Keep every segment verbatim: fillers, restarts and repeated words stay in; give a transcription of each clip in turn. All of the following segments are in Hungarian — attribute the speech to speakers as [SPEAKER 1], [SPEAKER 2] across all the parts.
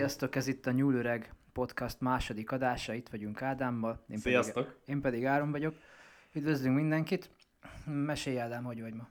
[SPEAKER 1] Sziasztok, ez itt a Nyúlüreg Podcast második adása, itt vagyunk Ádámmal. Én
[SPEAKER 2] Sziasztok!
[SPEAKER 1] Pedig, én pedig Áron vagyok. Üdvözlünk mindenkit. Mesélj Ádám, hogy vagy ma?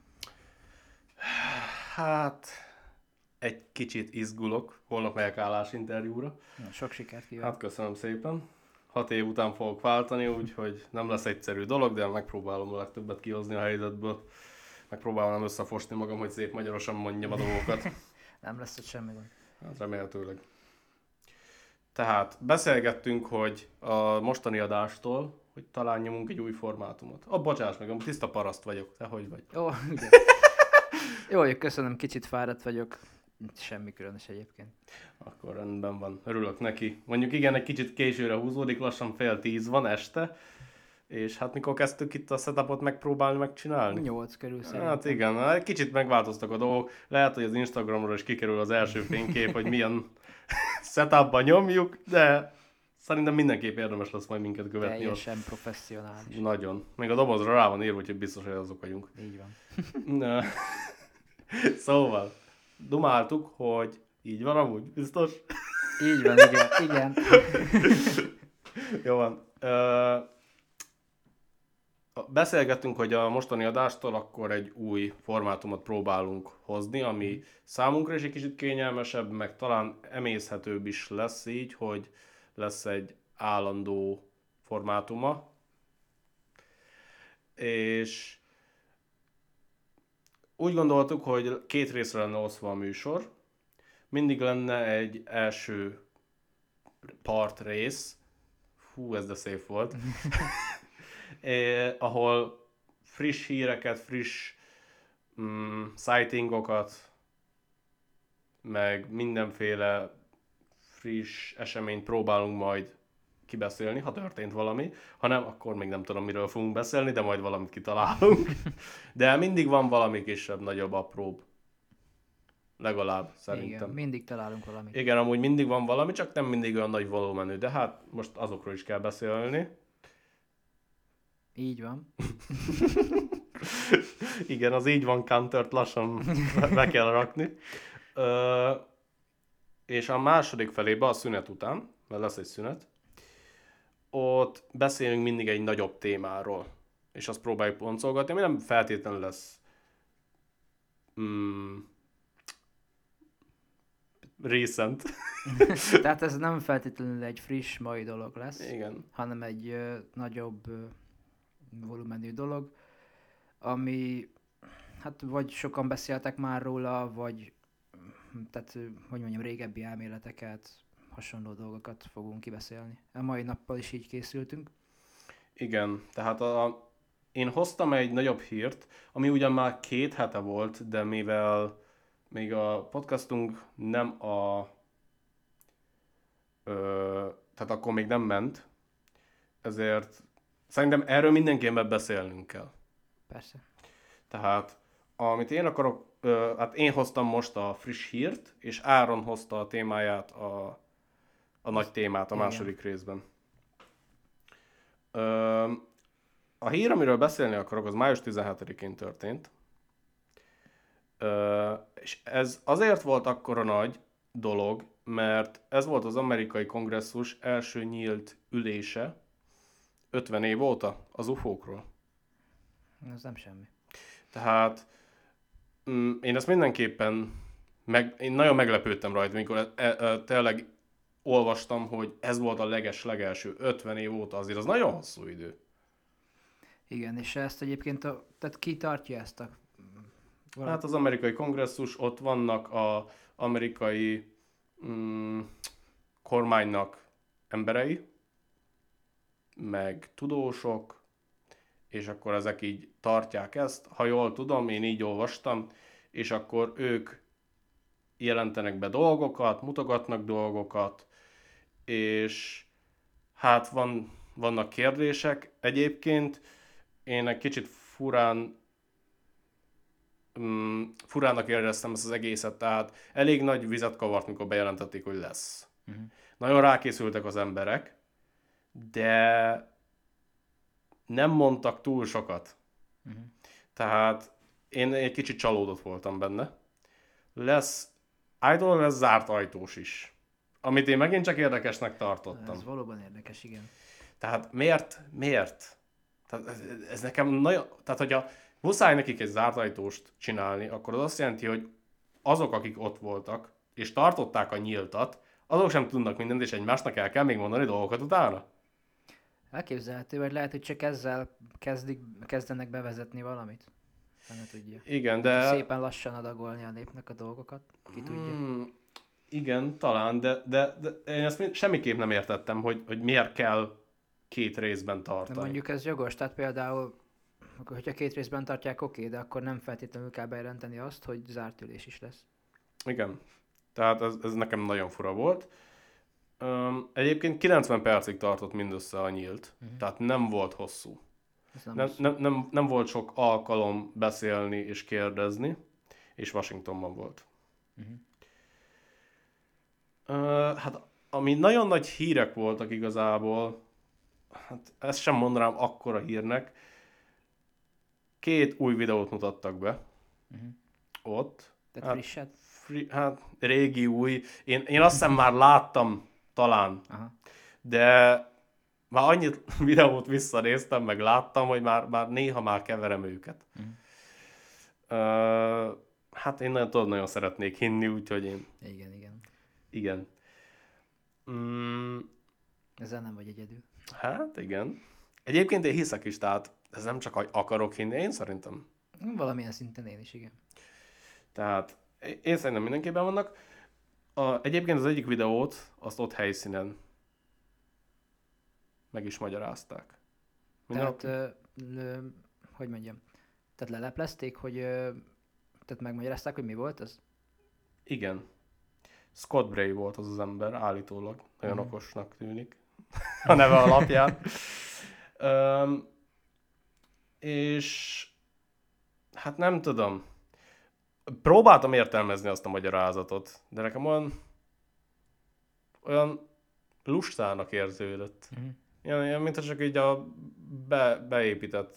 [SPEAKER 2] Hát, egy kicsit izgulok. Holnap megyek állásinterjúra.
[SPEAKER 1] Na, sok sikert kívánok.
[SPEAKER 2] Hát köszönöm szépen. Hat év után fogok váltani, úgyhogy nem lesz egyszerű dolog, de megpróbálom a legtöbbet kihozni a helyzetből. Megpróbálom összefosni magam, hogy szép magyarosan mondjam a dolgokat.
[SPEAKER 1] Nem lesz ott semmi gond.
[SPEAKER 2] Hát remélhetőleg. Tehát beszélgettünk, hogy a mostani adástól, hogy talán nyomunk egy új formátumot. Ah, bocsáss meg, tiszta paraszt vagyok. Te hogy vagy?
[SPEAKER 1] Jó, ugye. Jó vagyok, köszönöm, kicsit fáradt vagyok. Semmi különös egyébként.
[SPEAKER 2] Akkor rendben van, örülök neki. Mondjuk igen, egy kicsit későre húzódik, lassan fél tíz van este. És hát mikor kezdtük itt a setupot megpróbálni, megcsinálni?
[SPEAKER 1] Nyolc körül szerintem.
[SPEAKER 2] Hát igen, egy kicsit megváltoztak a dolgok. Lehet, hogy az Instagramról is kikerül az első fénykép, hogy milyen setupban nyomjuk, de szerintem mindenképp érdemes lesz majd minket követni.
[SPEAKER 1] Teljesen
[SPEAKER 2] ott.
[SPEAKER 1] professzionális.
[SPEAKER 2] Nagyon. Még a dobozra rá van írva, hogy biztos, hogy azok vagyunk.
[SPEAKER 1] Így van.
[SPEAKER 2] Na. Szóval, dumáltuk, hogy így van amúgy, biztos?
[SPEAKER 1] Így van, igen. igen.
[SPEAKER 2] Jó van. Uh, beszélgettünk, hogy a mostani adástól akkor egy új formátumot próbálunk hozni, ami számunkra is egy kicsit kényelmesebb, meg talán emészhetőbb is lesz így, hogy lesz egy állandó formátuma. És úgy gondoltuk, hogy két részre lenne osztva a műsor. Mindig lenne egy első part rész. Hú, ez de szép volt. eh, ahol friss híreket, friss mm, sightingokat, meg mindenféle friss eseményt próbálunk majd kibeszélni, ha történt valami. Ha nem, akkor még nem tudom, miről fogunk beszélni, de majd valamit kitalálunk. De mindig van valami kisebb, nagyobb, apróbb. Legalább, szerintem.
[SPEAKER 1] Igen, mindig találunk valamit.
[SPEAKER 2] Igen, amúgy mindig van valami, csak nem mindig olyan nagy volumenű, de hát most azokról is kell beszélni.
[SPEAKER 1] Így van.
[SPEAKER 2] Igen, az így van countert lassan be kell rakni. Ö, és a második felébe, a szünet után, mert lesz egy szünet, ott beszélünk mindig egy nagyobb témáról, és azt próbáljuk boncolgatni, ami nem feltétlenül lesz mm, recent.
[SPEAKER 1] Tehát ez nem feltétlenül egy friss mai dolog lesz,
[SPEAKER 2] Igen.
[SPEAKER 1] hanem egy ö, nagyobb ö, volumenű dolog, ami, hát vagy sokan beszéltek már róla, vagy tehát, hogy mondjam, régebbi elméleteket, hasonló dolgokat fogunk kibeszélni. A mai nappal is így készültünk.
[SPEAKER 2] Igen, tehát a, én hoztam egy nagyobb hírt, ami ugyan már két hete volt, de mivel még a podcastunk nem a... Ö, tehát akkor még nem ment, ezért szerintem erről mindenképpen beszélnünk kell.
[SPEAKER 1] Persze.
[SPEAKER 2] Tehát amit én akarok, ö, hát én hoztam most a friss hírt, és Áron hozta a témáját, a, a nagy témát a
[SPEAKER 1] Igen.
[SPEAKER 2] második részben. Ö, a hír, amiről beszélni akarok, az május tizenhetedikén történt. Ö, és ez azért volt akkora nagy dolog, mert ez volt az amerikai kongresszus első nyílt ülése ötven év óta az ufókról.
[SPEAKER 1] Ez nem semmi.
[SPEAKER 2] Tehát mm, én ezt mindenképpen, meg, én nagyon meglepődtem rajta, amikor e, e, tényleg olvastam, hogy ez volt a leges-legelső ötven év óta, azért az nagyon hosszú idő.
[SPEAKER 1] Igen, és ezt egyébként, a, tehát ki tartja ezt a...
[SPEAKER 2] Hát az amerikai kongresszus, ott vannak az amerikai mm, kormánynak emberei, meg tudósok, és akkor ezek így tartják ezt. Ha jól tudom, én így olvastam, és akkor ők jelentenek be dolgokat, mutogatnak dolgokat, és hát van, vannak kérdések. Egyébként én egy kicsit furán, mm, furának éreztem ezt az egészet, tehát elég nagy vizet kavart, mikor bejelentették, hogy lesz.
[SPEAKER 1] Uh-huh.
[SPEAKER 2] Nagyon rákészültek az emberek, de nem mondtak túl sokat. Uh-huh. Tehát én egy kicsit csalódott voltam benne. Lesz, állítólag lesz zárt ajtós is amit én megint csak érdekesnek tartottam.
[SPEAKER 1] Ez valóban érdekes, igen.
[SPEAKER 2] Tehát miért? Miért? Tehát ez, ez nekem nagyon... Tehát, hogyha muszáj nekik egy zárt ajtóst csinálni, akkor az azt jelenti, hogy azok, akik ott voltak, és tartották a nyíltat, azok sem tudnak mindent, és egymásnak el kell még mondani dolgokat utána.
[SPEAKER 1] Elképzelhető, vagy lehet, hogy csak ezzel kezdik, kezdenek bevezetni valamit. Nem tudja.
[SPEAKER 2] Igen, de...
[SPEAKER 1] Szépen lassan adagolni a népnek a dolgokat, ki tudja.
[SPEAKER 2] Hmm, igen, talán, de, de, de én ezt mind- semmiképp nem értettem, hogy, hogy miért kell két részben tartani.
[SPEAKER 1] De mondjuk ez jogos, tehát például, akkor, hogyha két részben tartják, oké, de akkor nem feltétlenül kell bejelenteni azt, hogy zárt ülés is lesz.
[SPEAKER 2] Igen, tehát ez, ez nekem nagyon fura volt. Um, egyébként kilencven percig tartott mindössze a nyílt, uh-huh. Tehát nem volt hosszú.
[SPEAKER 1] Nem,
[SPEAKER 2] Nem, nem, nem, nem volt sok alkalom beszélni és kérdezni, és Washingtonban volt.
[SPEAKER 1] Uh-huh.
[SPEAKER 2] Uh, hát ami nagyon nagy hírek voltak igazából, hát ezt sem mondanám akkora hírnek, két új videót mutattak be
[SPEAKER 1] uh-huh.
[SPEAKER 2] ott.
[SPEAKER 1] Tehát
[SPEAKER 2] hát,
[SPEAKER 1] frisset?
[SPEAKER 2] Fri, hát régi, új. Én, én azt hiszem már láttam talán,
[SPEAKER 1] Aha.
[SPEAKER 2] de már annyit videót visszanéztem, meg láttam, hogy már, már néha már keverem őket. Uh-huh. Uh, hát én nagyon, tudod, nagyon szeretnék hinni, úgyhogy én...
[SPEAKER 1] Igen, igen.
[SPEAKER 2] Igen. Mm,
[SPEAKER 1] Ezzel nem vagy egyedül.
[SPEAKER 2] hát igen. Egyébként én hiszek is, tehát ez nem csak akarok hinni, én szerintem.
[SPEAKER 1] Valamilyen szinten én is, igen.
[SPEAKER 2] Tehát én szerintem mindenképpen vannak. A, egyébként az egyik videót, azt ott helyszínen meg is magyarázták. Minden
[SPEAKER 1] Tehát, ö, ö, hogy mondjam, tehát leleplezték, hogy, ö, tehát megmagyarázták, hogy mi volt az?
[SPEAKER 2] Igen. Scott Bray volt az az ember, állítólag. Nagyon
[SPEAKER 1] Mhm.
[SPEAKER 2] okosnak tűnik a neve alapján. Öm, és hát nem tudom. Próbáltam értelmezni azt a magyarázatot, de nekem olyan olyan lustának érződött.
[SPEAKER 1] Uh-huh.
[SPEAKER 2] Ilyen, ilyen mint csak így a be, beépített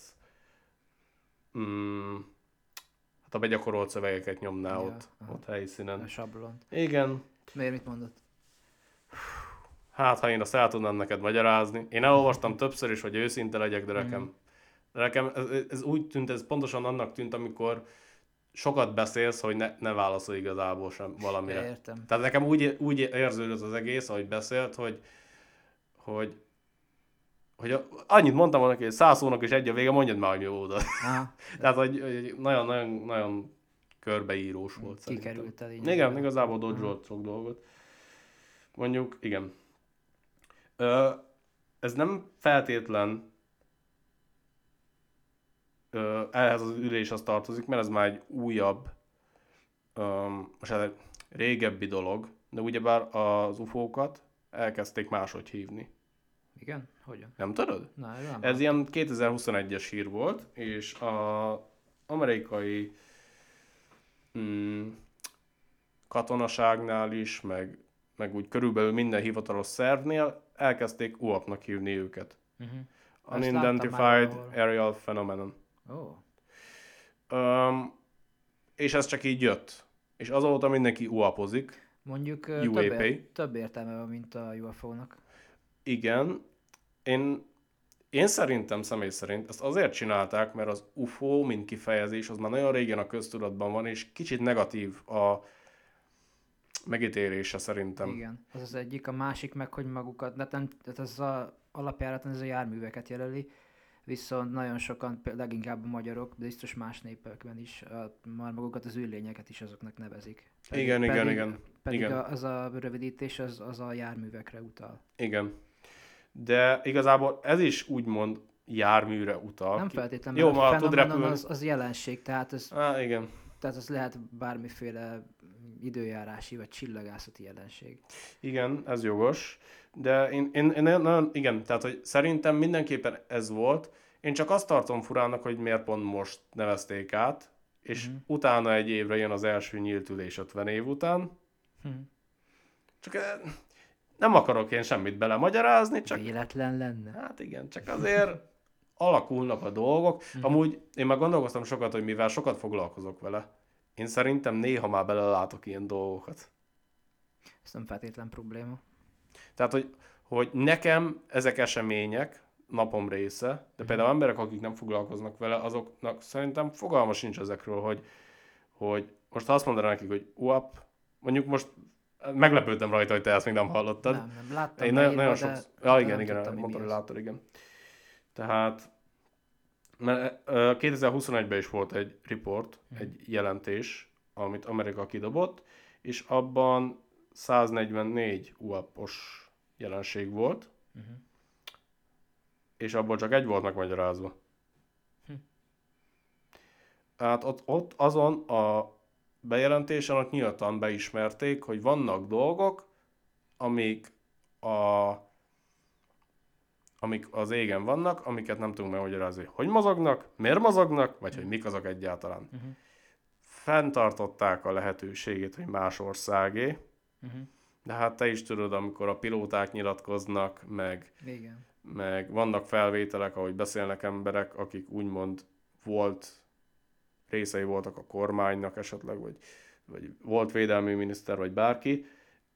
[SPEAKER 2] mm, hát a begyakorolt szövegeket nyomná
[SPEAKER 1] Ja,
[SPEAKER 2] ott,
[SPEAKER 1] aha.
[SPEAKER 2] ott helyszínen.
[SPEAKER 1] A sablont.
[SPEAKER 2] Igen.
[SPEAKER 1] Miért mit mondott?
[SPEAKER 2] Hát, ha én azt el tudnám neked magyarázni. Én elolvastam többször is, hogy őszinte legyek, de nekem, de nekem ez, ez úgy tűnt, ez pontosan annak tűnt, amikor sokat beszélsz, hogy ne, ne válaszolj igazából sem valamire.
[SPEAKER 1] Ja, értem.
[SPEAKER 2] Tehát nekem úgy, úgy érződött az egész, ahogy beszélt, hogy, hogy, hogy a, annyit mondtam volna, hogy száz szónak is egy a vége, mondjad már, hogy mi volt.
[SPEAKER 1] Aha,
[SPEAKER 2] Tehát, hogy, hogy nagyon, nagyon, nagyon körbeírós volt szerintem.
[SPEAKER 1] kikerült el így.
[SPEAKER 2] Igen, igazából dodge-olt sok dolgot. Mondjuk, igen. Ö, ez nem feltétlen ö, ehhez az üléshez tartozik, mert ez már egy újabb, ö, most ez egy régebbi dolog, de ugyebár az ufókat elkezdték máshogy hívni.
[SPEAKER 1] Igen? Hogyan?
[SPEAKER 2] Nem tudod?
[SPEAKER 1] Na, ez nem
[SPEAKER 2] Ez ilyen kétezer-huszonegyes hír volt, és az amerikai mm, katonaságnál is, meg, meg úgy körülbelül minden hivatalos szervnél elkezdték u á pé-nak hívni őket.
[SPEAKER 1] Uh-huh.
[SPEAKER 2] Unidentified Aerial Phenomenon.
[SPEAKER 1] Ó.
[SPEAKER 2] Um, és ez csak így jött. És azóta mindenki u á pé-ozik.
[SPEAKER 1] Mondjuk
[SPEAKER 2] u á
[SPEAKER 1] több,
[SPEAKER 2] pé.
[SPEAKER 1] ér- több értelme van, mint a u ef ó-nak.
[SPEAKER 2] Igen. Én, én szerintem, személy szerint ezt azért csinálták, mert az u ef o, mint kifejezés, az már nagyon régen a köztudatban van, és kicsit negatív a megítélése szerintem.
[SPEAKER 1] Igen, az az egyik. A másik meg, hogy magukat, de nem, tehát ez a alapjáraton ez a járműveket jelöli, viszont nagyon sokan, leginkább a magyarok, de biztos más népekben is, a, már magukat az űrlényeket is azoknak nevezik. Pedig,
[SPEAKER 2] Igen, igen,
[SPEAKER 1] pedig,
[SPEAKER 2] igen.
[SPEAKER 1] Pedig
[SPEAKER 2] igen.
[SPEAKER 1] A, az a rövidítés az, az a járművekre utal.
[SPEAKER 2] Igen. De igazából ez is úgymond járműre utal.
[SPEAKER 1] Nem
[SPEAKER 2] Ki-
[SPEAKER 1] feltétlenül,
[SPEAKER 2] Jó,
[SPEAKER 1] mert
[SPEAKER 2] ma
[SPEAKER 1] a
[SPEAKER 2] tud
[SPEAKER 1] fenomenon
[SPEAKER 2] repülni.
[SPEAKER 1] az, az jelenség, tehát az,
[SPEAKER 2] Á, igen.
[SPEAKER 1] tehát az lehet bármiféle időjárási vagy csillagászati jelenség.
[SPEAKER 2] Igen, ez jogos. De én, én, én nagyon, igen, tehát hogy szerintem mindenképpen ez volt. Én csak azt tartom furának, hogy miért pont most nevezték át, és
[SPEAKER 1] Mhm.
[SPEAKER 2] utána egy évre jön az első nyílt ülés ötven év után.
[SPEAKER 1] Hm.
[SPEAKER 2] Csak eh, nem akarok én semmit belemagyarázni, csak
[SPEAKER 1] Véletlen lenne.
[SPEAKER 2] hát igen, csak azért alakulnak a dolgok.
[SPEAKER 1] Mhm.
[SPEAKER 2] Amúgy én már gondolkoztam sokat, hogy mivel sokat foglalkozok vele. Én szerintem néha már belelátok ilyen dolgokat.
[SPEAKER 1] Ez nem feltétlen probléma.
[SPEAKER 2] Tehát, hogy, hogy nekem ezek események, napom része, de
[SPEAKER 1] Mhm.
[SPEAKER 2] például emberek, akik nem foglalkoznak vele, azoknak szerintem fogalma sincs ezekről, hogy, hogy most ha azt mondaná nekik, hogy uap, mondjuk most meglepődtem rajta, hogy te ezt még nem hallottad.
[SPEAKER 1] Nem, nem, láttam
[SPEAKER 2] Én nagyon,
[SPEAKER 1] leírva,
[SPEAKER 2] nagyon sok...
[SPEAKER 1] de,
[SPEAKER 2] Ja,
[SPEAKER 1] de
[SPEAKER 2] igen,
[SPEAKER 1] nem
[SPEAKER 2] igen,
[SPEAKER 1] tudtam, hogy mi
[SPEAKER 2] mondtad, hogy
[SPEAKER 1] az.
[SPEAKER 2] láttad, igen. Tehát mert ö, kétezer-huszonegyben is volt egy report,
[SPEAKER 1] Mhm.
[SPEAKER 2] egy jelentés, amit Amerika kidobott, és abban száznegyvennégy uapos jelenség volt,
[SPEAKER 1] Uh-huh.
[SPEAKER 2] és abból csak egy volt megmagyarázva.
[SPEAKER 1] Hm.
[SPEAKER 2] Hát ott, ott azon a bejelentésen ott nyíltan beismerték, hogy vannak dolgok, amik, a, amik az égen vannak, amiket nem tudunk megmagyarázni, hogy mozognak, miért mozognak, vagy hogy mik azok egyáltalán.
[SPEAKER 1] Uh-huh.
[SPEAKER 2] Fenntartották a lehetőségét, hogy más országé,
[SPEAKER 1] Uh-huh.
[SPEAKER 2] de hát te is tudod, amikor a pilóták nyilatkoznak, meg,
[SPEAKER 1] Igen.
[SPEAKER 2] meg vannak felvételek, ahogy beszélnek emberek, akik úgymond volt, részei voltak a kormánynak esetleg, vagy, vagy volt védelmi miniszter, vagy bárki,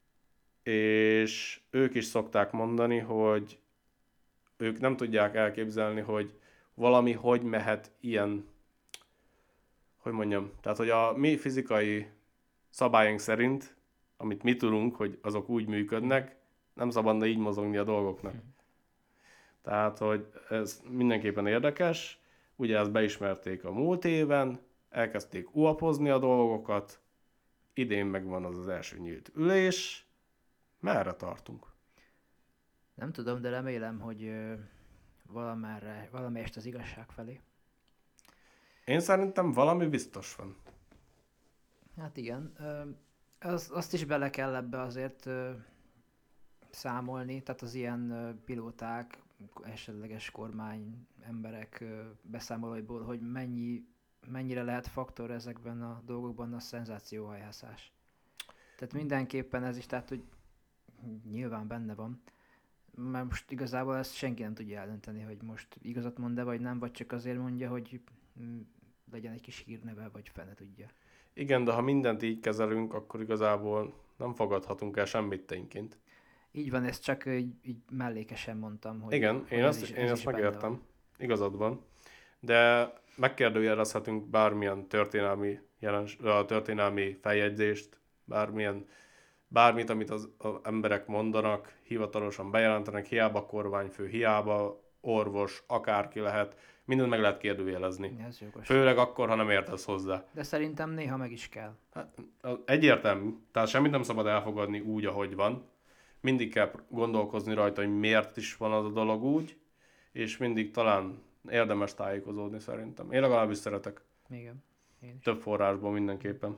[SPEAKER 2] és ők is szokták mondani, hogy ők nem tudják elképzelni, hogy valami hogy mehet ilyen, hogy mondjam, tehát hogy a mi fizikai szabályunk szerint, amit mi tudunk, hogy azok úgy működnek, nem szabadna így mozogni a dolgoknak.
[SPEAKER 1] Mhm.
[SPEAKER 2] Tehát, hogy ez mindenképpen érdekes, ugye ezt beismerték a múlt éven, elkezdték uapozni a dolgokat, idén megvan az az első nyílt ülés, merre tartunk?
[SPEAKER 1] Nem tudom, de remélem, hogy ö, valamerre, valamelyest az igazság felé.
[SPEAKER 2] Én szerintem valami biztos van.
[SPEAKER 1] Hát igen. Ö, az, azt is bele kell ebbe azért ö, számolni, tehát az ilyen ö, pilóták, esetleges kormány emberek ö, beszámolóiból, hogy mennyi, mennyire lehet faktor ezekben a dolgokban a szenzációhajhászás. Tehát mindenképpen ez is, tehát hogy nyilván benne van, mert most igazából ezt senki nem tudja eldönteni, hogy most igazat mond-e vagy nem, vagy csak azért mondja, hogy mm, legyen egy kis hírneve, vagy fene tudja.
[SPEAKER 2] Igen, de ha mindent így kezelünk, akkor igazából nem fogadhatunk el semmit tényként.
[SPEAKER 1] Így van, ezt csak így, így mellékesen mondtam, hogy
[SPEAKER 2] Igen,
[SPEAKER 1] hogy
[SPEAKER 2] én,
[SPEAKER 1] ez
[SPEAKER 2] azt,
[SPEAKER 1] is,
[SPEAKER 2] én
[SPEAKER 1] ez
[SPEAKER 2] ezt
[SPEAKER 1] is benne
[SPEAKER 2] megértem.
[SPEAKER 1] van.
[SPEAKER 2] Igazad van. De megkérdőjelezhetünk bármilyen történelmi, jelens, a történelmi feljegyzést, bármilyen, bármit, amit az, az emberek mondanak, hivatalosan bejelentenek, hiába kormányfő, hiába orvos, akárki lehet, mindent meg lehet kérdőjelezni.
[SPEAKER 1] Ez jogos.
[SPEAKER 2] Főleg akkor, ha nem értesz hozzá.
[SPEAKER 1] De szerintem néha meg is kell.
[SPEAKER 2] Hát, az egyértelmű, tehát semmit nem szabad elfogadni úgy, ahogy van. Mindig kell gondolkozni rajta, hogy miért is van az a dolog úgy, és mindig talán érdemes tájékozódni szerintem. Én legalábbis szeretek.
[SPEAKER 1] Igen. Én is.
[SPEAKER 2] Több forrásból mindenképpen.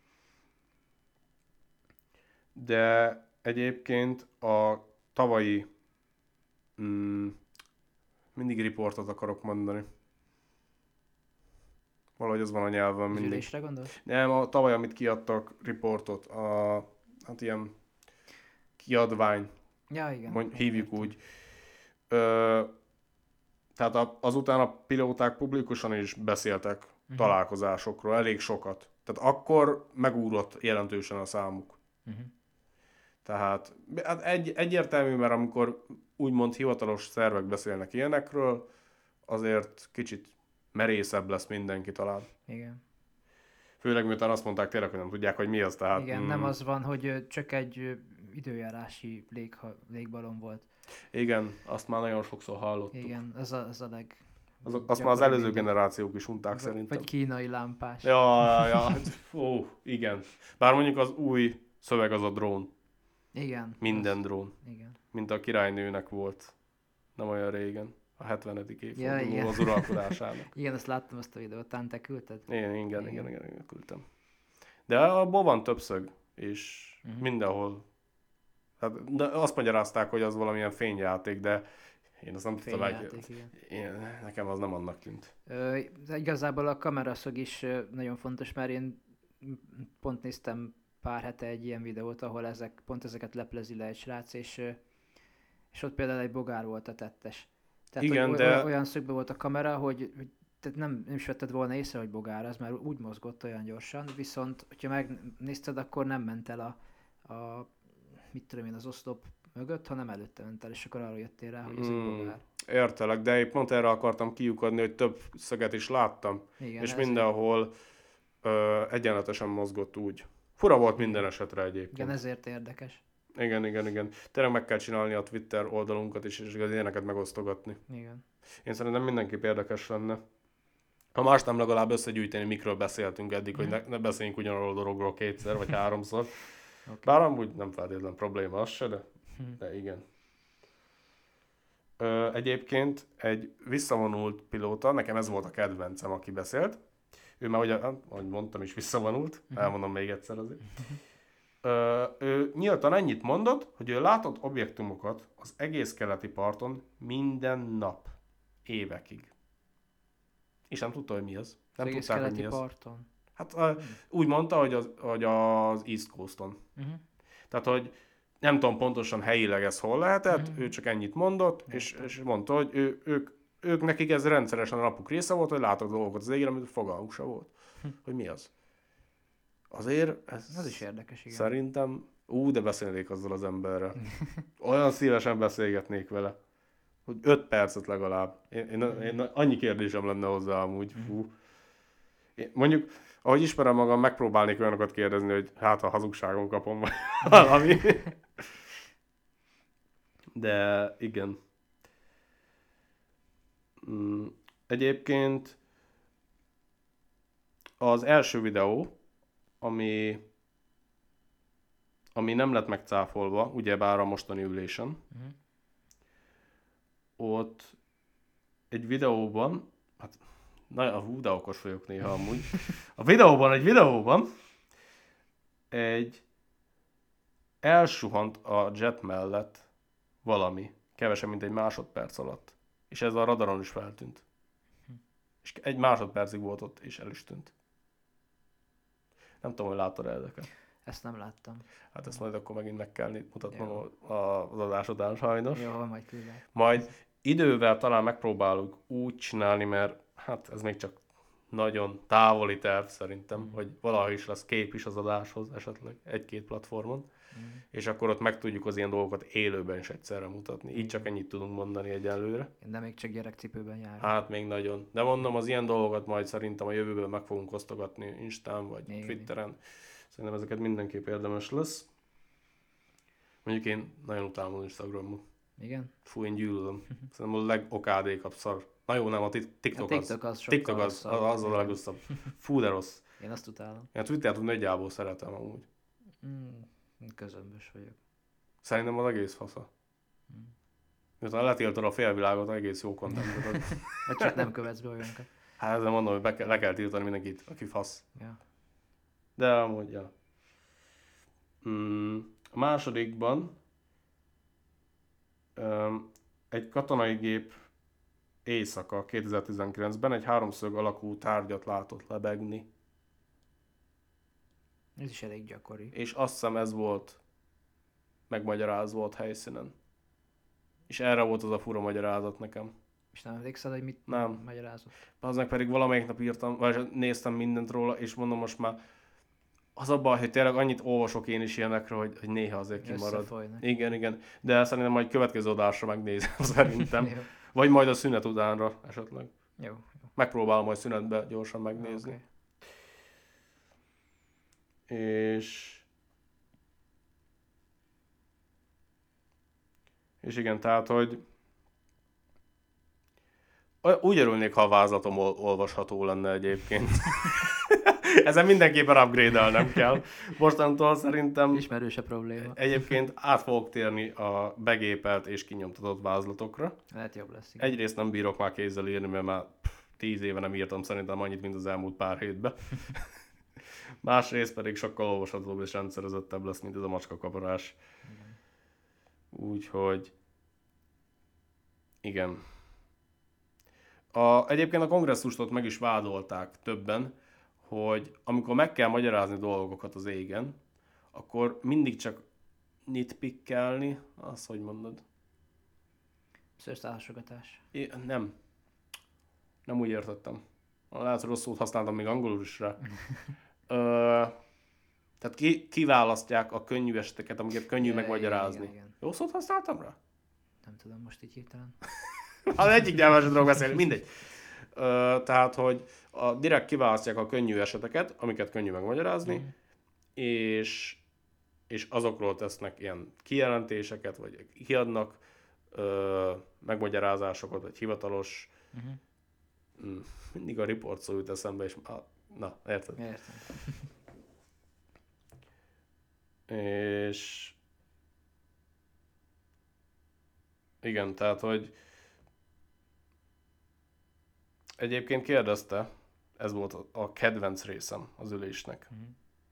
[SPEAKER 2] De egyébként a tavalyi mm, mindig riportot akarok mondani. Valahogy az van a nyelven
[SPEAKER 1] Az
[SPEAKER 2] mindig.
[SPEAKER 1] ülésre gondolsz?
[SPEAKER 2] Nem, a tavaly, amit kiadtak riportot, a, hát ilyen kiadvány,
[SPEAKER 1] Ja, igen.
[SPEAKER 2] mondj, hívjuk
[SPEAKER 1] Értem.
[SPEAKER 2] úgy. Ö, tehát a, azután a pilóták publikusan is beszéltek
[SPEAKER 1] Mhm.
[SPEAKER 2] találkozásokról, elég sokat. Tehát akkor megúrott jelentősen a számuk.
[SPEAKER 1] Uh-huh.
[SPEAKER 2] Tehát hát egy, egyértelmű, mert amikor úgymond hivatalos szervek beszélnek ilyenekről, azért kicsit merészebb lesz mindenki talán.
[SPEAKER 1] Igen.
[SPEAKER 2] Főleg miután azt mondták tényleg, hogy nem tudják, hogy mi az. Tehát,
[SPEAKER 1] Igen,
[SPEAKER 2] mm,
[SPEAKER 1] nem az van, hogy ö, csak egy ö, időjárási légha, légbalon volt.
[SPEAKER 2] Igen, azt már nagyon sokszor hallottuk.
[SPEAKER 1] Igen, ez a, ez a leg...
[SPEAKER 2] Az, azt már az
[SPEAKER 1] gyakoribb
[SPEAKER 2] előző
[SPEAKER 1] mindig.
[SPEAKER 2] generációk is unták
[SPEAKER 1] Vagy-
[SPEAKER 2] szerintem.
[SPEAKER 1] Vagy kínai lámpás.
[SPEAKER 2] Ja, ja, ja. Ó, igen. Bár mondjuk az új szöveg az a drón.
[SPEAKER 1] Igen.
[SPEAKER 2] Minden
[SPEAKER 1] az-
[SPEAKER 2] drón.
[SPEAKER 1] Igen.
[SPEAKER 2] Mint a királynőnek volt. Nem olyan régen. A hetvenedik
[SPEAKER 1] Ja,
[SPEAKER 2] évforduló
[SPEAKER 1] igen.
[SPEAKER 2] az uralkodásának.
[SPEAKER 1] Igen, azt láttam azt a videót, talán te küldted?
[SPEAKER 2] Igen, igen,
[SPEAKER 1] Igen.
[SPEAKER 2] igen, igen, igen, küldtem. De abból van többszög, és
[SPEAKER 1] Mhm.
[SPEAKER 2] mindenhol. Hát, de azt magyarázták, hogy az valamilyen fényjáték, de én azt nem tudtam meg.
[SPEAKER 1] Fényjáték, igen.
[SPEAKER 2] Én, nekem az nem annak tűnt.
[SPEAKER 1] Ö, de igazából a kameraszög is ö, nagyon fontos, mert én pont néztem pár hete egy ilyen videót, ahol ezek, pont ezeket leplezi le egy srác, és, ö, és ott például egy bogár volt a tettes. Tehát
[SPEAKER 2] Igen,
[SPEAKER 1] hogy
[SPEAKER 2] de-
[SPEAKER 1] olyan, olyan szögben volt a kamera, hogy, hogy tehát nem, nem is vetted volna észre, hogy bogár az, mert úgy mozgott olyan gyorsan, viszont hogyha megnézted, akkor nem ment el a, a mit tudom én, az oszlop mögött, hanem előtte mentél, és akkor arra jöttél rá, hogy ez egy
[SPEAKER 2] Mm,
[SPEAKER 1] bogár.
[SPEAKER 2] értelek, de épp pont erre akartam kiukadni, hogy több szöget is láttam,
[SPEAKER 1] Igen,
[SPEAKER 2] és
[SPEAKER 1] ezért,
[SPEAKER 2] mindenhol ö, egyenletesen mozgott úgy. Fura volt minden esetre egyébként.
[SPEAKER 1] igen, ezért érdekes.
[SPEAKER 2] Igen, igen, igen. Tényleg meg kell csinálni a Twitter oldalunkat is, és az ilyeneket megosztogatni.
[SPEAKER 1] Igen.
[SPEAKER 2] Én szerintem mindenképp érdekes lenne. Ha más nem, legalább összegyűjteni, mikről beszéltünk eddig,
[SPEAKER 1] Mhm.
[SPEAKER 2] hogy ne, ne beszéljünk ugyanarról a dologról kétszer vagy háromszor.
[SPEAKER 1] Okay.
[SPEAKER 2] Bár amúgy nem feltétlen probléma az se, de,
[SPEAKER 1] Hm.
[SPEAKER 2] de igen. Ö, egyébként egy visszavonult pilóta, nekem ez volt a kedvencem, aki beszélt. Ő már, ugye, ahogy mondtam is, visszavonult,
[SPEAKER 1] Mhm.
[SPEAKER 2] elmondom még egyszer azért. Ö, ő nyíltan ennyit mondott, hogy ő látott objektumokat az egész keleti parton minden nap, évekig. És nem tudta, hogy mi az. Nem
[SPEAKER 1] Az egész
[SPEAKER 2] tudták, hogy mi
[SPEAKER 1] keleti
[SPEAKER 2] az.
[SPEAKER 1] parton.
[SPEAKER 2] Hát uh, úgy mondta, hogy az, hogy az East Coaston.
[SPEAKER 1] Uh-huh.
[SPEAKER 2] Tehát, hogy nem tudom pontosan helyileg ez hol lehetett,
[SPEAKER 1] Mhm.
[SPEAKER 2] ő csak ennyit mondott, és, és mondta, hogy ő, ők, ők nekik ez rendszeresen a napuk része volt, hogy látok dolgokat az égre, amit fogalmuk se volt.
[SPEAKER 1] Hm.
[SPEAKER 2] Hogy mi az. Azért ez
[SPEAKER 1] Az is érdekes, igen.
[SPEAKER 2] szerintem, ú, de beszélnék azzal az emberrel. Olyan szívesen beszélgetnék vele. Hogy öt percet legalább. Én, én, én, annyi kérdésem lenne hozzá amúgy. Fú. Én, mondjuk, ahogy ismerem magam, megpróbálnék olyanokat kérdezni, hogy hát ha hazugságon kapom, vagy valami. De igen. Mm, Egyébként az első videó, ami, ami nem lett megcáfolva, ugyebár a mostani ülésen,
[SPEAKER 1] Uh-huh.
[SPEAKER 2] ott egy videóban, hát na, hú, de okos vagyok néha amúgy. A videóban, egy videóban egy elsuhant a jet mellett valami, kevesebb, mint egy másodperc alatt. És ez a radaron is feltűnt. És egy másodpercig volt ott, és el is tűnt. Nem tudom, hogy láttad ezeket.
[SPEAKER 1] Ezt nem láttam.
[SPEAKER 2] Hát ezt majd akkor megint meg kell mutatnom
[SPEAKER 1] Jó.
[SPEAKER 2] a- az adás után sajnos.
[SPEAKER 1] Jó, majd küldek.
[SPEAKER 2] Majd idővel talán megpróbáljuk úgy csinálni, mert hát ez még csak nagyon távoli terv szerintem,
[SPEAKER 1] Mm.
[SPEAKER 2] hogy valahogy is lesz kép is az adáshoz esetleg egy-két platformon,
[SPEAKER 1] Mm.
[SPEAKER 2] és akkor ott meg tudjuk az ilyen dolgokat élőben is egyszerre mutatni. Így csak ennyit tudunk mondani egyelőre.
[SPEAKER 1] De még csak gyerekcipőben jár.
[SPEAKER 2] Hát még nagyon. De mondom, az ilyen dolgokat majd szerintem a jövőben meg fogunk osztogatni Instán vagy
[SPEAKER 1] Igen.
[SPEAKER 2] Twitteren. Szerintem ezeket mindenképp érdemes lesz. Mondjuk én nagyon utálom az Instagramot.
[SPEAKER 1] Igen?
[SPEAKER 2] Fú, én gyűlölöm. Szerintem a legokádékabb szar. Na jó, nem, a tik-
[SPEAKER 1] A
[SPEAKER 2] TikTok az.
[SPEAKER 1] TikTok az sokkal
[SPEAKER 2] TikTok az, az,
[SPEAKER 1] rosszabb.
[SPEAKER 2] az a legrosszabb. Fú, de rossz.
[SPEAKER 1] Én azt utálom.
[SPEAKER 2] Én a Twittert úgy nagyjából szeretem amúgy.
[SPEAKER 1] Mm. Közömbös vagyok.
[SPEAKER 2] Szerintem az egész fasza.
[SPEAKER 1] Mm.
[SPEAKER 2] Miután letiltod a félvilágot, egész jó contentet ad.
[SPEAKER 1] Vagy csak nem követsz be olyanokat.
[SPEAKER 2] Hát ezzel mondom, hogy be kell, le kell tiltani mindenkit, aki fasz.
[SPEAKER 1] Ja.
[SPEAKER 2] De amúgy, ja. Mm, a másodikban um, egy katonai gép éjszaka kétezer-tizenkilencben egy háromszög alakú tárgyat látott lebegni.
[SPEAKER 1] Ez is elég gyakori.
[SPEAKER 2] És azt hiszem ez volt megmagyarázva ott helyszínen. És erre volt az a fura magyarázat nekem.
[SPEAKER 1] És nem emlékszel, hogy mit
[SPEAKER 2] Nem.
[SPEAKER 1] magyarázott?
[SPEAKER 2] Aznak pedig valamelyik nap írtam, vagy néztem mindent róla, és mondom most már az a baj, hogy tényleg annyit olvasok én is ilyenekről, hogy, hogy néha azért kimarad.
[SPEAKER 1] Összefolynak.
[SPEAKER 2] Igen, igen. De szerintem majd következő adásra megnézem szerintem.
[SPEAKER 1] Jó.
[SPEAKER 2] Vagy majd a szünet utánra esetleg.
[SPEAKER 1] Jó. Jó.
[SPEAKER 2] Megpróbálom majd szünetbe gyorsan megnézni.
[SPEAKER 1] Oké.
[SPEAKER 2] És... És igen, tehát, hogy úgy örülnék, ha a vázlatom ol- olvasható lenne egyébként. Ezen mindenképpen upgrade-elnem kell. Mostantól szerintem
[SPEAKER 1] Ismerős a probléma.
[SPEAKER 2] egyébként át fogok térni a begépelt és kinyomtatott vázlatokra.
[SPEAKER 1] Lehet jobb lesz. Igen.
[SPEAKER 2] Egyrészt nem bírok már kézzel írni, mert már pff, tíz éve nem írtam szerintem annyit, mint az elmúlt pár hétben. Másrészt pedig sokkal olvashatóbb és rendszerezettebb lesz, mint ez a macskakaparás. Úgyhogy igen. A, egyébként a kongresszust ott meg is vádolták többen, hogy amikor meg kell magyarázni dolgokat az égen, akkor mindig csak nitpickelni, az hogy mondod?
[SPEAKER 1] Szőrszálhasogatás.
[SPEAKER 2] É, nem. Nem úgy értettem. Lehet, hogy rossz szót használtam még angolul is rá. Ö, Tehát ki, kiválasztják a könnyű eseteket, amiket könnyű
[SPEAKER 1] Ja,
[SPEAKER 2] megmagyarázni.
[SPEAKER 1] igen, igen.
[SPEAKER 2] Jó szót használtam rá?
[SPEAKER 1] Nem tudom most így hirtelen.
[SPEAKER 2] Az egyik nyelven sem tudok beszélni, mindegy. Ö, tehát, hogy a, direkt kiválasztják a könnyű eseteket, amiket könnyű megmagyarázni,
[SPEAKER 1] Mhm.
[SPEAKER 2] és, és azokról tesznek ilyen kijelentéseket, vagy kiadnak ö, megmagyarázásokat, vagy hivatalos.
[SPEAKER 1] Uh-huh.
[SPEAKER 2] Mm, mindig a report szó jut eszembe, és ah, na, érted?
[SPEAKER 1] Értem.
[SPEAKER 2] És igen, tehát, hogy egyébként kérdezte, ez volt a- a kedvenc részem az ülésnek,
[SPEAKER 1] Uh-huh.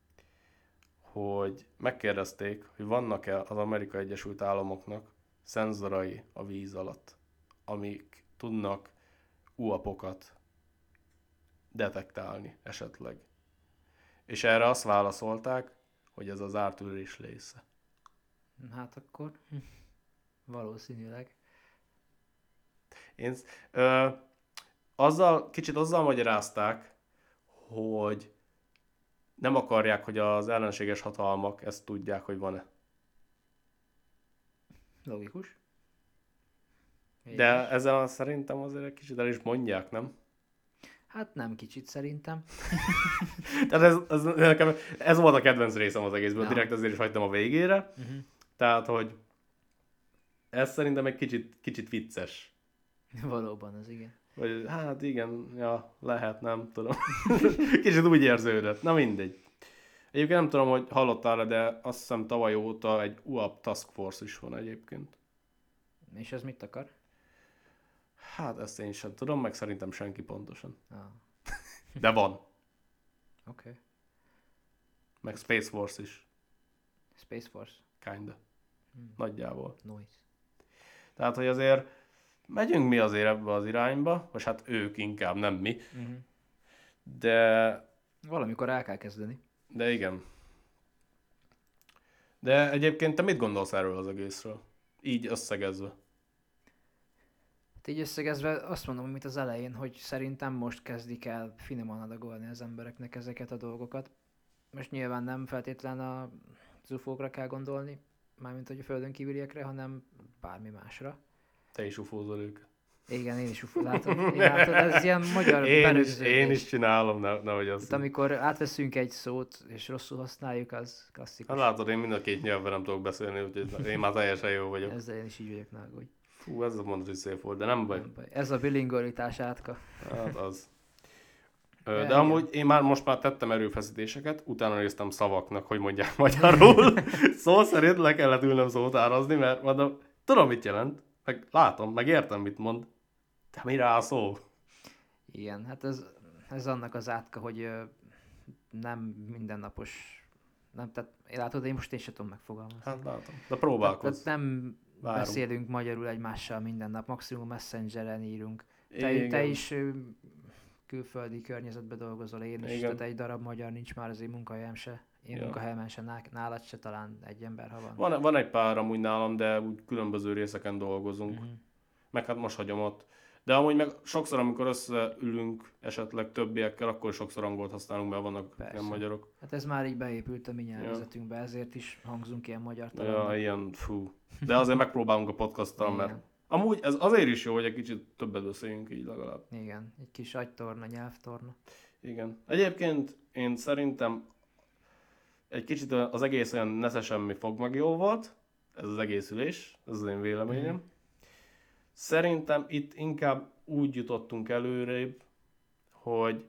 [SPEAKER 2] hogy megkérdezték, hogy vannak-e az Amerikai Egyesült Államoknak szenzorai a víz alatt, amik tudnak uapokat detektálni esetleg. És erre azt válaszolták, hogy ez az ártülés része.
[SPEAKER 1] Hát akkor hm, valószínűleg.
[SPEAKER 2] Én, ö, azzal, kicsit azzal magyarázták, hogy nem akarják, hogy az ellenséges hatalmak ezt tudják, hogy van-e.
[SPEAKER 1] Logikus.
[SPEAKER 2] De ezzel szerintem azért egy kicsit el is mondják, nem?
[SPEAKER 1] Hát nem kicsit szerintem.
[SPEAKER 2] Tehát ez, ez, nekem, ez volt a kedvenc részem az egészből,
[SPEAKER 1] Ja.
[SPEAKER 2] direkt ezért is hagytam a végére.
[SPEAKER 1] Uh-huh.
[SPEAKER 2] Tehát, hogy ez szerintem egy kicsit, kicsit vicces.
[SPEAKER 1] Valóban, az igen.
[SPEAKER 2] Vagy hát igen, ja, lehet, nem tudom. Kicsit úgy érződött, na mindegy. Egyébként nem tudom, hogy hallottál, de azt hiszem tavaly óta egy u á pé Task Force is van egyébként.
[SPEAKER 1] És ez mit akar?
[SPEAKER 2] Hát ezt én sem tudom, meg szerintem senki pontosan.
[SPEAKER 1] Ah,
[SPEAKER 2] De van.
[SPEAKER 1] oké. Okay.
[SPEAKER 2] Meg Space Force is.
[SPEAKER 1] Space Force.
[SPEAKER 2] Kinda.
[SPEAKER 1] Hmm.
[SPEAKER 2] Nagyjából.
[SPEAKER 1] Noise.
[SPEAKER 2] Tehát, hogy azért megyünk mi azért ebbe az irányba, vagy hát ők inkább, nem mi.
[SPEAKER 1] Uh-huh.
[SPEAKER 2] De,
[SPEAKER 1] Valamikor el kell kezdeni.
[SPEAKER 2] de igen. De egyébként te mit gondolsz erről az egészről? Így összegezve.
[SPEAKER 1] Hát így összegezve azt mondom, mint az elején, hogy szerintem most kezdik el finoman adagolni az embereknek ezeket a dolgokat. Most nyilván nem feltétlen a zufókra kell gondolni, mármint hogy a földön kívüliekre, hanem bármi másra.
[SPEAKER 2] Te is ufózol őket.
[SPEAKER 1] Igen, én is ufó, látod, én látod, ez ilyen magyar
[SPEAKER 2] Én is,
[SPEAKER 1] berögződés.
[SPEAKER 2] én is csinálom, ne, nehogy az.
[SPEAKER 1] Hát amikor átveszünk egy szót, és rosszul használjuk, az klasszikus.
[SPEAKER 2] Hát látod, én mind a két nyelven nem tudok beszélni, úgyhogy én már teljesen jó vagyok.
[SPEAKER 1] Ezzel én is így vagyok, ne aggódj.
[SPEAKER 2] Fú, ez a mondat is szép volt, de nem baj.
[SPEAKER 1] Nem baj. Ez a bilingualitás átka.
[SPEAKER 2] Hát az. Ö,
[SPEAKER 1] Ja,
[SPEAKER 2] De
[SPEAKER 1] igen.
[SPEAKER 2] amúgy én már most már tettem erőfeszítéseket, utána néztem szavaknak, hogy mondják magyarul. Szó szerint le kellett ülnöm szótárazni, mert mondom, tudom mit jelent, meg látom, meg értem mit mond. De mire áll szó?
[SPEAKER 1] Igen, hát ez, ez annak az átka, hogy ö, nem mindennapos, nem, tehát én látod, én most én sem tudom megfogalmazni.
[SPEAKER 2] Hát látom. De
[SPEAKER 1] tehát,
[SPEAKER 2] próbálkozz.
[SPEAKER 1] tehát nem
[SPEAKER 2] Várunk.
[SPEAKER 1] beszélünk magyarul egymással minden nap, maximum Messengeren írunk. Te,
[SPEAKER 2] Igen.
[SPEAKER 1] te is ö, külföldi környezetben dolgozol, én is,
[SPEAKER 2] Igen.
[SPEAKER 1] tehát egy darab magyar nincs már az én munkahelyem se. Én
[SPEAKER 2] Ja.
[SPEAKER 1] munkahelyemen se, ná- nálad se, talán egy ember, ha van.
[SPEAKER 2] Van, van egy pár amúgy nálam, de úgy különböző részeken dolgozunk.
[SPEAKER 1] Mhm.
[SPEAKER 2] Meg hát most hagyom ott. De amúgy meg sokszor, amikor összeülünk esetleg többiekkel, akkor sokszor angolt használunk, mert vannak
[SPEAKER 1] Persze.
[SPEAKER 2] nem magyarok.
[SPEAKER 1] Hát ez már így beépült a mi nyelvezetünkbe, ezért is hangzunk ilyen magyar
[SPEAKER 2] Ja,
[SPEAKER 1] talán.
[SPEAKER 2] ilyen fú. De azért megpróbálunk a podcasttal, mert
[SPEAKER 1] Igen.
[SPEAKER 2] amúgy ez azért is jó, hogy egy kicsit többet beszéljünk így legalább.
[SPEAKER 1] Igen, egy kis agytorna, nyelvtorna.
[SPEAKER 2] Igen. Egyébként én szerintem egy kicsit az egész olyan nesze semmi fog meg jó volt, ez az egész ülés, ez az én véleményem.
[SPEAKER 1] Mhm.
[SPEAKER 2] Szerintem itt inkább úgy jutottunk előrébb, hogy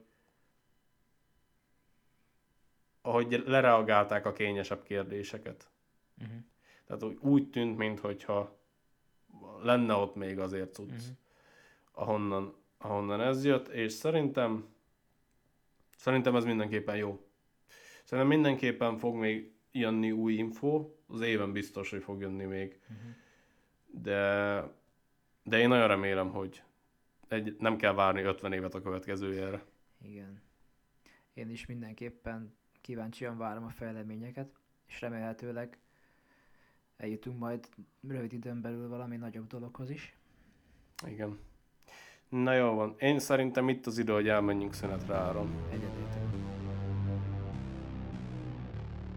[SPEAKER 2] ahogy lereagálták a kényesebb kérdéseket.
[SPEAKER 1] Uh-huh.
[SPEAKER 2] Tehát úgy, úgy tűnt, mintha lenne ott még azért cucc,
[SPEAKER 1] Mhm.
[SPEAKER 2] ahonnan, ahonnan ez jött, és szerintem szerintem ez mindenképpen jó. Szerintem mindenképpen fog még jönni új info, az éven biztos, hogy fog jönni még,
[SPEAKER 1] Uh-huh.
[SPEAKER 2] de, de én nagyon remélem, hogy egy, nem kell várni ötven évet a következőjére.
[SPEAKER 1] Igen. Én is mindenképpen kíváncsian várom a fejleményeket, és remélhetőleg eljutunk majd rövid időn belül valami nagyobb dologhoz is.
[SPEAKER 2] Igen. Na jó van. Én szerintem itt az idő, hogy elmenjünk szünetre, Áron.
[SPEAKER 1] Egyetértek.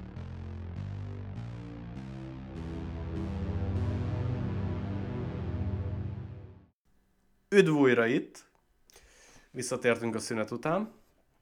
[SPEAKER 2] Üdv újra itt! Visszatértünk a szünet után.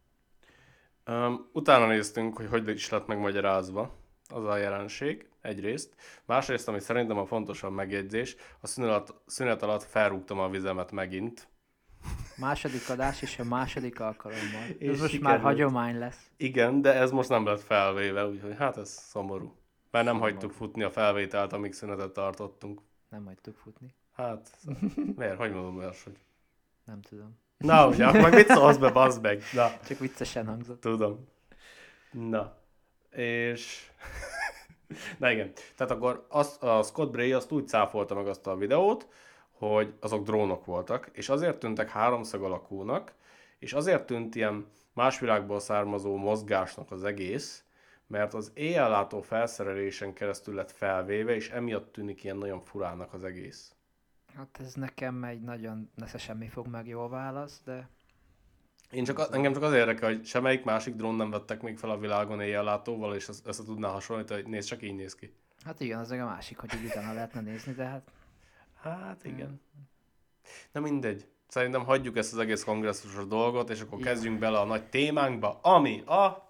[SPEAKER 2] Um, utána néztünk, hogy hogy is lett megmagyarázva az a jelenség, egyrészt. Másrészt, ami szerintem a fontosabb megjegyzés, a szünet alatt, szünet alatt felrúgtam a vizemet megint.
[SPEAKER 1] Második adás és a második alkalommal.
[SPEAKER 2] És
[SPEAKER 1] Ez most
[SPEAKER 2] sikerült.
[SPEAKER 1] már hagyomány lesz.
[SPEAKER 2] Igen, de ez most nem lett felvéve, úgyhogy hát ez szomorú. Mert nem
[SPEAKER 1] Szomorú.
[SPEAKER 2] hagytuk futni a felvételt, amíg szünetet tartottunk.
[SPEAKER 1] Nem hagytuk futni.
[SPEAKER 2] Hát, miért? Hogy mondom ezt, hogy...
[SPEAKER 1] Nem tudom.
[SPEAKER 2] Na, ugye, akkor meg mit szólsz be, bazd meg? Na,
[SPEAKER 1] Csak viccesen hangzott.
[SPEAKER 2] tudom. Na, és... Na igen, tehát akkor az, a Scott Bray azt úgy cáfolta meg azt a videót, hogy azok drónok voltak, és azért tűntek háromszög alakúnak, és azért tűnt ilyen más világból származó mozgásnak az egész, mert az éjjellátó felszerelésen keresztül lett felvéve, és emiatt tűnik ilyen nagyon furának az egész.
[SPEAKER 1] Hát ez nekem egy nagyon nesze semmi fog meg jó válasz, de
[SPEAKER 2] Én csak, a- engem csak az érdekel, hogy semmelyik másik drón nem vettek még fel a világon éjjellátóval, és ezt, ezt tudná hasonlítani, hogy nézd, csak így néz ki.
[SPEAKER 1] hát igen, az meg a másik, hogy így utána lehetne nézni, de hát
[SPEAKER 2] Hát igen. Na mindegy. Szerintem hagyjuk ezt az egész kongresszusos dolgot, és akkor
[SPEAKER 1] Igen.
[SPEAKER 2] kezdjünk bele a nagy témánkba, ami a...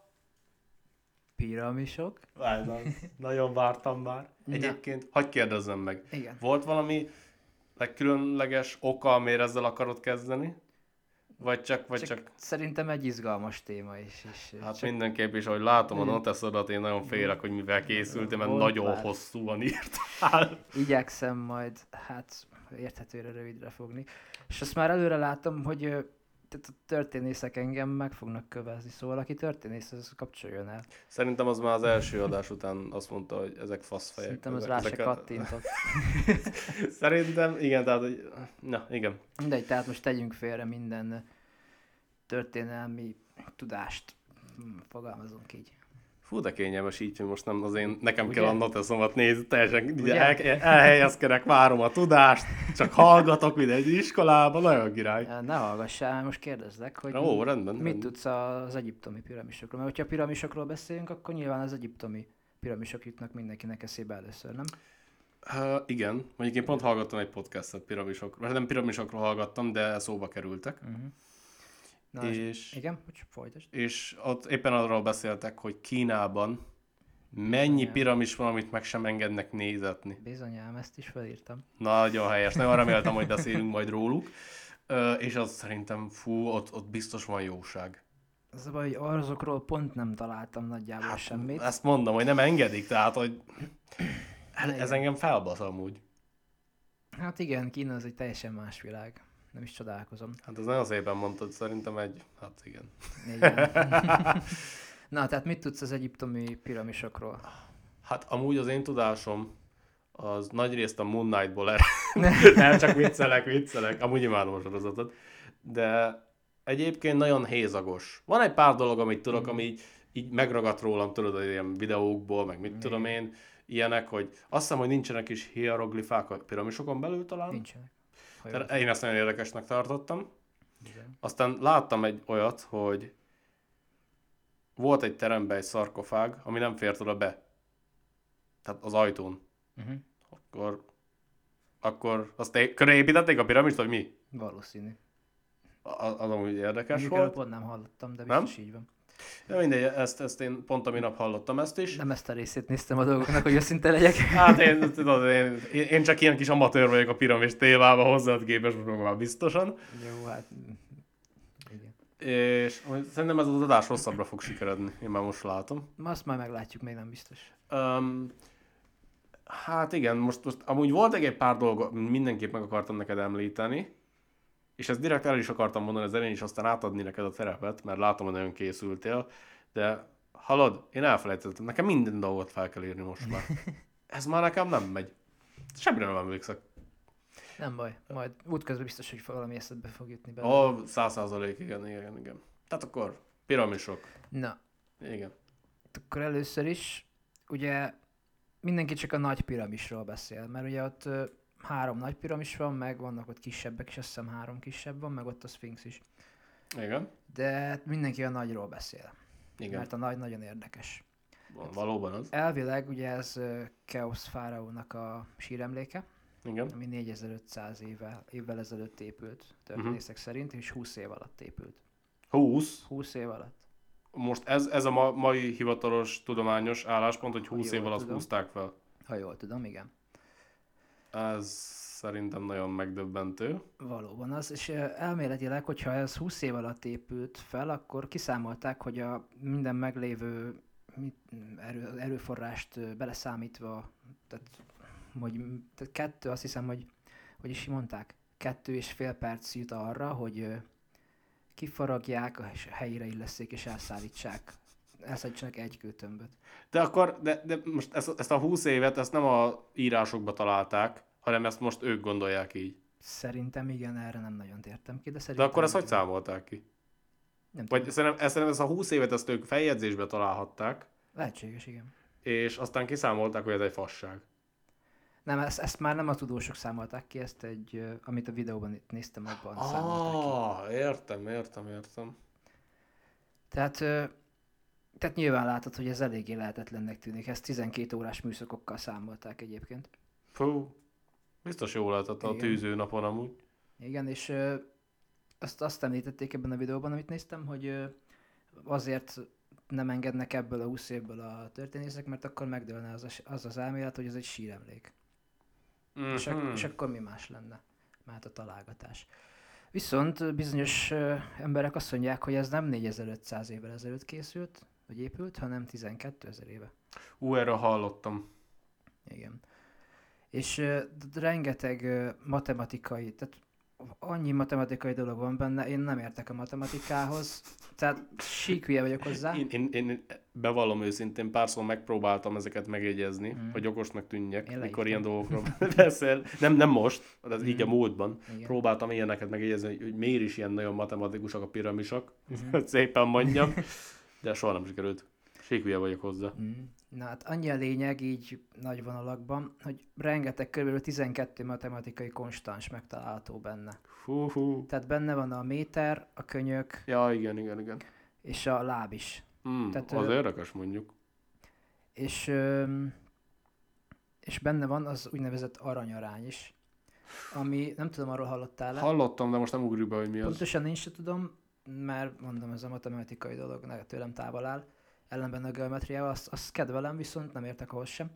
[SPEAKER 1] piramisok.
[SPEAKER 2] Várj, nagyon vártam már.
[SPEAKER 1] Na.
[SPEAKER 2] Egyébként, hagyj kérdezzem meg.
[SPEAKER 1] Igen.
[SPEAKER 2] Volt valami legkülönleges oka, amiért ezzel akarod kezdeni? Vagy csak, vagy csak...
[SPEAKER 1] Csak szerintem egy izgalmas téma is. És
[SPEAKER 2] Hát
[SPEAKER 1] csak
[SPEAKER 2] mindenképp is, ahogy látom a
[SPEAKER 1] Igen.
[SPEAKER 2] noteszodat, én nagyon félek, hogy mivel készültem, mert
[SPEAKER 1] Volt
[SPEAKER 2] nagyon
[SPEAKER 1] már.
[SPEAKER 2] hosszúan írtál.
[SPEAKER 1] igyekszem majd, hát érthetőre rövidre fogni. És azt már előre látom, hogy ö, tehát a történészek engem meg fognak kövezni, szóval aki történész, az kapcsoljon el.
[SPEAKER 2] Szerintem az már az első adás után azt mondta, hogy ezek faszfejek.
[SPEAKER 1] Szerintem az
[SPEAKER 2] ezek-
[SPEAKER 1] rá se
[SPEAKER 2] ezek a-
[SPEAKER 1] kattintott.
[SPEAKER 2] Szerintem, igen, tehát, hogy... Na, igen.
[SPEAKER 1] Mindegy, tehát most tegyünk félre minden történelmi tudást, Hm, fogalmazunk így.
[SPEAKER 2] Fú, de kényelmes így, hogy most nem az én, nekem
[SPEAKER 1] Ugye?
[SPEAKER 2] kell a noteszomat nézni, teljesen ugye
[SPEAKER 1] Ugye?
[SPEAKER 2] el, elhelyezkedek, várom a tudást, csak hallgatok, mint egy iskolában, nagyon király.
[SPEAKER 1] Ö, Ne hallgassál, most kérdezlek, hogy
[SPEAKER 2] Ó, rendben.
[SPEAKER 1] mit
[SPEAKER 2] rendben.
[SPEAKER 1] tudsz az egyiptomi piramisokról? Mert hogyha a piramisokról beszélünk, akkor nyilván az egyiptomi piramisok jutnak mindenkinek eszébe először, nem?
[SPEAKER 2] Uh, igen, mondjuk én pont hallgattam egy podcastot piramisokról, mert nem piramisokról hallgattam, de szóba kerültek.
[SPEAKER 1] Uh-huh. Na, és...
[SPEAKER 2] És,
[SPEAKER 1] Igen, hogy folytasd.
[SPEAKER 2] és ott éppen arról beszéltek, hogy Kínában mennyi
[SPEAKER 1] Bizonyám.
[SPEAKER 2] piramis van, amit meg sem engednek nézetni.
[SPEAKER 1] Bizonyám, ezt is felírtam.
[SPEAKER 2] Nagyon helyes, nagyon reméltem, hogy beszélünk majd róluk. Ö, és az szerintem, fú, ott, ott biztos van jóság.
[SPEAKER 1] Az a baj, hogy azokról pont nem találtam nagyjából hát, semmit.
[SPEAKER 2] Ezt mondom, hogy nem engedik, tehát, hogy ez
[SPEAKER 1] Igen.
[SPEAKER 2] engem felbasz amúgy.
[SPEAKER 1] Hát igen, Kína az egy teljesen más világ. Nem is csodálkozom.
[SPEAKER 2] Hát az nagyon szépen mondtad, szerintem egy, hát igen.
[SPEAKER 1] Igen. Na, tehát mit tudsz az egyiptomi piramisokról?
[SPEAKER 2] Hát amúgy az én tudásom az nagyrészt a Moon Knight-ból ered. Nem, csak viccelek, viccelek. Amúgy imádom a sorozatot. De egyébként nagyon hézagos. Van egy pár dolog, amit tudok, ami így, így megragadt rólam, tudod, hogy ilyen videókból, meg mit tudom én, ilyenek, hogy azt hiszem, hogy nincsenek is hieroglifák a piramisokon belül talán.
[SPEAKER 1] Nincsenek. Ha jól
[SPEAKER 2] Tehát én ezt nagyon érdekesnek tartottam.
[SPEAKER 1] tudom.
[SPEAKER 2] Aztán láttam egy olyat, hogy volt egy teremben egy szarkofág, ami nem fért oda be. Tehát az ajtón.
[SPEAKER 1] Uh-huh.
[SPEAKER 2] Akkor, akkor azt é- köré építették a piramist, vagy mi?
[SPEAKER 1] Valószínű.
[SPEAKER 2] A- Az amúgy érdekes
[SPEAKER 1] Mondjuk erről
[SPEAKER 2] volt.
[SPEAKER 1] pont nem hallottam, de
[SPEAKER 2] Nem?
[SPEAKER 1] biztos így van.
[SPEAKER 2] De mindegy, ezt, ezt én pont a minap hallottam ezt is.
[SPEAKER 1] Nem ezt a részét néztem a dolgoknak, hogy őszinte legyek.
[SPEAKER 2] Hát én, tudod, én, én csak ilyen kis amatőr vagyok a piramis témában, hozzád képes most már biztosan.
[SPEAKER 1] Jó, hát... mm, Igen.
[SPEAKER 2] És szerintem ez az adás hosszabbra fog sikeredni, én már most látom.
[SPEAKER 1] Ma azt már meglátjuk, még nem biztos.
[SPEAKER 2] Um, hát igen, most, most amúgy volt egy pár dolgot, mindenképp meg akartam neked említeni, és ezt direkt el is akartam mondani az elején, és aztán átadni neked a terepet, mert látom, hogy nagyon készültél, de hallod, én elfelejtettem, nekem minden dolgot fel kell írni most már. Ez már nekem nem megy. Semmire nem emlékszek.
[SPEAKER 1] Nem baj, majd útközben biztos, hogy valami eszedbe fog jutni belőle.
[SPEAKER 2] Ó, száz százalék, igen, igen, igen. Tehát akkor piramisok.
[SPEAKER 1] Na,
[SPEAKER 2] Igen.
[SPEAKER 1] akkor először is, ugye mindenki csak a nagy piramisról beszél, mert ugye ott ö, három nagy piramis van, meg vannak ott kisebbek, és azt hiszem három kisebb van, meg ott a Sphinx is.
[SPEAKER 2] Igen.
[SPEAKER 1] De mindenki a nagyról beszél,
[SPEAKER 2] Igen.
[SPEAKER 1] mert a nagy nagyon érdekes.
[SPEAKER 2] Valóban az.
[SPEAKER 1] Elvileg ugye ez ö, Keosz fáraónak a síremléke,
[SPEAKER 2] Igen.
[SPEAKER 1] ami négyezer-ötszáz évvel, évvel ezelőtt épült történészek uh-huh. szerint, és húsz év alatt épült.
[SPEAKER 2] húsz?
[SPEAKER 1] húsz év alatt.
[SPEAKER 2] Most ez, ez a ma, mai hivatalos tudományos álláspont, hogy húsz év alatt
[SPEAKER 1] tudom.
[SPEAKER 2] húzták fel.
[SPEAKER 1] Ha jól tudom, igen.
[SPEAKER 2] Ez szerintem nagyon megdöbbentő.
[SPEAKER 1] Valóban az, és elméletileg, hogyha ez húsz év alatt épült fel, akkor kiszámolták, hogy a minden meglévő erő, erőforrást beleszámítva, tehát, hogy, tehát kettő, azt hiszem, hogy, hogy is mondták, kettő és fél perc jut arra, hogy kifaragják, és helyére illeszék, és elszállítsák. Elszállítsanak egy kőtömböt.
[SPEAKER 2] De akkor, de, de most ezt, ezt a húsz évet, ezt nem a írásokba találták, hanem ezt most ők gondolják így.
[SPEAKER 1] Szerintem igen, erre nem nagyon tértem ki, de szerintem...
[SPEAKER 2] De akkor ezt
[SPEAKER 1] igen.
[SPEAKER 2] hogy számolták ki?
[SPEAKER 1] Nem
[SPEAKER 2] Vagy
[SPEAKER 1] tudom.
[SPEAKER 2] szerintem, ezt, szerintem ezt a húsz évet ezt ők feljegyzésbe találhatták,
[SPEAKER 1] Lehetséges, igen.
[SPEAKER 2] és aztán kiszámolták, hogy ez egy fasság.
[SPEAKER 1] Nem, ezt, ezt már nem a tudósok számolták ki, ezt egy, amit a videóban itt néztem, abban ah, számolták ki.
[SPEAKER 2] Értem, értem, értem.
[SPEAKER 1] Tehát, tehát nyilván látod, hogy ez eléggé lehetetlennek tűnik. Ezt tizenkét órás műszakokkal számolták egyébként.
[SPEAKER 2] Fú, biztos jól lehetett a tűző napon amúgy.
[SPEAKER 1] Igen, és azt, azt említették ebben a videóban, amit néztem, hogy azért nem engednek ebből a húsz évből a történészek, mert akkor megdőlne az, az az elmélet, hogy ez egy síremlék. Mm-hmm. És, ak- és akkor mi más lenne? Mert a találgatás. Viszont bizonyos uh, emberek azt mondják, hogy ez nem négyezer-ötszáz évvel ezelőtt készült, vagy épült, hanem tizenkétezer éve.
[SPEAKER 2] Ú, erről hallottam.
[SPEAKER 1] Igen. És uh, rengeteg uh, matematikai, tehát annyi matematikai dolog van benne, én nem értek a matematikához, tehát síkhülye vagyok hozzá.
[SPEAKER 2] Én, én, én bevallom őszintén, párszor megpróbáltam ezeket megjegyezni, mm. hogy okosnak tűnjek, én mikor ilyen dolgokról beszél. Nem, nem most, de ez mm. így a múltban. Igen. Próbáltam ilyeneket megjegyezni, hogy miért is ilyen nagyon matematikusak a piramisok, mm. hogy szépen mondjam, de soha nem sikerült. Síkhülye vagyok hozzá.
[SPEAKER 1] Mm. Na hát annyi a lényeg így nagy vonalakban, hogy rengeteg, kb. tizenkettő matematikai konstans megtalálható benne.
[SPEAKER 2] Fú, fú.
[SPEAKER 1] Tehát benne van a méter, a könyök,
[SPEAKER 2] ja, igen, igen, igen.
[SPEAKER 1] és a láb is.
[SPEAKER 2] Mm, Tehát, az ö... érdekes mondjuk.
[SPEAKER 1] És, ö... és benne van az úgynevezett aranyarány is, ami, nem tudom, arról hallottál-e?
[SPEAKER 2] Hallottam, de most nem ugrik be, hogy mi az.
[SPEAKER 1] Pontosan én sem tudom, mert mondom, ez a matematikai dolog tőlem távol áll. Ellenben a geometriával, azt, azt kedvelem, viszont nem értek ahhoz sem.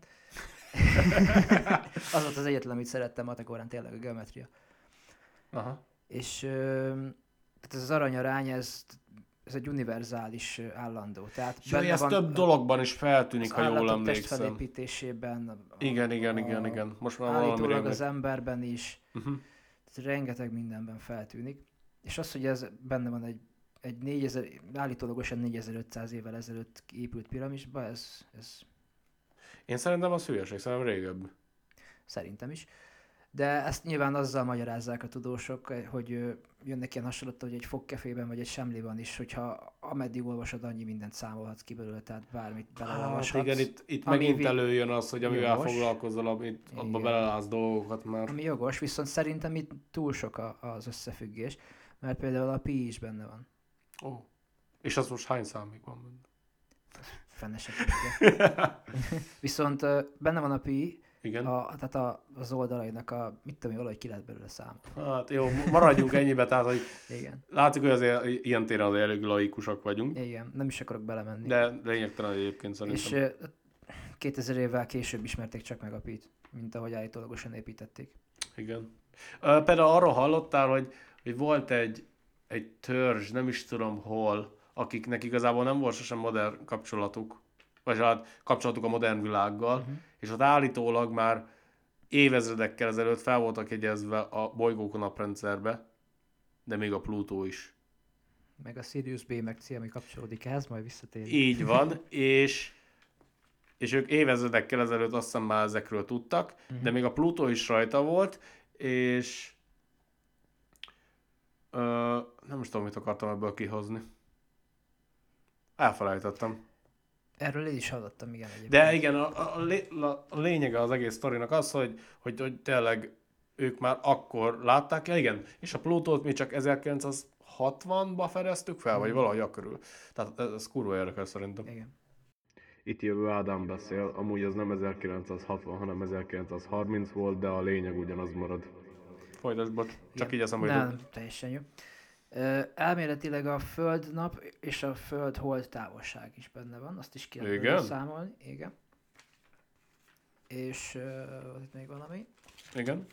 [SPEAKER 1] Az volt az egyetlen, amit szerettem matekórán, tényleg a geometria.
[SPEAKER 2] Aha.
[SPEAKER 1] És ö, tehát ez az aranyarány, ez, ez egy univerzális állandó. Tehát
[SPEAKER 2] jó, ez van, több dologban is feltűnik, ha jól emlékszem.
[SPEAKER 1] Felépítésében.
[SPEAKER 2] Igen, igen, igen, igen. Most már
[SPEAKER 1] állítólag az emberben is. Uh-huh. Tehát rengeteg mindenben feltűnik. És az, hogy ez benne van egy egy négyezer, állítólagosan négyezer-ötszáz évvel ezelőtt épült piramisba, ez, ez...
[SPEAKER 2] Én szerintem az hülyeség, szerintem régebb.
[SPEAKER 1] Szerintem is. De ezt nyilván azzal magyarázzák a tudósok, hogy jönnek ilyen hasonlatok, hogy egy fogkefében vagy egy semliban is, hogyha ameddig olvasod, annyi mindent számolhatsz ki belőle, tehát bármit beleolvashatsz.
[SPEAKER 2] Hát igen, itt, itt megint vi... előjön az, hogy amivel jogos, foglalkozol, amit abba belelátsz dolgokat már.
[SPEAKER 1] Ami jogos, viszont szerintem itt túl sok a, az összefüggés, mert például a pi is benne van.
[SPEAKER 2] Ó. Oh. És az most hány számig van benne?
[SPEAKER 1] Fene se viszont uh, benne van a pi,
[SPEAKER 2] igen.
[SPEAKER 1] A, tehát a, az oldalainak a, mit tudom, valahogy ki lehet belőle számolni.
[SPEAKER 2] Hát jó, maradjunk ennyibe, tehát hogy
[SPEAKER 1] igen.
[SPEAKER 2] Látszik, hogy azért ilyen téren azért elég laikusak vagyunk.
[SPEAKER 1] Igen, nem is akarok belemenni.
[SPEAKER 2] De lényegtelen egyébként szerintem.
[SPEAKER 1] És uh, kétezer évvel később ismerték csak meg a pit, mint ahogy állítólagosan építették.
[SPEAKER 2] Igen. Uh, például arról hallottál, hogy, hogy volt egy egy törzs, nem is tudom hol, akiknek igazából nem volt sosem modern kapcsolatuk, vagy hát kapcsolatuk a modern világgal, uh-huh. és ott állítólag már évezredekkel ezelőtt fel voltak jegyezve a bolygók a naprendszerbe, de még a Plutó is.
[SPEAKER 1] Meg a Sirius B meg C, ami kapcsolódik ehhez, majd visszatérünk.
[SPEAKER 2] Így van, és, és ők évezredekkel ezelőtt azt hiszem már ezekről tudtak, uh-huh. de még a Plutó is rajta volt, és Ö, nem is tudom, mit akartam ebből kihozni. Elfelejtettem.
[SPEAKER 1] Erről én is hallottam, igen. Egyébként.
[SPEAKER 2] De igen, a, a, a, a lényege az egész sztorinak az, hogy, hogy, hogy tényleg ők már akkor látták, ja igen, és a Plutót mi csak ezerkilencszázhatvanba fedeztük fel, mm. vagy valahogy akkörül. Tehát ez, ez kurva érdekes szerintem.
[SPEAKER 1] Igen.
[SPEAKER 2] Itt jövő Ádám beszél, amúgy az nem ezerkilencszázhatvan, hanem ezerkilencszázharminc volt, de a lényeg ugyanaz marad. Folytasd, bocs. Csak
[SPEAKER 1] Igen.
[SPEAKER 2] így eszembe
[SPEAKER 1] Nem,
[SPEAKER 2] jutott.
[SPEAKER 1] teljesen jó. Ö, elméletileg a Föld nap és a Föld hold távolság is benne van, azt is ki lehet
[SPEAKER 2] Igen?
[SPEAKER 1] belőle számolni. Igen. És uh, volt itt még valami.
[SPEAKER 2] Igen.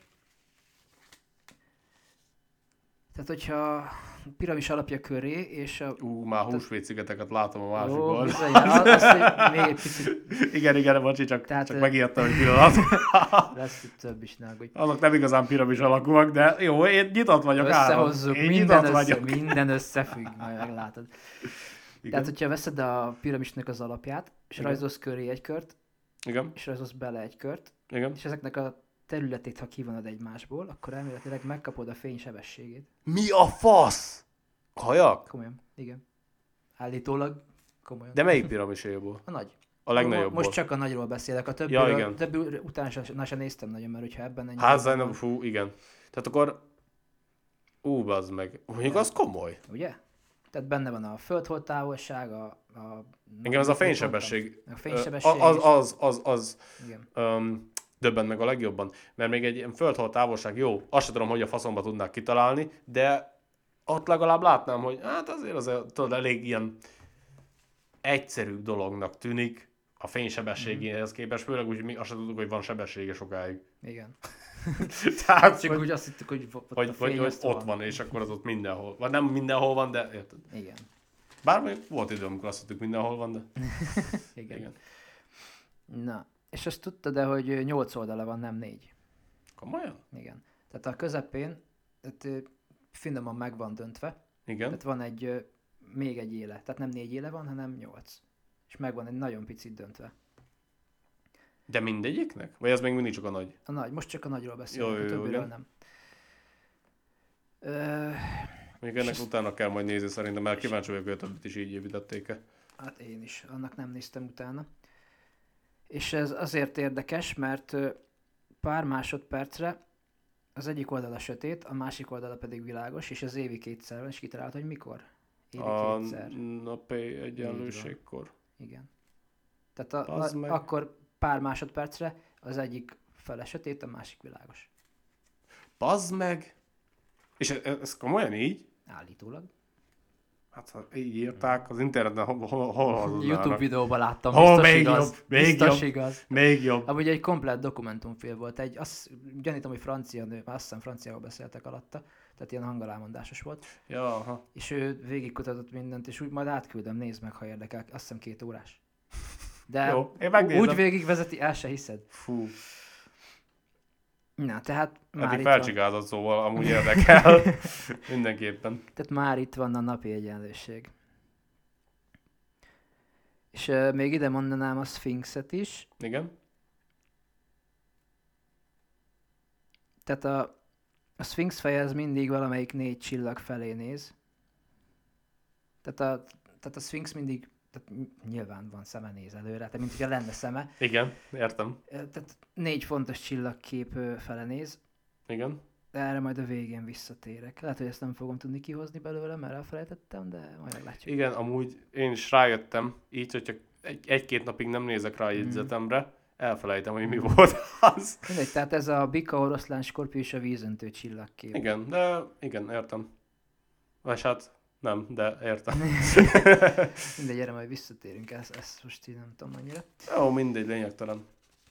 [SPEAKER 1] Tehát, hogyha piramis alapja köré, és a...
[SPEAKER 2] Ú, már húsvétszigeteket látom a másik
[SPEAKER 1] Ó,
[SPEAKER 2] oldalon.
[SPEAKER 1] bizony, az, azt, hogy még egy picit
[SPEAKER 2] Igen, igen, bocsi, csak,
[SPEAKER 1] Tehát,
[SPEAKER 2] csak
[SPEAKER 1] ö-
[SPEAKER 2] megijedtem egy pillanat.
[SPEAKER 1] lesz itt több is, ne aggódj.
[SPEAKER 2] Azok nem igazán piramis alakúak, de jó, én nyitott vagyok, Áron.
[SPEAKER 1] Összehozzuk,
[SPEAKER 2] Én
[SPEAKER 1] minden,
[SPEAKER 2] nyitott
[SPEAKER 1] össze,
[SPEAKER 2] vagyok.
[SPEAKER 1] minden összefügg, majd meglátod.
[SPEAKER 2] Igen.
[SPEAKER 1] Tehát, hogyha veszed a piramisnak az alapját, és
[SPEAKER 2] Igen.
[SPEAKER 1] rajzolsz köré egy kört,
[SPEAKER 2] Igen,
[SPEAKER 1] és rajzolsz bele egy kört,
[SPEAKER 2] igen.
[SPEAKER 1] és ezeknek a területét, ha kivonod egymásból, akkor elméletileg megkapod a fény sebességét.
[SPEAKER 2] Mi a fasz? Kajak?
[SPEAKER 1] Komolyan, igen. Állítólag komolyan.
[SPEAKER 2] De melyik piramiséból?
[SPEAKER 1] A nagy.
[SPEAKER 2] A legnagyobbból.
[SPEAKER 1] Most csak a nagyról beszélek, a többi,
[SPEAKER 2] Ja,
[SPEAKER 1] ja,
[SPEAKER 2] igen.
[SPEAKER 1] többi utána sem, sem néztem nagyon, mert hogyha ebben ennyi...
[SPEAKER 2] Hát, nem, fú, igen. Tehát akkor... Ú, bazd meg. Mondjuk az komoly.
[SPEAKER 1] Ugye? Tehát benne van a földhold távolság, a... a
[SPEAKER 2] Engem ez a fénysebesség.
[SPEAKER 1] A fénysebesség
[SPEAKER 2] Az,
[SPEAKER 1] is.
[SPEAKER 2] az, az, az,
[SPEAKER 1] Igen.
[SPEAKER 2] um, döbbent meg a legjobban. Mert még egy ilyen földhold távolság, jó, azt sem tudom, hogy a faszomba tudnák kitalálni, de ott legalább látnám, hogy hát azért az tudod, elég ilyen egyszerűbb dolognak tűnik a fénysebességéhez képest, főleg úgy, hogy mi azt sem tudjuk, hogy van sebessége sokáig.
[SPEAKER 1] Igen.
[SPEAKER 2] Tehát,
[SPEAKER 1] Csak
[SPEAKER 2] hogy,
[SPEAKER 1] úgy azt hittük, hogy ott
[SPEAKER 2] hogy,
[SPEAKER 1] a
[SPEAKER 2] hogy,
[SPEAKER 1] fény,
[SPEAKER 2] hogy
[SPEAKER 1] azt
[SPEAKER 2] ott van, és akkor az ott mindenhol. Vagy nem mindenhol van, de érted?
[SPEAKER 1] Igen.
[SPEAKER 2] Bár még volt idő, amikor azt hittük mindenhol van, de
[SPEAKER 1] Igen.
[SPEAKER 2] igen.
[SPEAKER 1] Na, és azt tudtad, de hogy nyolc oldala van, nem négy.
[SPEAKER 2] Komolyan?
[SPEAKER 1] Igen. Tehát a közepén, tehát ö, finoman meg van döntve,
[SPEAKER 2] Igen.
[SPEAKER 1] tehát van egy, ö, még egy éle. Tehát nem négy éle van, hanem nyolc. És meg van egy nagyon picit döntve.
[SPEAKER 2] De mindegyiknek? Vagy ez még mindig csak a nagy?
[SPEAKER 1] A nagy, most csak a nagyról beszélünk,
[SPEAKER 2] Jó, jó,
[SPEAKER 1] a
[SPEAKER 2] jó,
[SPEAKER 1] többiről
[SPEAKER 2] igen.
[SPEAKER 1] nem. Ö,
[SPEAKER 2] Még ennek
[SPEAKER 1] És
[SPEAKER 2] utána kell majd nézni szerintem, mert kíváncsi vagyok, hogy a többit is így építették-e.
[SPEAKER 1] hát én is, annak nem néztem utána. És ez azért érdekes, mert ö, pár másodpercre az egyik oldala sötét, a másik oldala pedig világos, és az évi kétszer van, és kitalált, hogy mikor? Évi
[SPEAKER 2] A
[SPEAKER 1] kétszer.
[SPEAKER 2] napi egyenlőségkor.
[SPEAKER 1] Igen. Tehát a,
[SPEAKER 2] Bazd
[SPEAKER 1] a,
[SPEAKER 2] meg.
[SPEAKER 1] akkor pár másodpercre az egyik fele sötét, a másik világos.
[SPEAKER 2] Bazd meg! És ez, ez komolyan így?
[SPEAKER 1] Állítólag.
[SPEAKER 2] Hát ha így írták, az interneten hol, hol, hol hazudnának?
[SPEAKER 1] YouTube videóban láttam,
[SPEAKER 2] Ó,
[SPEAKER 1] biztos
[SPEAKER 2] még
[SPEAKER 1] igaz.
[SPEAKER 2] jobb, még
[SPEAKER 1] biztos
[SPEAKER 2] jobb.
[SPEAKER 1] igaz.
[SPEAKER 2] Még jobb.
[SPEAKER 1] Amúgy egy komplett dokumentumfilm volt. Egy, azt gyanítom, hogy francia nő, azt hiszem franciául beszéltek alatta, tehát ilyen hangalámondásos volt.
[SPEAKER 2] Ja, aha.
[SPEAKER 1] És ő végigkutatott mindent, és úgy majd átküldöm, nézd meg, ha érdekel. Azt hiszem két órás. De
[SPEAKER 2] Jó, én megnézem.
[SPEAKER 1] úgy végigvezeti, el se hiszed.
[SPEAKER 2] Fú.
[SPEAKER 1] Na, tehát már,
[SPEAKER 2] Eddig
[SPEAKER 1] itt van,
[SPEAKER 2] felcsigázott, szóval amúgy érdekel. Mindenképpen.
[SPEAKER 1] tehát már itt van a napi egyenlőség. És uh, még ide mondanám a Sphinxet is.
[SPEAKER 2] Igen?
[SPEAKER 1] Tehát a, a Sphinx feje az mindig valamelyik négy csillag felé néz. Tehát a, tehát a Sphinx mindig, tehát nyilván van szeme, néz előre, tehát mint hogyha lenne szeme.
[SPEAKER 2] Igen, értem.
[SPEAKER 1] Tehát négy fontos csillagkép ö, fele néz,
[SPEAKER 2] Igen.
[SPEAKER 1] de erre majd a végén visszatérek. Lehet, hogy ezt nem fogom tudni kihozni belőle, mert elfelejtettem, de majd meglátjuk.
[SPEAKER 2] Igen, amúgy én is rájöttem, így, hogyha egy, egy-két napig nem nézek rá a jegyzetemre, elfelejtem, hogy mi volt az.
[SPEAKER 1] Mindegy, tehát ez a bika, oroszlán, skorpió és a vízöntő csillagkép.
[SPEAKER 2] Igen, de igen, értem. Vagy hát nem, de értem.
[SPEAKER 1] Mindegy, erre majd visszatérünk, ezt, ezt most így nem tudom annyira.
[SPEAKER 2] Jó, mindegy, lényegtelen.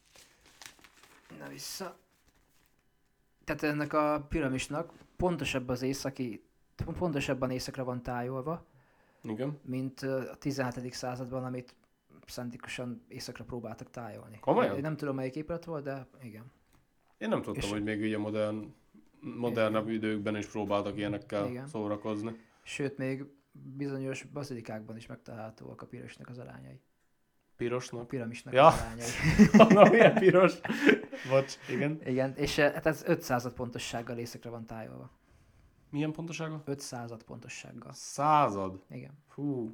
[SPEAKER 1] Na vissza. Tehát ennek a piramisnak pontosabb az északi, pontosabban északra van tájolva,
[SPEAKER 2] Igen.
[SPEAKER 1] mint ö, a tizenhetedik században, amit szándékosan északra próbáltak tájolni.
[SPEAKER 2] Komolyan?
[SPEAKER 1] Én nem tudom, melyik épület volt, de igen.
[SPEAKER 2] Én nem tudtam,
[SPEAKER 1] És-
[SPEAKER 2] hogy még így a modern, modernebb időkben is próbáltak ilyenekkel
[SPEAKER 1] Igen.
[SPEAKER 2] szórakozni.
[SPEAKER 1] Sőt, még bizonyos bazilikákban is megtalálhatóak a piramisnak az arányai. A
[SPEAKER 2] Pirosnak?
[SPEAKER 1] piramisnak
[SPEAKER 2] Ja.
[SPEAKER 1] az arányai.
[SPEAKER 2] Mondom, milyen piros. Bocs, igen.
[SPEAKER 1] Igen, és eh, hát ez ötszázad pontossággal északra van tájolva.
[SPEAKER 2] Milyen pontosága?
[SPEAKER 1] ötszázad pontossággal.
[SPEAKER 2] Század.
[SPEAKER 1] Igen.
[SPEAKER 2] Fú.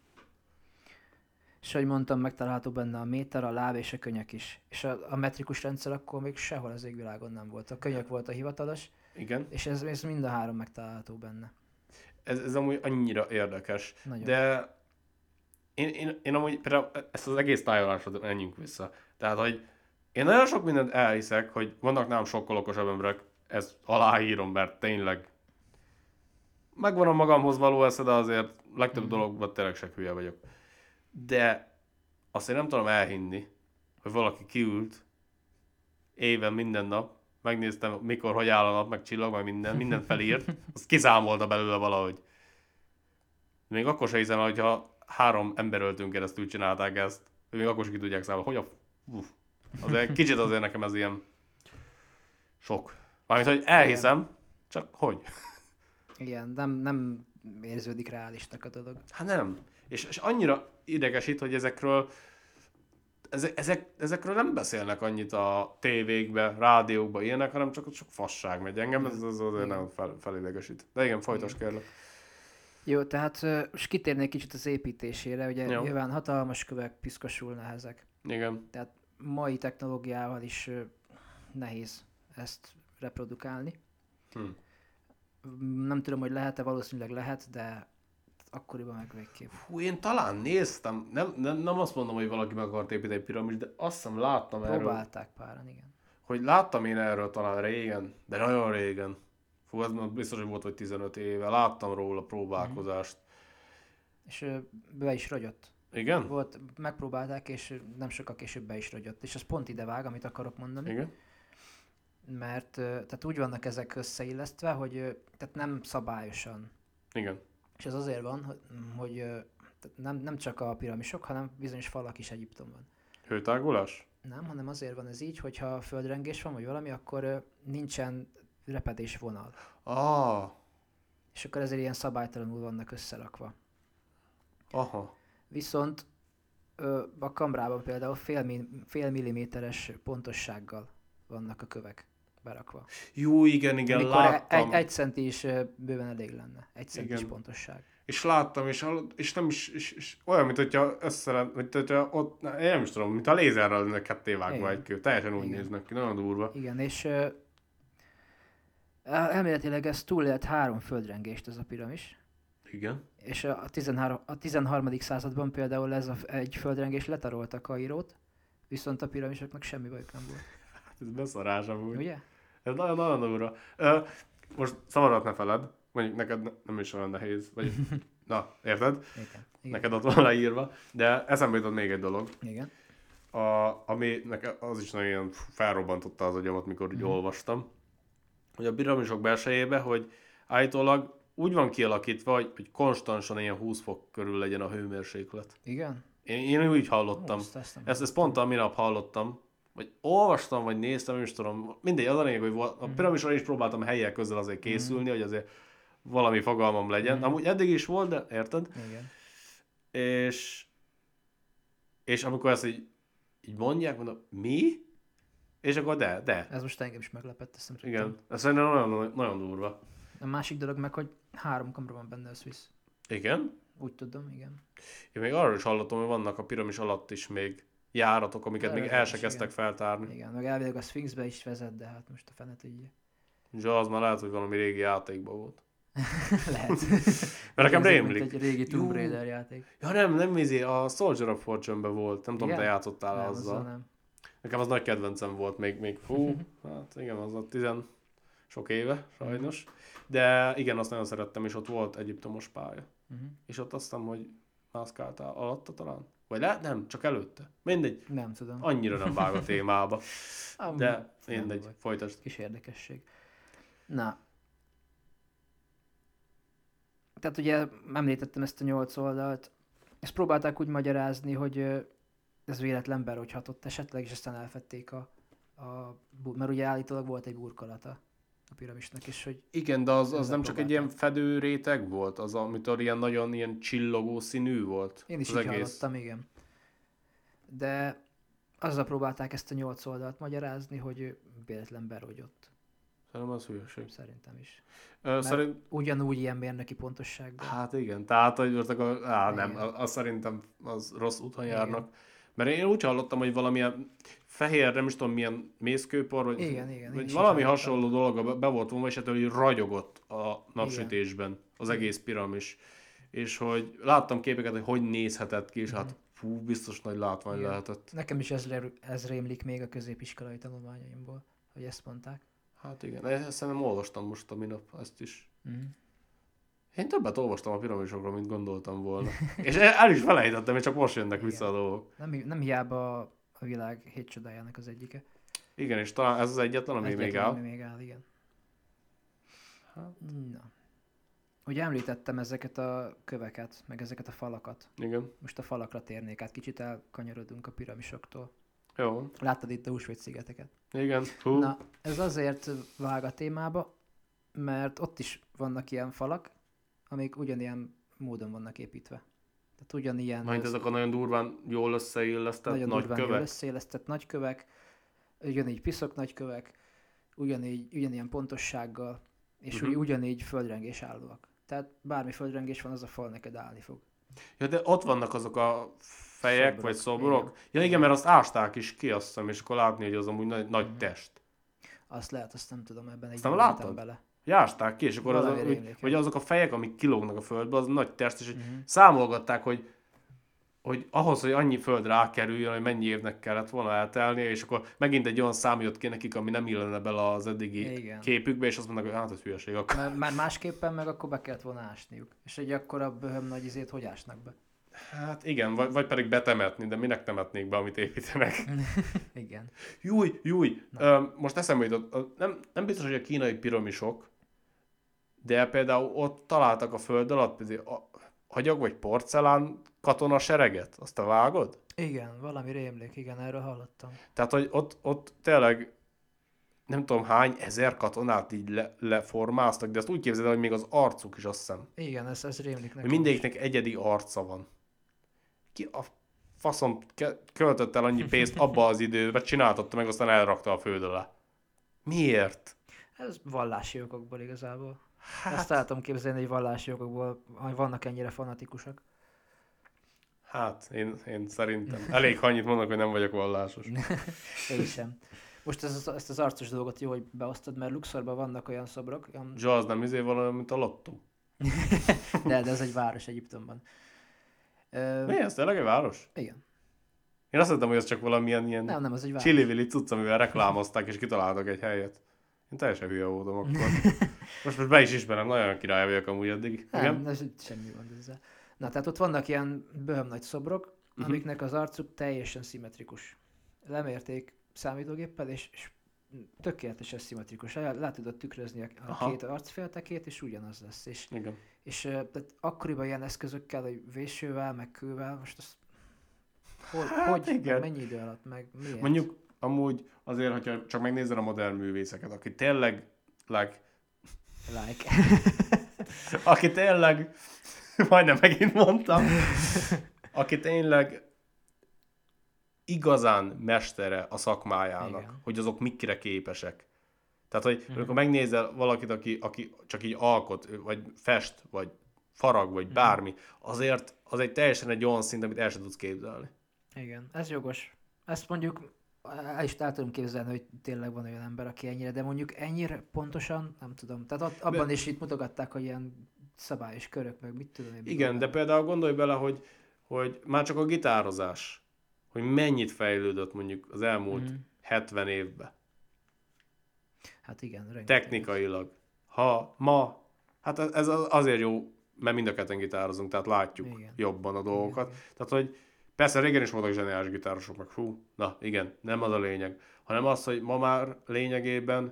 [SPEAKER 1] És ahogy mondtam, megtalálható benne a méter, a láb és a könyök is. És a, a metrikus rendszer akkor még sehol az égvilágon nem volt. A könyök volt a hivatalos,
[SPEAKER 2] Igen.
[SPEAKER 1] és ez, ez mind a három megtalálható benne.
[SPEAKER 2] Ez, ez amúgy annyira érdekes.
[SPEAKER 1] Nagyon.
[SPEAKER 2] De én, én, én amúgy például ezt az egész tájolásra menjünk vissza. Tehát, hogy én nagyon sok mindent elhiszek, hogy vannak nálam sokkal okosabb emberek, ezt aláírom, mert tényleg megvan a magamhoz való esze, de azért legtöbb mm. dologban tényleg se hülye vagyok. De azt én nem tudom elhinni, hogy valaki kiült éven minden nap, megnéztem mikor, hogy áll a nap, meg csillag, meg minden, mindent felírt, azt kiszámolta belőle valahogy. Még akkor se hiszem, hogyha három emberöltünk keresztül csinálták ezt, még akkor sem ki tudják számolni, hogy a... Uff. Azért kicsit azért nekem ez ilyen sok. Mármint, hogy elhiszem, igen. Csak hogy?
[SPEAKER 1] Igen, nem, nem érződik reálisnak a dolog.
[SPEAKER 2] Hát nem. És, és annyira idegesít, hogy ezekről ezek, ezek, ezekről nem beszélnek annyit a tévékben, rádiókban, ilyenek, hanem csak sok fasság megy. Engem ez, ez azért nem fel, felidegesít. De igen, folytas kérlek.
[SPEAKER 1] Jó, tehát most kitérnék kicsit az építésére, ugye
[SPEAKER 2] Jó.
[SPEAKER 1] Nyilván hatalmas kövek, piszkosul nehezek.
[SPEAKER 2] Igen.
[SPEAKER 1] Tehát mai technológiával is nehéz ezt reprodukálni.
[SPEAKER 2] Hm.
[SPEAKER 1] Nem tudom, hogy lehet-e, valószínűleg lehet, de akkoriban meg végképp.
[SPEAKER 2] Hú, én talán néztem, nem, nem, nem azt mondom, hogy valaki meg akart építeni egy piramis, de azt hiszem láttam erről.
[SPEAKER 1] Próbálták páran, igen.
[SPEAKER 2] Hogy láttam én erről talán régen, de nagyon régen. Fú, ez biztos, hogy volt, hogy tizenöt éve. Láttam róla próbálkozást.
[SPEAKER 1] Mm. És be is ragyott.
[SPEAKER 2] Igen?
[SPEAKER 1] Volt, megpróbálták, és nem sokkal később be is ragyott. És az pont ide vág, amit akarok mondani.
[SPEAKER 2] Igen?
[SPEAKER 1] Mert tehát úgy vannak ezek összeillesztve, hogy tehát nem szabályosan.
[SPEAKER 2] Igen.
[SPEAKER 1] És ez azért van, hogy, hogy nem, nem csak a piramisok, hanem bizonyos falak is Egyiptomban.
[SPEAKER 2] Hőtágulás?
[SPEAKER 1] Nem, hanem azért van ez így, hogyha földrengés van, vagy valami, akkor nincsen repedés vonal.
[SPEAKER 2] Ah.
[SPEAKER 1] És akkor ezért ilyen szabálytalanul vannak összerakva.
[SPEAKER 2] Aha.
[SPEAKER 1] Viszont a kamrában például fél, fél milliméteres pontossággal vannak a kövek berakva.
[SPEAKER 2] Jó, igen, igen,
[SPEAKER 1] Mikor
[SPEAKER 2] láttam.
[SPEAKER 1] Egy, egy centi is bőven elég lenne. Egy centis pontosság.
[SPEAKER 2] És láttam, és, és nem is, és, és olyan, mint hogyha össze, mint hogyha ott, én nem is tudom, mint a lézerrel lenne ketté vágva egy kő. Teljesen úgy igen. Néznek ki, nagyon durva.
[SPEAKER 1] Igen, és uh, elméletileg ez túlélt három földrengést ez a piramis.
[SPEAKER 2] Igen.
[SPEAKER 1] És a, tizenhárom, a tizenharmadik században például ez a, egy földrengés letarolta Kairót, viszont a piramisoknak semmi bajuk nem volt.
[SPEAKER 2] Hát ez beszarás amúgy.
[SPEAKER 1] Ugye?
[SPEAKER 2] Ez nagyon-nagyon durva. Uh, most szavarat ne feled, mondjuk neked nem is olyan nehéz, vagy na, érted?
[SPEAKER 1] Igen. Igen.
[SPEAKER 2] Neked ott van leírva, de eszembe jutott még egy dolog.
[SPEAKER 1] Igen.
[SPEAKER 2] A, ami nekem az is nagyon ilyen felrobbantotta az agyamat, mikor úgy mm. olvastam, hogy a piramisok belsejébe, hogy állítólag úgy van kialakítva, hogy, hogy konstansan ilyen húsz fok körül legyen a hőmérséklet.
[SPEAKER 1] Igen?
[SPEAKER 2] Én, én úgy hallottam.
[SPEAKER 1] Ó, ezt,
[SPEAKER 2] ezt, ezt pont a minap hallottam, vagy olvastam, vagy néztem, nem is tudom. Mindegy, az a lényeg, hogy volt, a piramisra is próbáltam helyek közzel azért készülni, mm. hogy azért valami fogalmam legyen. Mm. Amúgy eddig is volt, de érted?
[SPEAKER 1] Igen.
[SPEAKER 2] És, és amikor ezt így, így mondják, mondom, mi? És akkor de, de.
[SPEAKER 1] Ez most engem is meglepett, ezt nem tudtam.
[SPEAKER 2] Igen, ez szerintem nagyon, nagyon durva.
[SPEAKER 1] A másik dolog meg, hogy három kamra van benne összvisz.
[SPEAKER 2] Igen?
[SPEAKER 1] Úgy tudom, igen.
[SPEAKER 2] Én még arról is hallottam, hogy vannak a piramis alatt is még járatok, amiket még el se kezdtek feltárni.
[SPEAKER 1] Igen, meg elvileg a Sphinxbe is vezet, de hát most a fene tudja.
[SPEAKER 2] Ja, az már lehet, hogy valami régi játékban volt.
[SPEAKER 1] Lehet.
[SPEAKER 2] Mert nekem rémlik.
[SPEAKER 1] Egy régi Tomb Raider játék.
[SPEAKER 2] Ja nem, nem izé, a Soldier of Fortune-ben volt. Nem tudom,
[SPEAKER 1] igen?
[SPEAKER 2] te játszottál
[SPEAKER 1] nem,
[SPEAKER 2] azzal.
[SPEAKER 1] azzal nem.
[SPEAKER 2] Nekem az nagy kedvencem volt, még, még fú, hát igen, az a tizen sok éve, sajnos. De igen, azt nagyon szerettem, és ott volt egyiptomos pálya. Uh-huh. És ott azt hiszem, hogy mászkáltál alatta talán? Vagy lehet? Nem, csak előtte. Mindegy.
[SPEAKER 1] Nem tudom.
[SPEAKER 2] Annyira nem vág a témába. De mindegy, folytasd.
[SPEAKER 1] Kis érdekesség. Na. Tehát ugye említettem ezt a nyolc oldalt. Ezt próbálták úgy magyarázni, hogy ez véletlen berogyhatott esetleg, és aztán elfedték a, a... Mert ugye állítólag volt egy burkolata a piramisnak, és hogy...
[SPEAKER 2] Igen, de az, az nem csak egy ilyen fedő réteg volt, az, amitől ilyen nagyon ilyen csillogó színű volt.
[SPEAKER 1] Én is
[SPEAKER 2] az
[SPEAKER 1] így
[SPEAKER 2] egész.
[SPEAKER 1] hallottam, igen. De azzal próbálták ezt a nyolc oldalt magyarázni, hogy véletlen berogyott.
[SPEAKER 2] Szerintem az hülyeség.
[SPEAKER 1] Szerintem is.
[SPEAKER 2] Ö, szerint...
[SPEAKER 1] Ugyanúgy ilyen mérnöki pontosságban.
[SPEAKER 2] Hát igen, tehát hogy most akkor, á, nem, az, az szerintem az rossz úton járnak. Igen. Mert én úgy hallottam, hogy valamilyen fehér, nem is tudom milyen mészkőpor, vagy,
[SPEAKER 1] igen, igen,
[SPEAKER 2] vagy valami hasonló dolog be volt vonva, és ettől így ragyogott a napsütésben igen. az egész piramis. és hogy láttam képeket, hogy hogy nézhetett ki, és
[SPEAKER 1] Mhm.
[SPEAKER 2] hát fú, biztos nagy látvány
[SPEAKER 1] Igen.
[SPEAKER 2] lehetett.
[SPEAKER 1] Nekem is ez, le- ez rémlik még a középiskolai tanulmányaimból, hogy ezt mondták.
[SPEAKER 2] Hát igen, ezt szerintem olvastam most a minap ezt is.
[SPEAKER 1] Mhm.
[SPEAKER 2] Én többet olvastam a piramisokról, mint gondoltam volna. És el is felejtettem, és csak most jönnek vissza a dolgok.
[SPEAKER 1] Nem, hi- nem hiába a világ hét csodájának az egyike.
[SPEAKER 2] Igen, és talán ez az egyetlen, ami
[SPEAKER 1] Egyetlen,
[SPEAKER 2] még áll.
[SPEAKER 1] ami még áll, igen.
[SPEAKER 2] Hát.
[SPEAKER 1] Na. Ugye említettem ezeket a köveket, meg ezeket a falakat.
[SPEAKER 2] Igen.
[SPEAKER 1] Most a falakra térnék át, kicsit elkanyarodunk a piramisoktól.
[SPEAKER 2] Jó.
[SPEAKER 1] Láttad itt a Húsvét-szigeteket?
[SPEAKER 2] Igen. Hú.
[SPEAKER 1] Na, ez azért vág a témába, mert ott is vannak ilyen falak, amik ugyanilyen módon vannak építve. Tehát ugyanilyen...
[SPEAKER 2] Majd ezek a nagyon durván jól összeillesztett
[SPEAKER 1] nagyon
[SPEAKER 2] nagy
[SPEAKER 1] durván jól
[SPEAKER 2] kövek.
[SPEAKER 1] összeélesztett nagykövek, ugyanígy piszok nagykövek, ugyanígy, ugyanilyen pontossággal, és
[SPEAKER 2] Mhm.
[SPEAKER 1] uh-huh. ugyanígy földrengés állóak. Tehát bármi földrengés van, az a fal neked állni fog.
[SPEAKER 2] Ja, de ott vannak azok a fejek,
[SPEAKER 1] Szobrok,
[SPEAKER 2] vagy szobrok.
[SPEAKER 1] igen.
[SPEAKER 2] Ja igen, mert azt ásták is ki, azt hiszem, és akkor látni, hogy az amúgy nagy, nagy
[SPEAKER 1] Mhm.
[SPEAKER 2] test.
[SPEAKER 1] Azt lehet, azt nem tudom, ebben egy
[SPEAKER 2] Azt nem
[SPEAKER 1] nem mentem
[SPEAKER 2] láttad?
[SPEAKER 1] bele.
[SPEAKER 2] Ja, ásták ki, és akkor az,
[SPEAKER 1] Valami
[SPEAKER 2] hogy,
[SPEAKER 1] rémlik,
[SPEAKER 2] hogy azok a fejek, amik kilógnak a földbe, az nagy test, és
[SPEAKER 1] Mhm.
[SPEAKER 2] számolgatták, hogy hogy ahhoz, hogy annyi föld rákerüljön, hogy mennyi évnek kellett volna eltelnie, és akkor megint egy olyan szám jött ki nekik, ami nem illene bele az eddigi
[SPEAKER 1] Igen.
[SPEAKER 2] képükbe, és azt mondták, hogy hát ez hülyeség akkor.
[SPEAKER 1] Már, már másképpen meg akkor be kellett volna ásniuk. És egy akkora böhöm nagy izét hogy ásnak be?
[SPEAKER 2] Hát igen, vagy, vagy pedig betemetni, de minek temetnék be, amit építenek.
[SPEAKER 1] Igen.
[SPEAKER 2] Júj, júj, ö, most eszembe jutott, ö, nem, nem biztos, hogy a kínai piramisok, de például ott találtak a föld alatt például a hagyag vagy porcelán katona sereget, azt te vágod?
[SPEAKER 1] Igen, valami rémlik, igen, erről hallottam.
[SPEAKER 2] Tehát, hogy ott, ott tényleg nem tudom hány ezer katonát így le, leformáztak, de azt úgy képzeld el, hogy még az arcuk is, azt hiszem.
[SPEAKER 1] Igen, ez, ez rémlik
[SPEAKER 2] Hogy
[SPEAKER 1] nekem.
[SPEAKER 2] mindegyiknek egyedi arca van. Ki a faszom ke- költött el annyi pénzt abba az időben, csináltatta meg, aztán elrakta a föld alá. Miért?
[SPEAKER 1] Ez vallási okokból igazából.
[SPEAKER 2] Hát,
[SPEAKER 1] Ezt el tudom képzelni, hogy vallási okokból hogy vannak ennyire fanatikusak.
[SPEAKER 2] hát én, én szerintem. Elég, ha annyit mondok, hogy nem vagyok vallásos.
[SPEAKER 1] Én sem. Most ez, az- ezt az arcos dolgot jó, hogy beosztod, mert Luxorban vannak olyan szobrok, olyan...
[SPEAKER 2] Zsa, az nem izé valami, mint a lottó.
[SPEAKER 1] de, de ez egy város Egyiptomban. Ö,
[SPEAKER 2] Mi, ez tényleg egy város?
[SPEAKER 1] igen.
[SPEAKER 2] Én azt hittem, hogy ez csak valamilyen ilyen
[SPEAKER 1] Nem, nem, ez egy város.
[SPEAKER 2] csili-vili cucc, amivel reklámozták, és kitaláltak egy helyet. Én teljesen hülye voltam akkor. Most, most be is ismerem, nagyon király vagyok amúgy eddig.
[SPEAKER 1] Nem,
[SPEAKER 2] Igen?
[SPEAKER 1] ez semmi gond ezzel. Na, tehát ott vannak ilyen böhöm nagy szobrok,
[SPEAKER 2] Mhm.
[SPEAKER 1] amiknek az arcuk teljesen szimmetrikus. Lemérték számítógéppel, és, és tökéletesen szimmetrikus. Le, le tudod tükrözni a, a
[SPEAKER 2] Aha.
[SPEAKER 1] két arcféltekét, és ugyanaz lesz. És,
[SPEAKER 2] Igen.
[SPEAKER 1] és ö, tehát akkoriban ilyen eszközökkel, hogy vésővel, meg kővel, most az hogy,
[SPEAKER 2] Hát
[SPEAKER 1] hogy
[SPEAKER 2] igen.
[SPEAKER 1] meg mennyi idő alatt, meg miért?
[SPEAKER 2] Mondjuk amúgy azért, hogyha csak megnézed a modern művészeket, aki tényleg, like,
[SPEAKER 1] Like.
[SPEAKER 2] aki tényleg, majdnem megint mondtam, aki tényleg igazán mestere a szakmájának,
[SPEAKER 1] Igen.
[SPEAKER 2] hogy azok mikre képesek. Tehát, hogy
[SPEAKER 1] Mhm.
[SPEAKER 2] amikor megnézel valakit, aki, aki csak így alkot, vagy fest, vagy farag, vagy
[SPEAKER 1] Mhm.
[SPEAKER 2] bármi, azért az egy teljesen egy olyan szint, amit el sem tudsz képzelni.
[SPEAKER 1] Igen, ez jogos. Ezt mondjuk el is el tudom képzelni, hogy tényleg van olyan ember, aki ennyire, de mondjuk ennyire pontosan, nem tudom. Tehát ott, abban
[SPEAKER 2] De-
[SPEAKER 1] is itt mutogatták, hogy ilyen szabályos körök, meg mit tudom én.
[SPEAKER 2] Igen, de
[SPEAKER 1] mikor-
[SPEAKER 2] például gondolj bele, hogy, hogy már csak a gitározás, hogy mennyit fejlődött mondjuk az elmúlt
[SPEAKER 1] Mhm.
[SPEAKER 2] hetven évben.
[SPEAKER 1] Hát igen, rengeteg.
[SPEAKER 2] Technikailag. Ha ma, hát ez ez azért jó, mert mind a ketten gitározunk, tehát látjuk
[SPEAKER 1] Igen.
[SPEAKER 2] jobban a dolgokat.
[SPEAKER 1] Igen,
[SPEAKER 2] Tehát, hogy persze régen is voltak zseniális gitárosok, meg hú, na igen, nem az a lényeg, hanem az, hogy ma már lényegében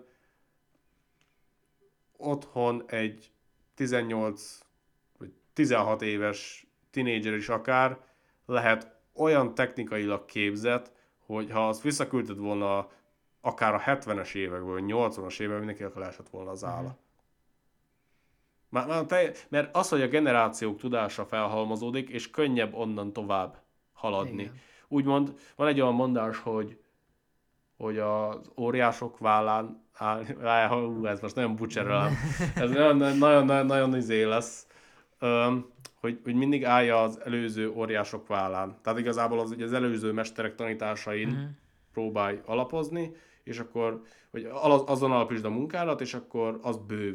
[SPEAKER 2] otthon egy tizennyolc vagy tizenhat éves tinédzser is akár lehet olyan technikailag képzett, hogy ha azt visszaküldted volna akár a hetvenes évekből, vagy nyolcvanas évekből, mindenkinek leesett volna az álla.
[SPEAKER 1] Mhm.
[SPEAKER 2] Már, már te, mert az, hogy a generációk tudása felhalmozódik, és könnyebb onnan tovább haladni.
[SPEAKER 1] Igen.
[SPEAKER 2] Úgymond van egy olyan mondás, hogy, hogy az óriások vállán áll, áll, hú, ez most nagyon bucserelem, ez nagyon, nagyon, nagyon, nagyon izé lesz, Öm, hogy, hogy mindig állja az előző óriások vállán. Tehát igazából az, hogy az előző mesterek tanításain
[SPEAKER 1] Mhm.
[SPEAKER 2] próbálj alapozni, és akkor, hogy ala- azon alapítsd a munkádat, és akkor azt bővítsd.
[SPEAKER 1] Mhm.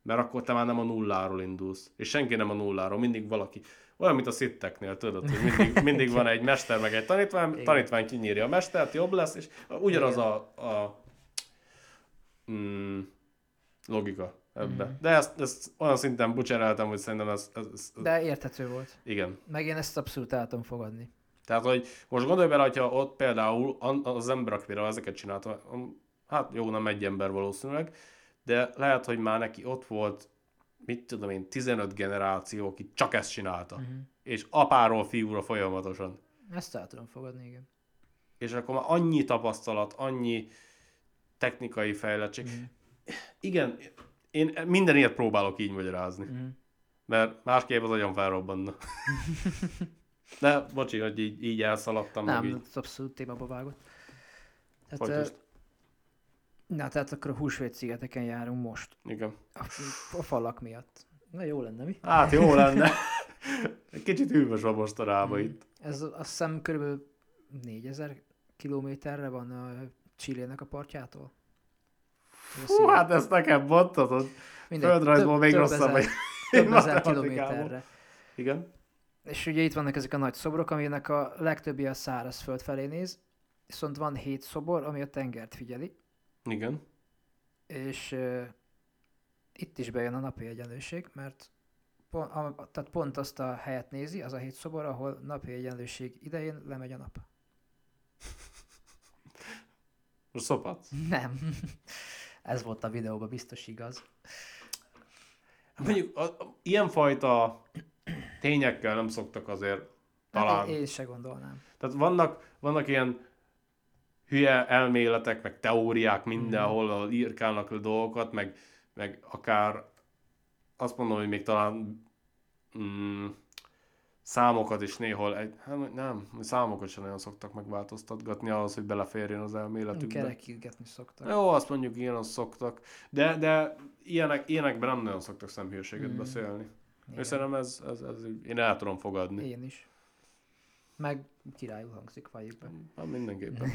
[SPEAKER 2] Mert akkor te már nem a nulláról indulsz. És senki nem a nulláról, mindig valaki. Olyan, mint a szitteknél, tudod, hogy mindig, mindig van egy mester meg egy tanítvány,
[SPEAKER 1] Igen.
[SPEAKER 2] tanítvány kinyírja a mestert, jobb lesz, és ugyanaz
[SPEAKER 1] Igen.
[SPEAKER 2] a, a mm, logika ebbe.
[SPEAKER 1] Mhm.
[SPEAKER 2] De ezt, ezt olyan szinten bucsereltem, hogy szerintem ez, ez, ez, ez...
[SPEAKER 1] De érthető volt.
[SPEAKER 2] Igen.
[SPEAKER 1] Meg én ezt abszolút el tudom fogadni.
[SPEAKER 2] Tehát, hogy most gondolj bele, hogyha ott például az ember, akire ezeket csinálta, hát jó, nem egy ember valószínűleg, de lehet, hogy már neki ott volt, mit tudom én, tizenöt generáció, aki csak ezt csinálta.
[SPEAKER 1] Uh-huh.
[SPEAKER 2] És apáról fiúra folyamatosan.
[SPEAKER 1] Ezt el tudom fogadni, igen.
[SPEAKER 2] És akkor már annyi tapasztalat, annyi technikai fejlettség.
[SPEAKER 1] Uh-huh.
[SPEAKER 2] Igen, én mindenért próbálok így magyarázni.
[SPEAKER 1] Uh-huh.
[SPEAKER 2] Mert másképp az agyam felrobbanna. De bocsi, hogy így, így elszaladtam.
[SPEAKER 1] Nem,
[SPEAKER 2] meg így.
[SPEAKER 1] ez abszolút témába vágott.
[SPEAKER 2] Hogy
[SPEAKER 1] Tehát,
[SPEAKER 2] ezt?
[SPEAKER 1] na, tehát akkor a Húsvét-szigeteken járunk most.
[SPEAKER 2] Igen.
[SPEAKER 1] A, a falak miatt. Na jó lenne, mi?
[SPEAKER 2] Hát jó lenne. Egy kicsit hűvös van mostanában
[SPEAKER 1] Mm.
[SPEAKER 2] itt.
[SPEAKER 1] Ez azt hiszem kb. négyezer kilométerre van a Chilének a partjától. Ez a
[SPEAKER 2] Hú,
[SPEAKER 1] sziget.
[SPEAKER 2] hát ezt nekem mondhatod.
[SPEAKER 1] Mindegy,
[SPEAKER 2] Földrajzból
[SPEAKER 1] több-
[SPEAKER 2] még
[SPEAKER 1] több
[SPEAKER 2] rosszabb vagy.
[SPEAKER 1] ezer- Több ezer
[SPEAKER 2] Matematikában.
[SPEAKER 1] kilométerre.
[SPEAKER 2] Igen.
[SPEAKER 1] És ugye itt vannak ezek a nagy szobrok, aminek a legtöbbje a szárazföld felé néz, viszont van hét szobor, ami a tengert figyeli,
[SPEAKER 2] Igen.
[SPEAKER 1] és uh, itt is bejön a napi egyenlőség, mert pont, a, tehát pont azt a helyet nézi, az a hét szobor, ahol napi egyenlőség idején lemegy a nap.
[SPEAKER 2] Most szopatsz.
[SPEAKER 1] Nem. Ez volt a videóban biztos igaz.
[SPEAKER 2] Mondjuk a, a, ilyenfajta tényekkel nem szoktak azért talán.
[SPEAKER 1] Hát én, én se gondolnám.
[SPEAKER 2] Tehát vannak, vannak ilyen hülye elméletek, meg teóriák mindenhol, ahol írkálnak le dolgokat, meg, meg akár azt mondom, hogy még talán mm, számokat is néhol, egy, hát nem, számokat sem nagyon szoktak megváltoztatgatni ahhoz, hogy beleférjen az elméletükbe.
[SPEAKER 1] Kerekítgetni szoktak.
[SPEAKER 2] Jó, azt mondjuk ilyen azt szoktak, de, de ilyenek, ilyenekben nem nagyon szoktak szemhőséget
[SPEAKER 1] Mm.
[SPEAKER 2] beszélni.
[SPEAKER 1] Igen.
[SPEAKER 2] És szerintem ez, ez, ez, én el tudom fogadni.
[SPEAKER 1] Én is. Meg királyul hangzik, valljuk be.
[SPEAKER 2] Hát mindenképpen.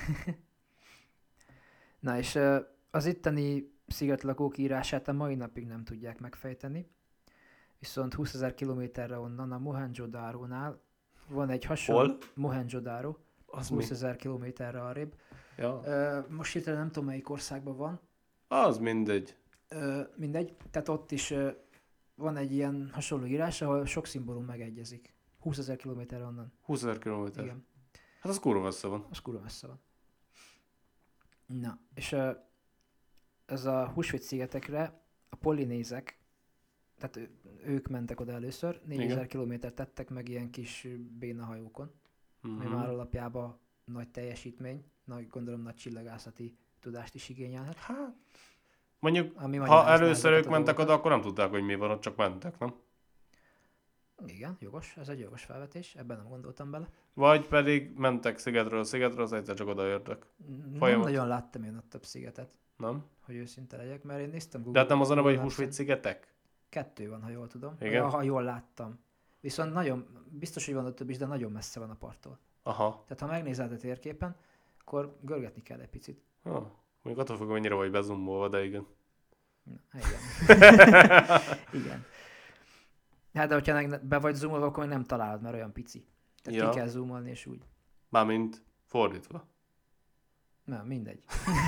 [SPEAKER 1] Na és ö, az itteni szigetlakók írását a mai napig nem tudják megfejteni, viszont húszezer kilométerre onnan a Mohenjo-Darónál van egy hasonló...
[SPEAKER 2] Hol?
[SPEAKER 1] Mohenjo-Daro,
[SPEAKER 2] Az mi?
[SPEAKER 1] húszezer kilométerre arrébb.
[SPEAKER 2] Ja.
[SPEAKER 1] Ö, most hirtelen nem tudom melyik országban van,
[SPEAKER 2] Az mindegy.
[SPEAKER 1] ö, mindegy, tehát ott is ö, van egy ilyen hasonló írás, ahol sok szimbólum megegyezik. húszezer kilométerre onnan.
[SPEAKER 2] húszezer kilométer.
[SPEAKER 1] Igen.
[SPEAKER 2] Hát az kurva messze van.
[SPEAKER 1] Az kurva messze van. Na, és uh, ez a Húsvét-szigetekre a polinézek, tehát ő, ők mentek oda először, négyezer
[SPEAKER 2] Igen.
[SPEAKER 1] kilométert tettek meg ilyen kis bénahajókon,
[SPEAKER 2] Mhm.
[SPEAKER 1] ami már alapjában nagy teljesítmény, nagy, gondolom nagy csillagászati tudást is igényelhet.
[SPEAKER 2] Hát, mondjuk,
[SPEAKER 1] Ami
[SPEAKER 2] ha
[SPEAKER 1] magyarázná
[SPEAKER 2] először
[SPEAKER 1] ezeket
[SPEAKER 2] ők
[SPEAKER 1] a
[SPEAKER 2] mentek
[SPEAKER 1] dolgokat.
[SPEAKER 2] oda, akkor nem tudták, hogy mi van ott, csak mentek, nem?
[SPEAKER 1] Igen, jogos, ez egy jogos felvetés, ebben nem gondoltam bele.
[SPEAKER 2] Vagy pedig mentek szigetről szigetről, az egyszer csak odaértek.
[SPEAKER 1] Nem
[SPEAKER 2] Folyamat.
[SPEAKER 1] nagyon láttam én ott több szigetet,
[SPEAKER 2] Nem?
[SPEAKER 1] hogy őszinte legyek, mert én néztem
[SPEAKER 2] De
[SPEAKER 1] Google.
[SPEAKER 2] hát nem az a neve, hogy
[SPEAKER 1] Google
[SPEAKER 2] húsvét
[SPEAKER 1] Maps-en.
[SPEAKER 2] szigetek?
[SPEAKER 1] Kettő van, ha jól tudom.
[SPEAKER 2] Igen?
[SPEAKER 1] Ha, ha jól láttam. Viszont nagyon, biztos, hogy van ott több is, de nagyon messze van a parttól.
[SPEAKER 2] Aha.
[SPEAKER 1] Tehát ha megnézed a térképen, akkor görgetni kell egy picit.
[SPEAKER 2] Ha. Mondjuk attól függ, mennyire vagy bezummolva, de igen.
[SPEAKER 1] Na, igen. igen. Hát de hogyha meg be vagy zoomolva, akkor még nem találod, mert olyan pici. Tehát
[SPEAKER 2] Ja.
[SPEAKER 1] ki kell zoomolni, és úgy.
[SPEAKER 2] Mármint fordítva.
[SPEAKER 1] Nem, mindegy.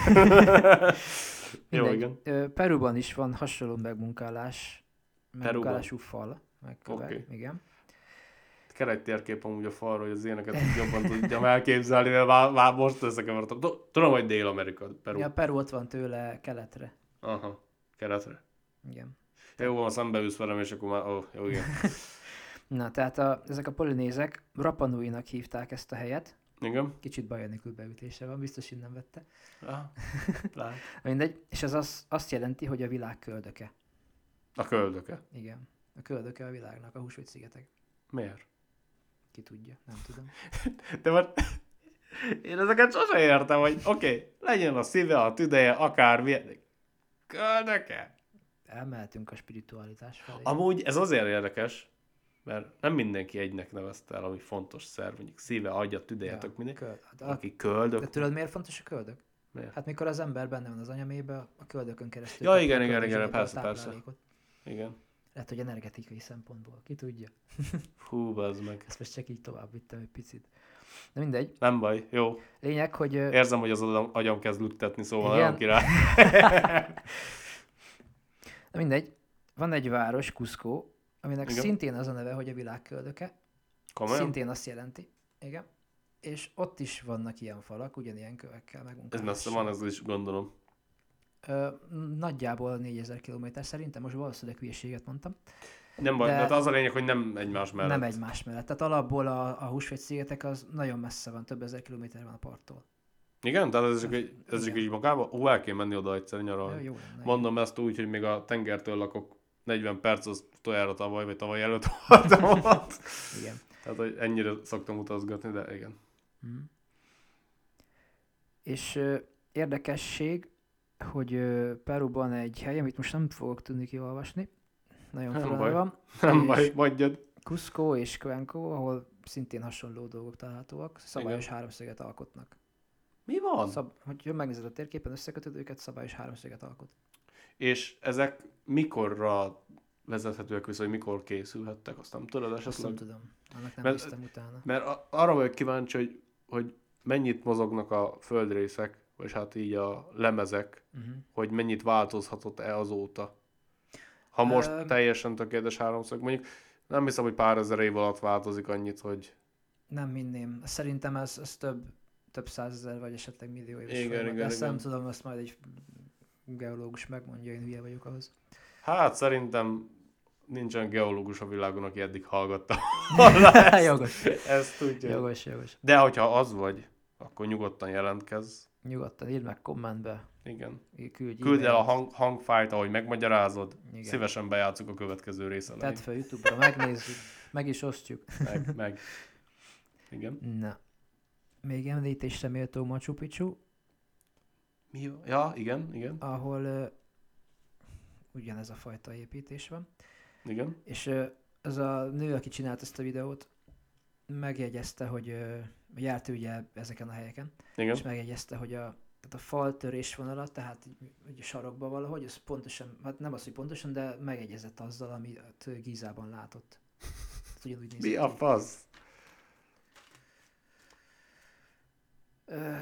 [SPEAKER 2] Jó,
[SPEAKER 1] mindegy.
[SPEAKER 2] igen.
[SPEAKER 1] Ö, Peruban is van hasonló megmunkálás. Megmunkálású fal. Megkövek,
[SPEAKER 2] Oké.
[SPEAKER 1] igen.
[SPEAKER 2] Kell egy térkép amúgy a falról, hogy az ilyeneket jobban tudjam elképzelni, mert már, már most összekevertem. Tu- Tudom, hogy Dél-Amerika, Peru.
[SPEAKER 1] Ja, Peru ott van tőle keletre.
[SPEAKER 2] Aha, keletre.
[SPEAKER 1] Igen.
[SPEAKER 2] Jó, van, szembeülsz velem, és akkor már, ó, jó, igen.
[SPEAKER 1] Na, tehát a, ezek a polinézek Rapanuinak hívták ezt a helyet.
[SPEAKER 2] Igen?
[SPEAKER 1] Kicsit baj nélkül beütése van, biztos innen vette.
[SPEAKER 2] Ah, lát.
[SPEAKER 1] Mindegy, és ez az, azt jelenti, hogy a világ köldöke.
[SPEAKER 2] A köldöke.
[SPEAKER 1] Igen. A köldöke a világnak, a Húsvét-szigetek.
[SPEAKER 2] Miért?
[SPEAKER 1] Ki tudja, nem tudom.
[SPEAKER 2] De már... Én ezeket sose értem, hogy oké, okay, legyen a szíve, a tüdeje, akármi. Köldöke?
[SPEAKER 1] Elmehetünk a spiritualitás felé.
[SPEAKER 2] Amúgy ez azért érdekes, mert nem mindenki egynek nevezte el, ami fontos szerv, mondjuk szíve, agya, tüdeje, tök minden.
[SPEAKER 1] köld. De,
[SPEAKER 2] Aki köldök.
[SPEAKER 1] de tudod, miért fontos a köldök?
[SPEAKER 2] Miért?
[SPEAKER 1] Hát mikor az ember benne van az anyamébe, a köldökön keresztül.
[SPEAKER 2] Ja,
[SPEAKER 1] kapja
[SPEAKER 2] igen,
[SPEAKER 1] a
[SPEAKER 2] igen, igen,
[SPEAKER 1] köldökzsírokat,
[SPEAKER 2] persze,
[SPEAKER 1] a
[SPEAKER 2] persze.
[SPEAKER 1] táplálékot.
[SPEAKER 2] Igen.
[SPEAKER 1] Lehet, hogy energetikai szempontból. Ki tudja.
[SPEAKER 2] Hú, bazd meg.
[SPEAKER 1] Ezt most csak így tovább vittem egy picit. De mindegy.
[SPEAKER 2] Nem baj, jó.
[SPEAKER 1] Lényeg, hogy... ö,
[SPEAKER 2] Érzem, hogy az agyam, agyam kezd lüktetni, szóval
[SPEAKER 1] Igen.
[SPEAKER 2] nagyon király.
[SPEAKER 1] De mindegy. Van egy város, Cusco, aminek
[SPEAKER 2] Igen.
[SPEAKER 1] szintén az a neve, hogy a világ köldöke.
[SPEAKER 2] Komolyan?
[SPEAKER 1] Szintén azt jelenti. Igen. És ott is vannak ilyen falak, ugyanilyen kövekkel
[SPEAKER 2] Ez
[SPEAKER 1] megmunkálással.
[SPEAKER 2] messze van, ez is gondolom.
[SPEAKER 1] Ö, nagyjából négyezer kilométer szerintem, most valószínűleg hülyeséget mondtam.
[SPEAKER 2] Nem baj,
[SPEAKER 1] De-
[SPEAKER 2] de hát az a lényeg, hogy nem egymás mellett.
[SPEAKER 1] Nem egymás mellett. Tehát alapból a, a Húsvét-szigetek az nagyon messze van, több ezer kilométer van a parttól.
[SPEAKER 2] Igen? Tehát ez csak, egy, ez csak
[SPEAKER 1] Igen.
[SPEAKER 2] így magába? Ó, el kell menni oda egyszer
[SPEAKER 1] Ja,
[SPEAKER 2] nyaralni.
[SPEAKER 1] jó lenne.
[SPEAKER 2] Mondom ezt úgy, hogy még a tengertől lakok negyven perc, az utoljára tavaly, vagy tavaly előtt voltam ott.
[SPEAKER 1] Igen.
[SPEAKER 2] Tehát, hogy ennyire szoktam utazgatni, de igen.
[SPEAKER 1] Mm. És ö, érdekesség, hogy ö, Peruban egy hely, amit most nem fogok tudni kiolvasni, nagyon
[SPEAKER 2] Nem
[SPEAKER 1] fura
[SPEAKER 2] baj.
[SPEAKER 1] van,
[SPEAKER 2] Nem
[SPEAKER 1] És-
[SPEAKER 2] baj, mondjad.
[SPEAKER 1] Cusco és Cuenco, ahol szintén hasonló dolgok találhatóak, szabályos háromszöget alkotnak.
[SPEAKER 2] Mi van?
[SPEAKER 1] Szab- hogyha megnézed a térképen, összekötöd őket, szabályos háromszöget alkot.
[SPEAKER 2] És ezek mikorra vezethetőek vissza, hogy mikor készülhettek, azt nem tudod
[SPEAKER 1] Azt nem
[SPEAKER 2] esetleg?
[SPEAKER 1] tudom. Annak nem
[SPEAKER 2] Mert-
[SPEAKER 1] néztem utána.
[SPEAKER 2] Mert a- arra vagyok kíváncsi, hogy, hogy mennyit mozognak a földrészek, vagy hát így a lemezek,
[SPEAKER 1] Uh-huh.
[SPEAKER 2] hogy mennyit változhatott-e azóta. Ha most
[SPEAKER 1] Öm.
[SPEAKER 2] teljesen tökéletes háromszög, mondjuk nem hiszem, hogy pár ezer év alatt változik annyit, hogy
[SPEAKER 1] Nem hinném. Szerintem ez, ez több, több százezer, vagy esetleg millió éves
[SPEAKER 2] Igen,
[SPEAKER 1] folyamat.
[SPEAKER 2] igen,
[SPEAKER 1] Ezt
[SPEAKER 2] igen.
[SPEAKER 1] nem tudom, azt majd egy geológus megmondja, én hülye vagyok ahhoz.
[SPEAKER 2] hát szerintem nincsen geológus a világon, aki eddig hallgatta.
[SPEAKER 1] Jogos.
[SPEAKER 2] Ezt tudja.
[SPEAKER 1] Jogos, jogos.
[SPEAKER 2] De hogyha az vagy, akkor nyugodtan jelentkezz.
[SPEAKER 1] Nyugodtan írd meg kommentbe,
[SPEAKER 2] Igen.
[SPEAKER 1] küldj
[SPEAKER 2] Küld el a
[SPEAKER 1] e-mailt.
[SPEAKER 2] hang, hangfájt, ahogy megmagyarázod.
[SPEAKER 1] Igen.
[SPEAKER 2] Szívesen bejátszuk a következő rész elején.
[SPEAKER 1] Tedd fel YouTube-ra, megnézzük, meg is osztjuk.
[SPEAKER 2] Meg, meg. Igen.
[SPEAKER 1] Na. Még említésre méltó Machu Picchu,
[SPEAKER 2] Mi? Ja, igen, igen,
[SPEAKER 1] ahol uh, ugyanez a fajta építés van.
[SPEAKER 2] igen.
[SPEAKER 1] És uh, ez a nő, aki csinált ezt a videót, megjegyezte, hogy uh, járt ő ugye ezeken a helyeken,
[SPEAKER 2] Igen.
[SPEAKER 1] és megjegyezte, hogy a, tehát a fal törésvonala, tehát így, így a sarokba valahogy, az pontosan, hát nem az, hogy pontosan, de megegyezett azzal, amit Gízában látott. Tehát ugyanúgy nézett
[SPEAKER 2] Mi a
[SPEAKER 1] ki.
[SPEAKER 2] fasz?
[SPEAKER 1] Ö,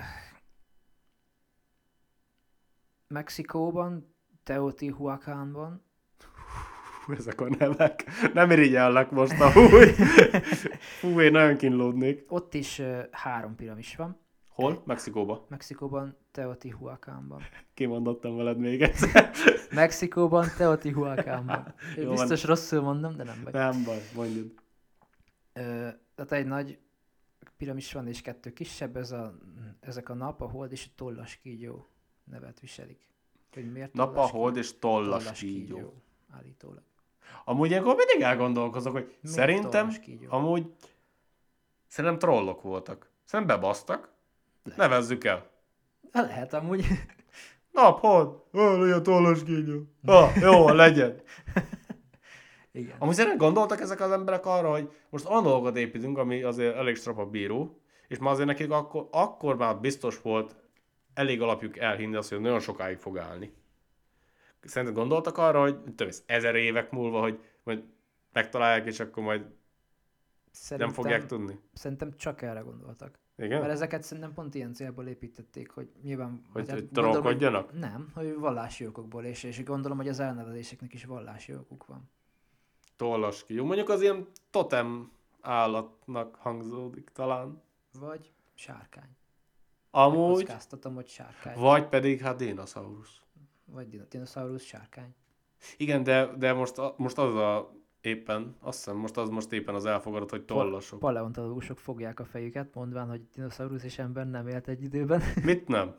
[SPEAKER 1] Mexikóban, Teotihuacanban,
[SPEAKER 2] Hú, ezek a nevek. Nem irigyellek most amúgy. Fú, én nagyon kínlódnék.
[SPEAKER 1] ott is ö, három piramis van.
[SPEAKER 2] Hol? Mexikóba.
[SPEAKER 1] Mexikóban, Teotihuacanban.
[SPEAKER 2] Kimondottam veled még egyszer.
[SPEAKER 1] Mexikóban, Teotihuacanban.
[SPEAKER 2] Jó
[SPEAKER 1] Biztos rosszul mondom, de nem vagy.
[SPEAKER 2] Nem baj, mondjad.
[SPEAKER 1] Ö, tehát egy nagy piramis van és kettő kisebb, ez a, ezek a nap, a hold és a tollas kígyó nevet viselik. Hogy miért
[SPEAKER 2] Nap, a
[SPEAKER 1] tollas
[SPEAKER 2] hold
[SPEAKER 1] kígyó?
[SPEAKER 2] és tollas
[SPEAKER 1] Tollas
[SPEAKER 2] kígyó.
[SPEAKER 1] Állítólag.
[SPEAKER 2] Amúgy ilyenkor mindig elgondolkozok, hogy
[SPEAKER 1] Miért
[SPEAKER 2] szerintem,
[SPEAKER 1] tollas kígyó?
[SPEAKER 2] amúgy, szerintem trollok voltak. Szerintem bebasztak. Nevezzük el.
[SPEAKER 1] Ha, lehet amúgy.
[SPEAKER 2] Nap, hold, oh, legyen tollas kígyó. Ah, jó, legyen.
[SPEAKER 1] Igen.
[SPEAKER 2] Amúgy szerintem gondoltak ezek az emberek arra, hogy most olyan dolgokat építünk, ami azért elég strapa bíró, és már azért nekik akkor, akkor már biztos volt elég alapjuk elhinni azt, hogy nagyon sokáig fog állni. Szerintem gondoltak arra, hogy tudom, ez ezer évek múlva, hogy majd megtalálják, és akkor majd
[SPEAKER 1] Szerintem,
[SPEAKER 2] nem fogják tudni.
[SPEAKER 1] Szerintem csak erre gondoltak.
[SPEAKER 2] Igen?
[SPEAKER 1] Mert ezeket szerintem pont ilyen célból építették, hogy nyilván...
[SPEAKER 2] Hogy,
[SPEAKER 1] hát
[SPEAKER 2] hogy
[SPEAKER 1] gondolom, hogy-
[SPEAKER 2] trollkodjanak?
[SPEAKER 1] Nem, hogy vallási okokból, és, és gondolom, hogy az elnevezéseknek is vallási okuk van.
[SPEAKER 2] Tollas kígyó. Mondjuk az ilyen totem állatnak hangzódik talán.
[SPEAKER 1] Vagy sárkány.
[SPEAKER 2] Amúgy,
[SPEAKER 1] Kockáztatom, hogy sárkány.
[SPEAKER 2] vagy pedig hát dinoszaurusz.
[SPEAKER 1] Vagy din- dinoszaurusz sárkány.
[SPEAKER 2] Igen, de, de most, a, most az a éppen, azt hiszem, most az most éppen az elfogadott, hogy tollasok.
[SPEAKER 1] Paleontológusok fogják a fejüket, mondván, hogy dinoszaurusz és ember nem élt egy időben.
[SPEAKER 2] Mit nem?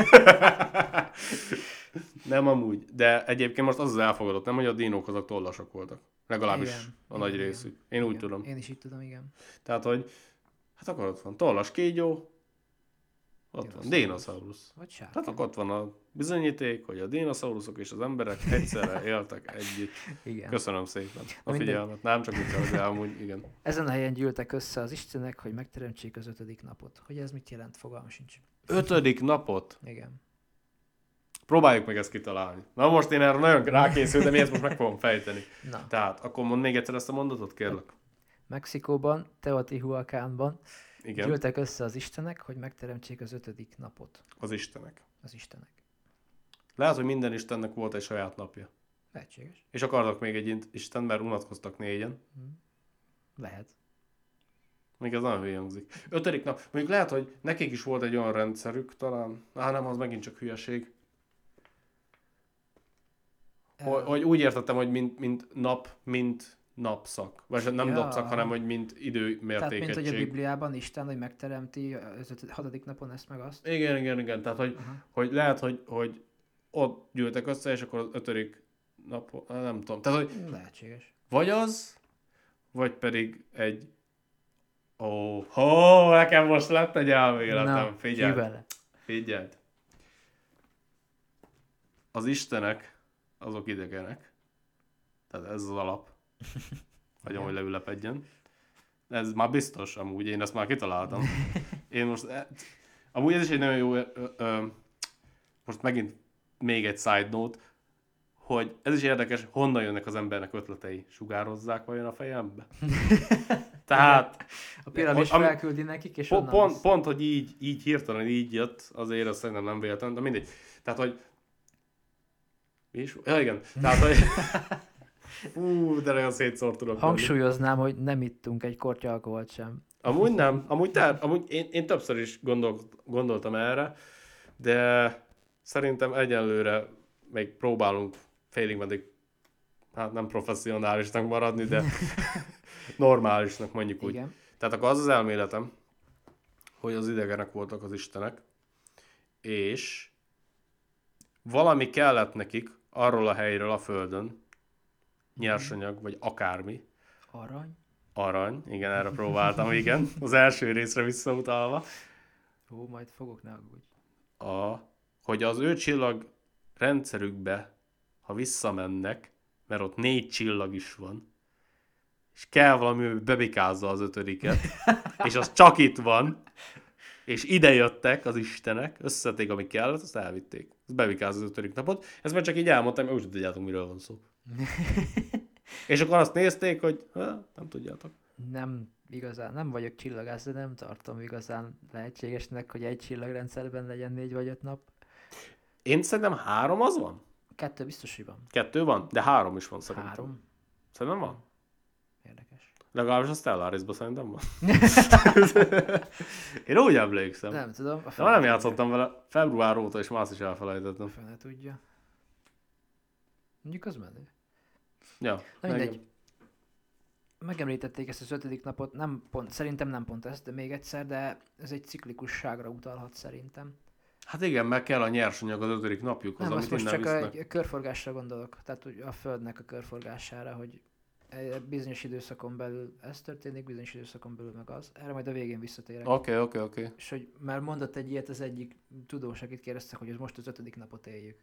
[SPEAKER 2] Nem amúgy, de egyébként most az az elfogadott, nem, hogy a dinók azok tollasok voltak. Legalábbis
[SPEAKER 1] Igen,
[SPEAKER 2] a nagy
[SPEAKER 1] igen,
[SPEAKER 2] részük. Én úgy
[SPEAKER 1] Igen.
[SPEAKER 2] tudom.
[SPEAKER 1] Én is így tudom, igen.
[SPEAKER 2] Tehát, hogy hát akkor ott van tollas kígyó, ott van
[SPEAKER 1] Dinoszaurusz.
[SPEAKER 2] dinoszaurusz.
[SPEAKER 1] Vagy sárkány.
[SPEAKER 2] Tehát akkor ott van a bizonyíték, hogy a dinoszauruszok és az emberek egyszerre éltek együtt.
[SPEAKER 1] Igen.
[SPEAKER 2] Köszönöm szépen a
[SPEAKER 1] mindegy.
[SPEAKER 2] figyelmet. Nem csak viccelek, de amúgy igen.
[SPEAKER 1] Ezen a helyen gyűltek össze az istenek, hogy megteremtsék az ötödik napot. Hogy ez mit jelent, fogalmam sincs.
[SPEAKER 2] Ötödik napot.
[SPEAKER 1] Igen.
[SPEAKER 2] Próbáljuk meg ezt kitalálni. Na most én erre nagyon rákészültem, ezt most meg fogom fejteni.
[SPEAKER 1] Na.
[SPEAKER 2] Tehát, akkor mondd még egyszer ezt a mondatot, kérlek.
[SPEAKER 1] Mexikóban, Teotihuacánban
[SPEAKER 2] Igen,
[SPEAKER 1] gyűltek össze az istenek, hogy megteremtsék az ötödik napot.
[SPEAKER 2] az istenek.
[SPEAKER 1] Az istenek.
[SPEAKER 2] Lehet, hogy minden istennek volt egy saját napja.
[SPEAKER 1] Lehetséges.
[SPEAKER 2] És akartak még egy int- isten, mert unatkoztak négyen.
[SPEAKER 1] Lehet.
[SPEAKER 2] Még ez nagyon hülye hangzik. Ötödik nap. Mondjuk lehet, hogy nekik is volt egy olyan rendszerük talán. Á, nem, az megint csak hülyeség. Hogy, hogy úgy értettem, hogy mint, mint nap, mint napszak. Vagy nem
[SPEAKER 1] Ja.
[SPEAKER 2] napszak, hanem hogy mint
[SPEAKER 1] Tehát, mint
[SPEAKER 2] időmértékegység.
[SPEAKER 1] hogy a Bibliában Isten, hogy megteremti az ötöd- hatodik napon ezt meg azt.
[SPEAKER 2] Igen, igen, igen. Tehát, hogy,
[SPEAKER 1] Aha.
[SPEAKER 2] hogy lehet, hogy, hogy ott gyűltek össze, és akkor az ötödik nap, nem tudom. Tehát, hogy
[SPEAKER 1] Lehetséges.
[SPEAKER 2] vagy az, vagy pedig egy... Ó, oh, nekem most lett egy elméletem.
[SPEAKER 1] Na,
[SPEAKER 2] Figyelj,
[SPEAKER 1] kibele.
[SPEAKER 2] figyelj. Az istenek, azok idegenek. Tehát ez az alap. Hagyom, hogy leülepedjen. Ez már biztos, amúgy én ezt már kitaláltam. Én most... Amúgy ez is egy nagyon jó... Ö, ö, most megint még egy side note, hogy ez is érdekes, honnan jönnek az embernek ötletei. Sugározzák vajon a fejembe? Tehát...
[SPEAKER 1] A piramis
[SPEAKER 2] ami-
[SPEAKER 1] felküldi nekik, és
[SPEAKER 2] Po-
[SPEAKER 1] onnan
[SPEAKER 2] pont,
[SPEAKER 1] visz.
[SPEAKER 2] pont, hogy így, így hirtelen így jött, azért azt szerintem nem véletlen, de mindegy. Tehát, hogy... Mi is? Ja, igen. Tehát, hogy... Fú, de nagyon szétszórt tudok lenni.
[SPEAKER 1] Hangsúlyoznám, hogy nem ittunk egy kortya alkoholt sem.
[SPEAKER 2] Amúgy nem. Amúgy, te, amúgy én, én többször is gondol, gondoltam erre, de szerintem egyelőre még próbálunk félig meddig, hát nem professzionálisnak maradni, de normálisnak mondjuk úgy.
[SPEAKER 1] Igen.
[SPEAKER 2] Tehát akkor az az elméletem, hogy az idegenek voltak az istenek, és valami kellett nekik arról a helyről a földön, nyersanyag, vagy akármi,
[SPEAKER 1] Arany.
[SPEAKER 2] arany, igen, erre próbáltam, igen, az első részre visszautalva,
[SPEAKER 1] Ó, majd fogok, ne aggódj.
[SPEAKER 2] a, hogy az ő csillag rendszerükbe, ha visszamennek, mert ott négy csillag is van, és kell valami, hogy bebikázza az ötödiket, és az csak itt van, és ide jöttek az istenek, összetették, ami kellett, azt elvitték. Ez bebikázza az ötödik napot. Ezt már csak így elmondtam, mert úgy tudjátok, miről van szó. És akkor azt nézték, hogy ha, nem tudjátok.
[SPEAKER 1] Nem igazán, nem vagyok csillagász, de nem tartom igazán lehetségesnek, hogy egy csillagrendszerben legyen négy vagy öt nap.
[SPEAKER 2] Én szerintem három az van?
[SPEAKER 1] Kettő biztos, hogy van.
[SPEAKER 2] Kettő van? De három is van szerintem.
[SPEAKER 1] Három.
[SPEAKER 2] Szerintem van?
[SPEAKER 1] Érdekes.
[SPEAKER 2] Legalábbis a Stellarisban szerintem van. Én úgy emlékszem.
[SPEAKER 1] Nem tudom. A
[SPEAKER 2] De
[SPEAKER 1] fene
[SPEAKER 2] nem
[SPEAKER 1] tudja.
[SPEAKER 2] játszottam vele február óta, és már azt is elfelejtettem.
[SPEAKER 1] A fene tudja. Mondjuk az menő.
[SPEAKER 2] Ja,
[SPEAKER 1] Na mindegy.
[SPEAKER 2] engem-
[SPEAKER 1] Megemlítették ezt az ötödik napot, nem pont, szerintem nem pont ezt, de még egyszer, de ez egy ciklikusságra utalhat szerintem.
[SPEAKER 2] Hát igen, meg kell a nyersanyag az ötödik napjukhoz,
[SPEAKER 1] Nem, azt
[SPEAKER 2] amit
[SPEAKER 1] most
[SPEAKER 2] innen
[SPEAKER 1] csak a,
[SPEAKER 2] visznek.
[SPEAKER 1] a körforgásra gondolok, tehát hogy a Földnek a körforgására, hogy egy bizonyos időszakon belül ez történik, bizonyos időszakon belül meg az. Erre majd a végén visszatérek.
[SPEAKER 2] Oké, oké, oké.
[SPEAKER 1] És hogy már mondott egy ilyet az egyik tudós, akit kérdeztek, hogy ez most az ötödik napot éljük.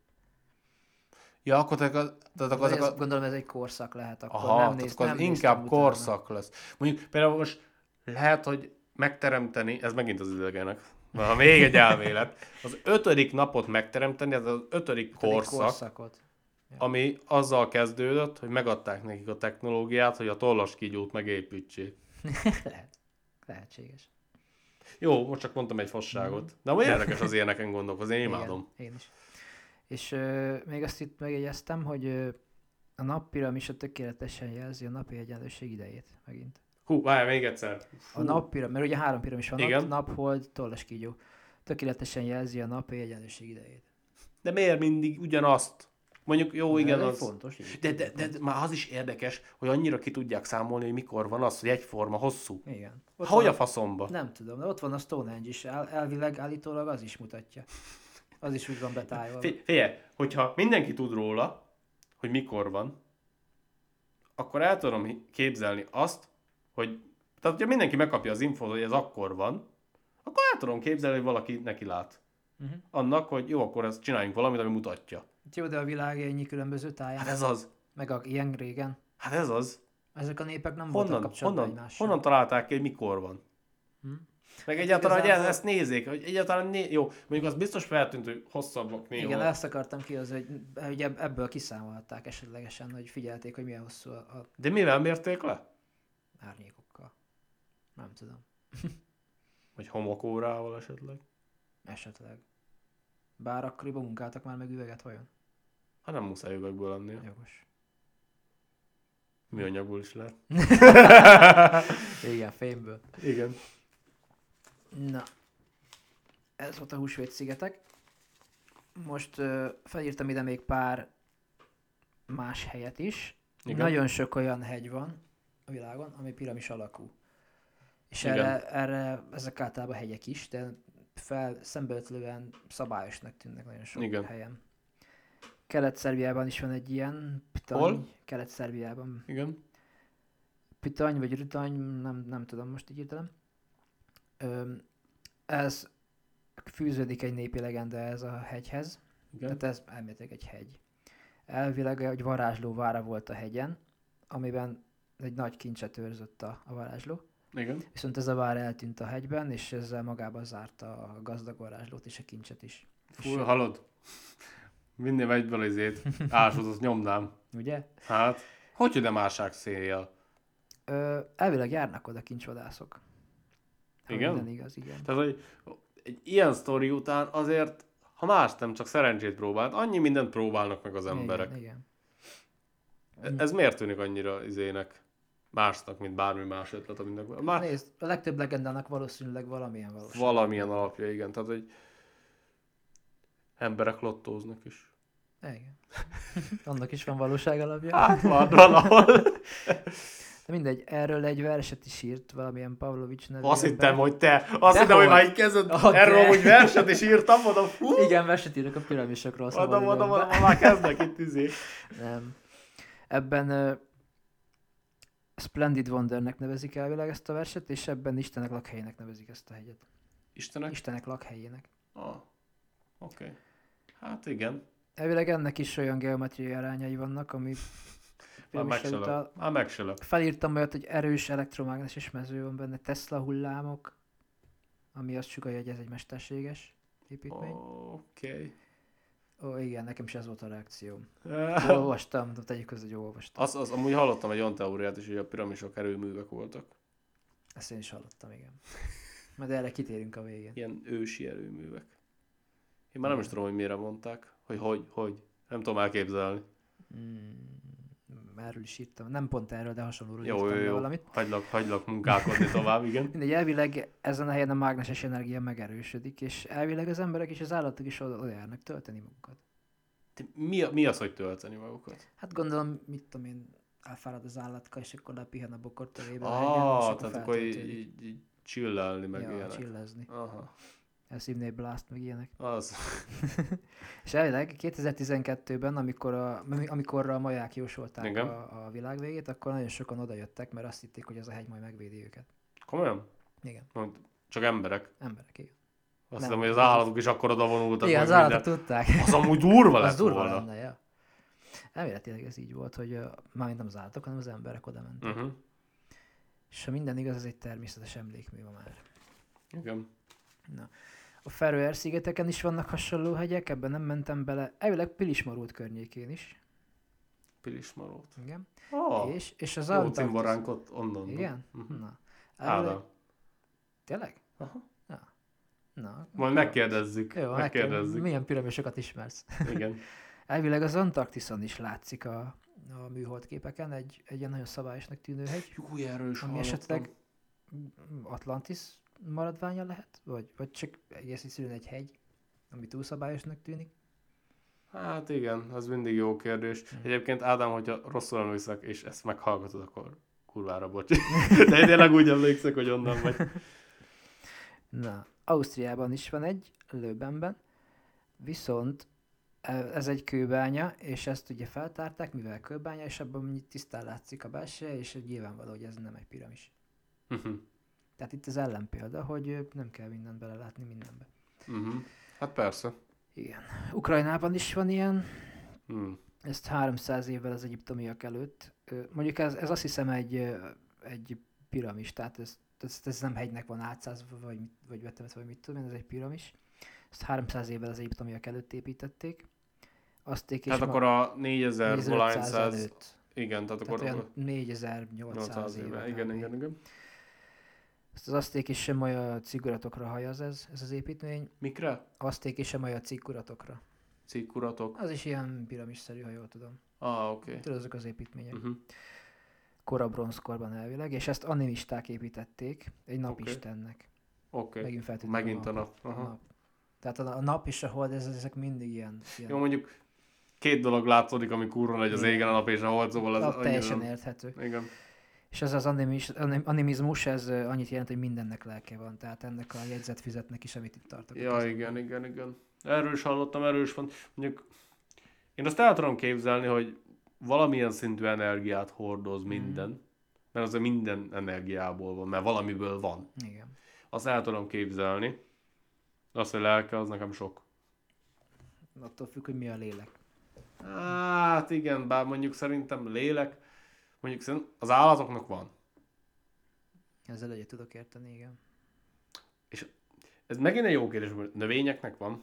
[SPEAKER 2] Ja, akkor te, tehát akkor
[SPEAKER 1] Vagy
[SPEAKER 2] ezek
[SPEAKER 1] ez,
[SPEAKER 2] a...
[SPEAKER 1] gondolom ez egy korszak lehet, akkor
[SPEAKER 2] Aha,
[SPEAKER 1] nem,
[SPEAKER 2] tehát
[SPEAKER 1] néz,
[SPEAKER 2] akkor
[SPEAKER 1] nem
[SPEAKER 2] az
[SPEAKER 1] néztem
[SPEAKER 2] inkább
[SPEAKER 1] utána.
[SPEAKER 2] korszak lesz. Mondjuk például most lehet, hogy megteremteni, ez megint az idegenek, na, még egy elmélet, az ötödik napot megteremteni, ez az ötödik
[SPEAKER 1] Pedig
[SPEAKER 2] korszak,
[SPEAKER 1] korszakot.
[SPEAKER 2] ami azzal kezdődött, hogy megadták nekik a technológiát, hogy a tollaskígyót megépítsék.
[SPEAKER 1] Lehet. Lehetséges.
[SPEAKER 2] Jó, most csak mondtam egy fasságot. De amúgy érdekes az ilyeneken gondolkozni, én
[SPEAKER 1] Igen,
[SPEAKER 2] imádom.
[SPEAKER 1] én is. És ö, még azt itt megjegyeztem, hogy ö, a nappiramis a tökéletesen jelzi a napi egyenlőség idejét megint.
[SPEAKER 2] Hú, várj, még egyszer.
[SPEAKER 1] A
[SPEAKER 2] Fú.
[SPEAKER 1] nappiramis, mert ugye három piramis van,
[SPEAKER 2] Igen.
[SPEAKER 1] ott, nap, hold, tollas kígyó. Tökéletesen jelzi a napi egyenlőség idejét.
[SPEAKER 2] De miért mindig ugyanazt? Mondjuk, jó, igen,
[SPEAKER 1] Ez
[SPEAKER 2] az...
[SPEAKER 1] fontos. így.
[SPEAKER 2] De, de, de, de már az is érdekes, hogy annyira ki tudják számolni, hogy mikor van az, hogy egyforma hosszú.
[SPEAKER 1] Igen. Ott
[SPEAKER 2] Hogy
[SPEAKER 1] van
[SPEAKER 2] a faszomba?
[SPEAKER 1] Nem tudom, de ott van a Stonehenge is, El, elvileg állítólag az is mutatja. Az is úgy van betájolva.
[SPEAKER 2] Fi- Figyelj, hogyha mindenki tud róla, hogy mikor van, akkor el tudom hi- képzelni azt, hogy tehát, hogyha mindenki megkapja az infót, hogy ez akkor van, akkor el tudom képzelni, hogy valaki neki lát.
[SPEAKER 1] Uh-huh.
[SPEAKER 2] Annak, hogy jó, akkor ezt csináljunk valamit, ami mutatja.
[SPEAKER 1] Jó, de a világ ennyi különböző táján.
[SPEAKER 2] Hát ez az.
[SPEAKER 1] Meg a, ilyen régen.
[SPEAKER 2] Hát ez az.
[SPEAKER 1] Ezek a népek nem voltak
[SPEAKER 2] Honnan,
[SPEAKER 1] kapcsolatban
[SPEAKER 2] honnan,
[SPEAKER 1] egymással.
[SPEAKER 2] honnan találták ki, hogy mikor van?
[SPEAKER 1] Hm?
[SPEAKER 2] Meg egyáltalán,
[SPEAKER 1] Igazából-
[SPEAKER 2] hogy ezt nézzék, hogy egyáltalán né... jó, mondjuk az biztos feltűnt, hogy hosszabbak néha.
[SPEAKER 1] Igen, ezt akartam kihozni, hogy, hogy ebb- ebből kiszámolták esetlegesen, hogy figyelték, hogy milyen hosszú a, a
[SPEAKER 2] De mivel mérték le?
[SPEAKER 1] árnyékokkal. Nem tudom.
[SPEAKER 2] Vagy homokórával esetleg?
[SPEAKER 1] Esetleg. Bár akkoriban munkáltak már meg üveget vajon?
[SPEAKER 2] Hát nem muszáj üvegből lennie.
[SPEAKER 1] Jogos.
[SPEAKER 2] Műanyagból is lehet.
[SPEAKER 1] Igen, fémből.
[SPEAKER 2] Igen.
[SPEAKER 1] Na, ez volt a Húsvét szigetek. Most uh, felírtam ide még pár más helyet is.
[SPEAKER 2] Igen.
[SPEAKER 1] Nagyon sok olyan hegy van a világon, ami piramis alakú. És
[SPEAKER 2] Igen.
[SPEAKER 1] erre, erre ezek általában hegyek is, de fel, szembeötlően szabályosnak tűnnek nagyon sok
[SPEAKER 2] Igen.
[SPEAKER 1] helyen. Kelet-Szerbiában is van egy ilyen pitany.
[SPEAKER 2] Hol?
[SPEAKER 1] Kelet-Szerbiában.
[SPEAKER 2] Igen.
[SPEAKER 1] Pitany vagy Rütany, nem, nem tudom most így hirtelen. Öm, ez fűződik egy népi legenda ez a hegyhez.
[SPEAKER 2] Igen.
[SPEAKER 1] Tehát ez elméletileg egy hegy. Elvileg egy varázsló vára volt a hegyen, amiben egy nagy kincset őrzött a, a varázsló.
[SPEAKER 2] Igen.
[SPEAKER 1] Viszont ez a vár eltűnt a hegyben, és ezzel magába zárta a gazdag varázslót és a kincset is.
[SPEAKER 2] Fú, hallod? Minden egyből izét. Ásódott nyomdám.
[SPEAKER 1] Ugye?
[SPEAKER 2] Hát, hogy ide mássák széjjel?
[SPEAKER 1] Ö, elvileg járnak oda kincsvadászok. Ha
[SPEAKER 2] Igen?
[SPEAKER 1] minden igaz, igen.
[SPEAKER 2] Tehát, hogy egy ilyen sztori után azért, ha más nem, csak szerencsét próbált, annyi mindent próbálnak meg az emberek.
[SPEAKER 1] Igen, igen.
[SPEAKER 2] Ez miért tűnik annyira izének másnak, mint bármi más ötlet, aminek már
[SPEAKER 1] Nézd, a legtöbb legendának valószínűleg valamilyen valóság.
[SPEAKER 2] valamilyen alapja, igen. Tehát, hogy emberek lottóznak is.
[SPEAKER 1] Igen. Annak is van valóság alapja.
[SPEAKER 2] Hát van valahol.
[SPEAKER 1] De mindegy, erről egy verset is írt valamilyen Pavlovics nevű
[SPEAKER 2] Azt
[SPEAKER 1] ember.
[SPEAKER 2] hittem, hogy te. Azt
[SPEAKER 1] De
[SPEAKER 2] hittem, hogy
[SPEAKER 1] hogy?
[SPEAKER 2] már így kezded.
[SPEAKER 1] Ah,
[SPEAKER 2] Erről
[SPEAKER 1] de.
[SPEAKER 2] hogy verset is írtam, mondom, fú.
[SPEAKER 1] Igen, verset írok a piramisokról.
[SPEAKER 2] Mondom, mondom,
[SPEAKER 1] időmben.
[SPEAKER 2] mondom, már kezdnek itt izé.
[SPEAKER 1] Nem. Ebben uh, Splendid Wondernek nevezik elvileg ezt a verset, és ebben Istenek lakhelyének nevezik ezt a hegyet.
[SPEAKER 2] Istenek?
[SPEAKER 1] Istenek lakhelyének.
[SPEAKER 2] Ah, oké. Okay. Hát igen.
[SPEAKER 1] Elvileg ennek is olyan geometriai arányai vannak, ami
[SPEAKER 2] Már
[SPEAKER 1] piramisra
[SPEAKER 2] megselök.
[SPEAKER 1] utal.
[SPEAKER 2] Már megselök.
[SPEAKER 1] Felírtam olyat, hogy erős elektromágneses mező van benne, Tesla hullámok, ami azt sugalja, hogy ez egy mesterséges építmény.
[SPEAKER 2] Oké. Okay.
[SPEAKER 1] Ó, igen, nekem is ez volt a reakcióm. Olvastam, de tegyük között, hogy olvastam.
[SPEAKER 2] Az, az, amúgy hallottam egy olyan teóriát is, hogy a piramisok erőművek voltak.
[SPEAKER 1] Ezt én is hallottam, igen. Majd erre kitérünk a végén.
[SPEAKER 2] Ilyen ősi erőművek. Én már nem is tudom, hogy mire mondták. Hogy hogy, hogy. Nem tudom elképzelni.
[SPEAKER 1] Mm, erről is írtam. Nem pont erről, de hasonlóról
[SPEAKER 2] Jó,
[SPEAKER 1] írtam
[SPEAKER 2] jó,
[SPEAKER 1] le
[SPEAKER 2] jó.
[SPEAKER 1] valamit.
[SPEAKER 2] Hagylak, hagylak munkálkodni tovább, igen.
[SPEAKER 1] Mindegy, elvileg ezen a helyen a mágneses energia megerősödik, és elvileg az emberek és az állatok is oda, oda járnak tölteni magukat.
[SPEAKER 2] De mi, mi az, hogy tölteni magukat?
[SPEAKER 1] Hát gondolom, mit tudom én, elfárad az állatka, és akkor lepihen a bokortövében.
[SPEAKER 2] Ah, tehát akkor így, így, így chillelni, meg
[SPEAKER 1] ja,
[SPEAKER 2] ilyenek.
[SPEAKER 1] chillezni.
[SPEAKER 2] Aha,
[SPEAKER 1] Elszívné blast, meg ilyenek.
[SPEAKER 2] az.
[SPEAKER 1] És elvileg kétezer-tizenkettőben, amikor a, amikor a maják jósolták
[SPEAKER 2] Igen.
[SPEAKER 1] a, a világ végét, akkor nagyon sokan odajöttek, mert azt hitték, hogy ez a hegy majd megvédi őket.
[SPEAKER 2] Komolyan?
[SPEAKER 1] Igen,
[SPEAKER 2] Mond, csak emberek.
[SPEAKER 1] emberek, igen.
[SPEAKER 2] Azt
[SPEAKER 1] Nem,
[SPEAKER 2] hiszem, hogy az
[SPEAKER 1] az-
[SPEAKER 2] állatok is akkor oda vonultak.
[SPEAKER 1] Igen,
[SPEAKER 2] meg
[SPEAKER 1] az állatok
[SPEAKER 2] minden.
[SPEAKER 1] tudták.
[SPEAKER 2] Az amúgy durva lett
[SPEAKER 1] Az durva
[SPEAKER 2] volna.
[SPEAKER 1] lenne, ja. Elméletileg ez így volt, hogy uh, mármint nem az állatok, hanem az emberek oda mentek.
[SPEAKER 2] Uh-huh.
[SPEAKER 1] És ha minden igaz, ez egy természetes emlékmű ma már.
[SPEAKER 2] Igen.
[SPEAKER 1] Na. A Feröer-szigeteken is vannak hasonló hegyek, ebben nem mentem bele. Elvileg Pilismarút környékén is.
[SPEAKER 2] Pilismarót.
[SPEAKER 1] Igen.
[SPEAKER 2] Oh,
[SPEAKER 1] És, és az
[SPEAKER 2] jó
[SPEAKER 1] Antarktisz...
[SPEAKER 2] cimboránk ott onnan.
[SPEAKER 1] Igen?
[SPEAKER 2] Uh-huh.
[SPEAKER 1] Na. Elvileg...
[SPEAKER 2] Ádám.
[SPEAKER 1] Tényleg?
[SPEAKER 2] Aha.
[SPEAKER 1] Na. Na.
[SPEAKER 2] Majd megkérdezzük.
[SPEAKER 1] Jó,
[SPEAKER 2] megkérdezzük.
[SPEAKER 1] milyen piramisokat ismersz?
[SPEAKER 2] Igen.
[SPEAKER 1] Elvileg az Antarktiszon is látszik a, a műholdképeken egy, egy ilyen nagyon szabályosnak tűnő hegy,
[SPEAKER 2] Jó, erről is
[SPEAKER 1] ami
[SPEAKER 2] hallottam.
[SPEAKER 1] esetleg Atlantis maradványa lehet? Vagy, vagy csak egész egyszerűen egy hegy, ami túl szabályosnak tűnik?
[SPEAKER 2] Hát igen, az mindig jó kérdés.
[SPEAKER 1] Hm.
[SPEAKER 2] Egyébként Ádám, hogyha rosszul emlékszek, és ezt meghallgatod, akkor kurvára bocs. De én tényleg úgy emlékszek, hogy onnan vagy.
[SPEAKER 1] Na, Ausztriában is van egy, Löbenben, viszont e- ez egy kőbánya, és ezt ugye feltárták, mivel kőbánya, és abban mondjuk tisztán látszik a belseje, és nyilvánvaló, hogy ez nem egy piramis.
[SPEAKER 2] Uh-huh.
[SPEAKER 1] Tehát itt az ellenpélda, hogy ö, nem kell mindent belelátni mindenbe.
[SPEAKER 2] Uh-huh. Hát persze.
[SPEAKER 1] Igen. Ukrajnában is van ilyen,
[SPEAKER 2] Hmm.
[SPEAKER 1] ezt háromszáz évvel az egyiptomiak előtt. Ö, Mondjuk ez, ez azt hiszem egy, ö, egy piramis, tehát ez ez, ez nem hegynek van átszázva, vagy, mit- vagy vetemetve, vagy mit tudom én, ez egy piramis. Ezt háromszáz évvel az egyiptomiak előtt építették. Azték és
[SPEAKER 2] Tehát
[SPEAKER 1] ma
[SPEAKER 2] akkor a négyezer valahány
[SPEAKER 1] négyezerötszáz
[SPEAKER 2] száz,
[SPEAKER 1] előtt.
[SPEAKER 2] igen, tehát
[SPEAKER 1] Tehát
[SPEAKER 2] akkor
[SPEAKER 1] olyan négyezer-nyolcszáz
[SPEAKER 2] nyolcszáz
[SPEAKER 1] éve.
[SPEAKER 2] éve. Igen,
[SPEAKER 1] kb.
[SPEAKER 2] igen, igen.
[SPEAKER 1] Ezt az azték és semaja ciguratokra hajaz ez, ez az építmény.
[SPEAKER 2] Mikre?
[SPEAKER 1] Azték és semaja ciguratokra.
[SPEAKER 2] Cikkuratok.
[SPEAKER 1] Az is ilyen piramisszerű, ha jól tudom.
[SPEAKER 2] Ah, oké.
[SPEAKER 1] Tudod, azok az építmények.
[SPEAKER 2] Uh-huh.
[SPEAKER 1] Kora bronzkorban elvileg, és ezt animisták építették egy napistennek.
[SPEAKER 2] Oké.
[SPEAKER 1] Megint feltűnik
[SPEAKER 2] Megint a
[SPEAKER 1] a
[SPEAKER 2] nap.
[SPEAKER 1] A
[SPEAKER 2] Aha.
[SPEAKER 1] nap. Tehát a, a nap és a hold, ez, ezek mindig ilyen. ilyen
[SPEAKER 2] Jó, mondjuk két dolog látszódik, ami kurva nagy az
[SPEAKER 1] Igen.
[SPEAKER 2] égen a nap és a hold, szóval az
[SPEAKER 1] a
[SPEAKER 2] annyira
[SPEAKER 1] teljesen
[SPEAKER 2] nem-
[SPEAKER 1] érthető.
[SPEAKER 2] Igen.
[SPEAKER 1] És ez az animis, anim- animizmus, ez ö, annyit jelent, hogy mindennek lelke van. Tehát ennek a jegyzetfüzetnek is, amit itt tartok. a
[SPEAKER 2] Ja,
[SPEAKER 1] kezemben.
[SPEAKER 2] igen, igen, igen. Erről is hallottam, erről is van. Mondjuk én azt el tudom képzelni, hogy valamilyen szintű energiát hordoz minden,
[SPEAKER 1] Mhm.
[SPEAKER 2] mert azért minden energiából van, mert valamiből van.
[SPEAKER 1] Igen.
[SPEAKER 2] Azt el tudom képzelni. Azt, hogy lelke, az nekem sok.
[SPEAKER 1] Attól függ, hogy mi a lélek.
[SPEAKER 2] Hát igen, bár mondjuk szerintem lélek, mondjuk szerintem az állatoknak van.
[SPEAKER 1] Ezzel egyet tudok érteni, igen.
[SPEAKER 2] Ez megint egy jó kérdés, hogy növényeknek van.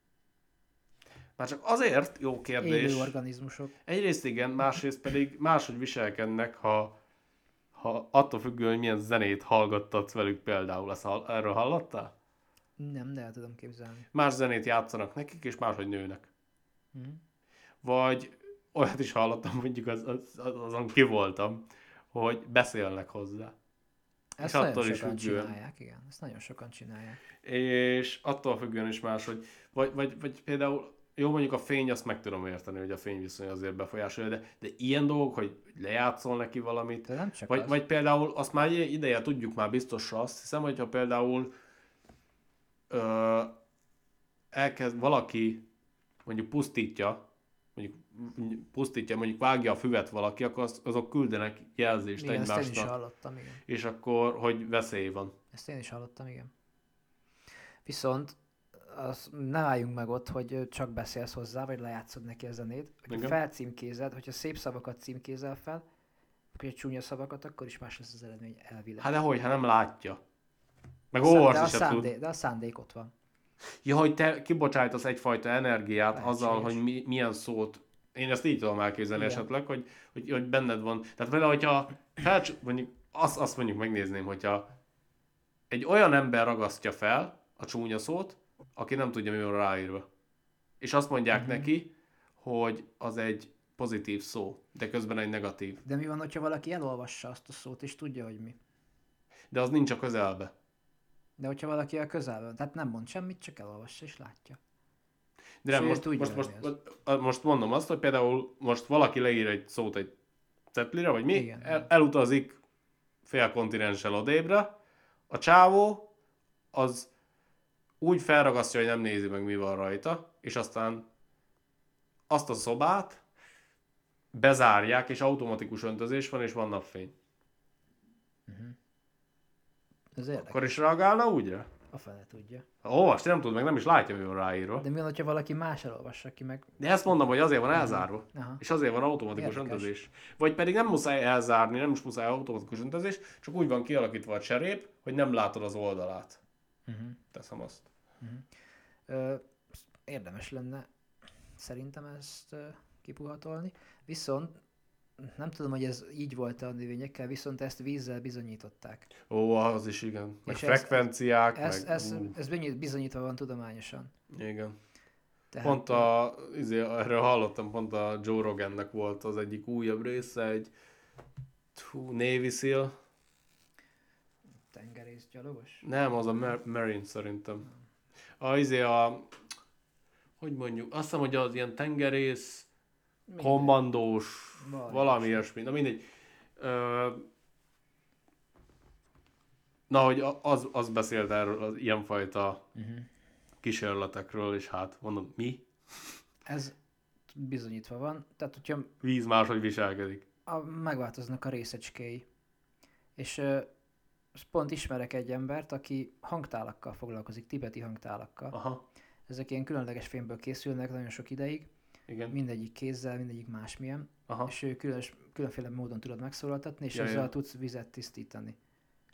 [SPEAKER 2] Már csak azért jó kérdés.
[SPEAKER 1] Élő organizmusok.
[SPEAKER 2] Egyrészt igen, másrészt pedig máshogy viselkednek, ha, ha attól függően, hogy milyen zenét hallgattatsz velük például. Ezt, hall- erről hallottál?
[SPEAKER 1] Nem, de el tudom képzelni.
[SPEAKER 2] Más zenét játszanak nekik, és máshogy nőnek.
[SPEAKER 1] Mhm.
[SPEAKER 2] Vagy olyat is hallottam, mondjuk az, az, az, azon ki voltam, hogy beszélnek hozzá.
[SPEAKER 1] Ezt
[SPEAKER 2] És
[SPEAKER 1] nagyon
[SPEAKER 2] attól is
[SPEAKER 1] sokan
[SPEAKER 2] függően.
[SPEAKER 1] csinálják, igen. Ezt nagyon sokan csinálják.
[SPEAKER 2] És attól függően is más, hogy vagy, vagy, vagy például, jó mondjuk a fény, azt meg tudom érteni, hogy a fényviszony azért befolyásolja, de, de ilyen dolgok, hogy lejátszol neki valamit,
[SPEAKER 1] De nem csak
[SPEAKER 2] vagy,
[SPEAKER 1] az.
[SPEAKER 2] vagy például azt már ideje tudjuk már biztosra, azt hiszem, hogyha például ö, elkezd valaki mondjuk pusztítja, mondjuk pusztítja, mondjuk vágja a füvet valaki, akkor az, azok küldenek jelzést
[SPEAKER 1] Igen, ezt én is
[SPEAKER 2] egymásnak,
[SPEAKER 1] hallottam, igen.
[SPEAKER 2] és akkor, hogy veszély van.
[SPEAKER 1] Ezt én is hallottam, igen. Viszont az, ne álljunk meg ott, hogy ö, csak beszélsz hozzá, vagy lejátszod neki a zenét. Hogyha
[SPEAKER 2] Igen.
[SPEAKER 1] felcímkézed, hogyha szép szavakat címkézel fel, vagy csúnya szavakat, akkor is más lesz az eredmény elvileg.
[SPEAKER 2] Hát de hogy, ha nem látja. Meg
[SPEAKER 1] A szá- de, a
[SPEAKER 2] olvasni se tud.
[SPEAKER 1] szándék, de a szándék ott van.
[SPEAKER 2] Ja, hogy te kibocsájtasz egyfajta energiát
[SPEAKER 1] Lehetséges.
[SPEAKER 2] azzal, hogy mi, milyen szót... Én ezt így tudom elképzelni
[SPEAKER 1] Igen.
[SPEAKER 2] esetleg, hogy, hogy, hogy benned van. Tehát például, hogyha felcs... mondjuk, azt, azt mondjuk megnézném, hogyha egy olyan ember ragasztja fel a csúnya szót, aki nem tudja, mi van ráírva. És azt mondják
[SPEAKER 1] Mhm.
[SPEAKER 2] neki, hogy az egy pozitív szó, de közben egy negatív.
[SPEAKER 1] De mi van, hogyha valaki elolvassa azt a szót, és tudja, hogy mi?
[SPEAKER 2] De az nincs a közelbe.
[SPEAKER 1] De hogyha valaki a közelben, tehát nem mond semmit, csak elolvassa és látja.
[SPEAKER 2] De nem,
[SPEAKER 1] És ő
[SPEAKER 2] most,
[SPEAKER 1] tudja,
[SPEAKER 2] most,
[SPEAKER 1] hogy
[SPEAKER 2] most,
[SPEAKER 1] mi
[SPEAKER 2] most, most mondom azt, hogy például most valaki leír egy szót egy cetlire, vagy mi,
[SPEAKER 1] Igen.
[SPEAKER 2] el, elutazik fél kontinenssel odébre, a csávó az úgy felragasztja, hogy nem nézi meg, mi van rajta, és aztán azt a szobát bezárják, és automatikus öntözés van, és van napfény.
[SPEAKER 1] Ez érdekes.
[SPEAKER 2] Akkor is reagálna úgyre?
[SPEAKER 1] A fele tudja.
[SPEAKER 2] Ha olvasni nem tud, meg nem is látja, mi van ráírva.
[SPEAKER 1] De mi van, hogyha valaki más elolvassa ki meg?
[SPEAKER 2] De ezt mondom, hogy azért van elzárva.
[SPEAKER 1] Aha.
[SPEAKER 2] És azért van automatikus
[SPEAKER 1] Érdekes.
[SPEAKER 2] öntözés. Vagy pedig nem muszáj elzárni, nem is muszáj automatikus öntözés, csak úgy van kialakítva a cserép, hogy nem látod az oldalát.
[SPEAKER 1] Uh-huh.
[SPEAKER 2] Teszem azt.
[SPEAKER 1] Ö, érdemes lenne szerintem ezt ö, kipuhatolni. Viszont nem tudom, hogy ez így volt a növényekkel, viszont ezt vízzel bizonyították.
[SPEAKER 2] Ó, az is igen. Meg
[SPEAKER 1] És ez-
[SPEAKER 2] frekvenciák,
[SPEAKER 1] Ez,
[SPEAKER 2] meg...
[SPEAKER 1] ez,
[SPEAKER 2] ú,
[SPEAKER 1] ez bizony- bizonyítva van tudományosan.
[SPEAKER 2] igen.
[SPEAKER 1] Tehát,
[SPEAKER 2] Pont a, izé, erről hallottam, pont a Joe Rogannek volt az egyik újabb része, egy hú, Navy Seal.
[SPEAKER 1] tengerészgyalogos?
[SPEAKER 2] Nem, az a Mar- Marine szerintem. A, izé a, hogy mondjuk, azt hiszem, hogy az ilyen tengerész,
[SPEAKER 1] Mindegy.
[SPEAKER 2] kommandós,
[SPEAKER 1] Valami
[SPEAKER 2] valami ilyesmi, na mindegy. Ö, na, hogy a- az, az beszélt erről az ilyenfajta
[SPEAKER 1] Uh-huh.
[SPEAKER 2] kísérletekről, és hát mondom, mi?
[SPEAKER 1] Ez bizonyítva van. Tehát, hogyha
[SPEAKER 2] Víz máshogy viselkedik.
[SPEAKER 1] a, megváltoznak a részecskéi. És ö, pont ismerek egy embert, aki hangtálakkal foglalkozik, tibeti hangtálakkal.
[SPEAKER 2] Aha,
[SPEAKER 1] Ezek ilyen különleges fémből készülnek nagyon sok ideig,
[SPEAKER 2] igen.
[SPEAKER 1] mindegyik kézzel, mindegyik másmilyen,
[SPEAKER 2] Aha.
[SPEAKER 1] és ő különös, különféle módon tudod megszólaltatni, és
[SPEAKER 2] Ja,
[SPEAKER 1] ezzel
[SPEAKER 2] ja.
[SPEAKER 1] tudsz vizet tisztítani.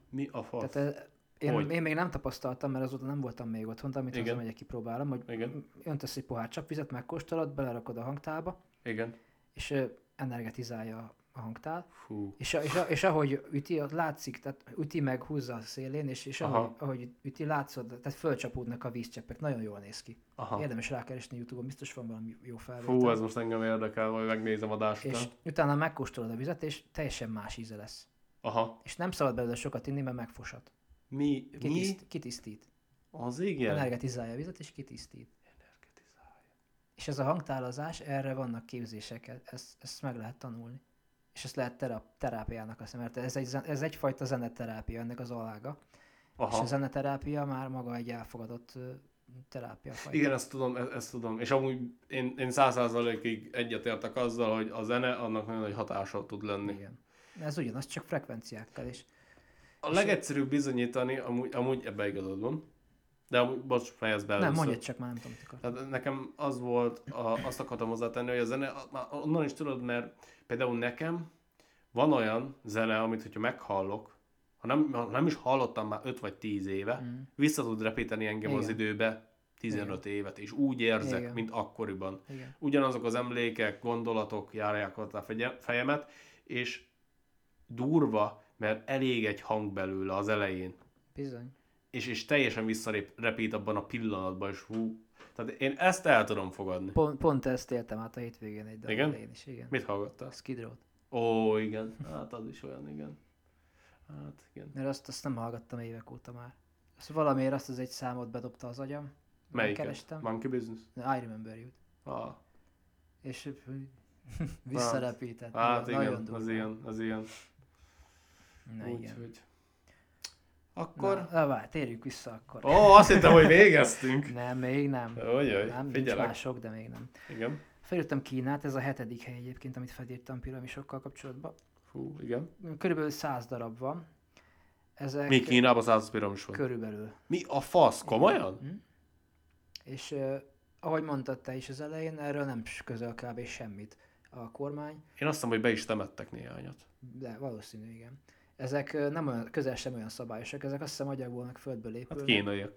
[SPEAKER 2] Mi a fasz?
[SPEAKER 1] Tehát én,
[SPEAKER 2] Hogy?
[SPEAKER 1] én még nem tapasztaltam, mert azóta nem voltam még otthon, de amit hazamegyek, kipróbálom, hogy
[SPEAKER 2] Igen.
[SPEAKER 1] öntesz egy pohár csapvizet, megkóstolod, belerakod a hangtálba,
[SPEAKER 2] Igen.
[SPEAKER 1] és ö, energetizálja a hangtál,
[SPEAKER 2] Fú.
[SPEAKER 1] és, a, és, a, és ahogy üti, ott látszik, tehát üti meg, húzza a szélén, és, és ahogy, ahogy üti, látszod, tehát fölcsapódnak a vízcseppek, nagyon jól néz ki.
[SPEAKER 2] Aha.
[SPEAKER 1] Érdemes rákeresni YouTube-on, biztos van valami jó felvétel.
[SPEAKER 2] Fú, ez most engem érdekel, vagy megnézem adás után.
[SPEAKER 1] És utána megkóstolod a vizet, és teljesen más íze lesz.
[SPEAKER 2] Aha.
[SPEAKER 1] És nem szabad belőle sokat inni, mert megfosat.
[SPEAKER 2] Mi?
[SPEAKER 1] Kitiszt,
[SPEAKER 2] Mi?
[SPEAKER 1] Kitisztít.
[SPEAKER 2] Az igen?
[SPEAKER 1] Energetizálja a vizet, és kitisztít.
[SPEAKER 2] Energetizálja.
[SPEAKER 1] És ez a hangtálozás, erre vannak képzések, ezt, ezt meg lehet tanulni. És ezt lehet terap, terápiának azt mert ez, egy, ez egyfajta zeneterápia, ennek az alága.
[SPEAKER 2] Aha.
[SPEAKER 1] És a zeneterápia már maga egy elfogadott uh, terápia fajta.
[SPEAKER 2] Igen, ezt tudom, ezt, ezt tudom. És amúgy én, én száz százalékig egyetértek azzal, hogy a zene annak nagyon nagy hatással tud lenni.
[SPEAKER 1] Igen. Ez ugyanaz, csak frekvenciákkal is.
[SPEAKER 2] A legegyszerűbb bizonyítani, amúgy, amúgy ebbe igazad van. De amúgy, bocs, fejezd be
[SPEAKER 1] Nem,
[SPEAKER 2] először.
[SPEAKER 1] mondjad csak, már nem tudom, mit akartam.
[SPEAKER 2] Tehát nekem az volt, a, azt akartam hozzátenni, hogy a zene, már onnan is tudod, mert például nekem van olyan zene, amit hogyha meghallok, ha nem, ha nem is hallottam már öt vagy tíz éve,
[SPEAKER 1] Mm.
[SPEAKER 2] vissza tud repíteni engem
[SPEAKER 1] Igen.
[SPEAKER 2] az időbe tizenöt
[SPEAKER 1] Igen.
[SPEAKER 2] évet, és úgy érzek,
[SPEAKER 1] Igen.
[SPEAKER 2] mint akkoriban.
[SPEAKER 1] Igen.
[SPEAKER 2] Ugyanazok az emlékek, gondolatok járják ott a fegye- fejemet, és durva, mert elég egy hang belőle az elején.
[SPEAKER 1] Bizony.
[SPEAKER 2] És, és teljesen visszarepít abban a pillanatban, és hú. Tehát én ezt el tudom fogadni.
[SPEAKER 1] Pont, pont ezt éltem át a hétvégén egy
[SPEAKER 2] Igen?
[SPEAKER 1] darab én is, igen.
[SPEAKER 2] Mit hallgattál?
[SPEAKER 1] Skid Row-t.
[SPEAKER 2] Ó, igen. Hát az is olyan, igen. Hát igen.
[SPEAKER 1] Mert azt, azt nem hallgattam évek óta már. Azt valamiért azt az egy számot bedobta az agyam.
[SPEAKER 2] Melyiket?
[SPEAKER 1] Kerestem.
[SPEAKER 2] Monkey Business?
[SPEAKER 1] I Remember You.
[SPEAKER 2] Ah,
[SPEAKER 1] És visszarepített.
[SPEAKER 2] hát
[SPEAKER 1] nagyon
[SPEAKER 2] igen,
[SPEAKER 1] durva.
[SPEAKER 2] az ilyen, az ilyen.
[SPEAKER 1] Na
[SPEAKER 2] Úgy,
[SPEAKER 1] igen.
[SPEAKER 2] hogy... Akkor...
[SPEAKER 1] Na, na várj, térjünk vissza akkor.
[SPEAKER 2] Ó, oh, azt hittem, hogy végeztünk.
[SPEAKER 1] Nem, még nem.
[SPEAKER 2] Ojjaj,
[SPEAKER 1] nem, nincs
[SPEAKER 2] figyelek.
[SPEAKER 1] már sok, de még nem.
[SPEAKER 2] Igen.
[SPEAKER 1] Felírtam Kínát, ez a hetedik hely egyébként, amit felírtam piramisokkal kapcsolatban.
[SPEAKER 2] Fú, igen.
[SPEAKER 1] Körülbelül száz darab van. Ezek
[SPEAKER 2] Mi Kínában száz piramis van?
[SPEAKER 1] körülbelül.
[SPEAKER 2] Mi a fasz? Komolyan?
[SPEAKER 1] Hm? És uh, ahogy mondtad te is az elején, erről nem közöl kb. Semmit a kormány,
[SPEAKER 2] Én azt hiszem, hogy be is temettek néhányat.
[SPEAKER 1] de valószínű, igen. Ezek uh, nem olyan, közel sem olyan szabályosak, ezek azt hiszem agyagból meg földből
[SPEAKER 2] Hát
[SPEAKER 1] épülnek.
[SPEAKER 2] kínaiak.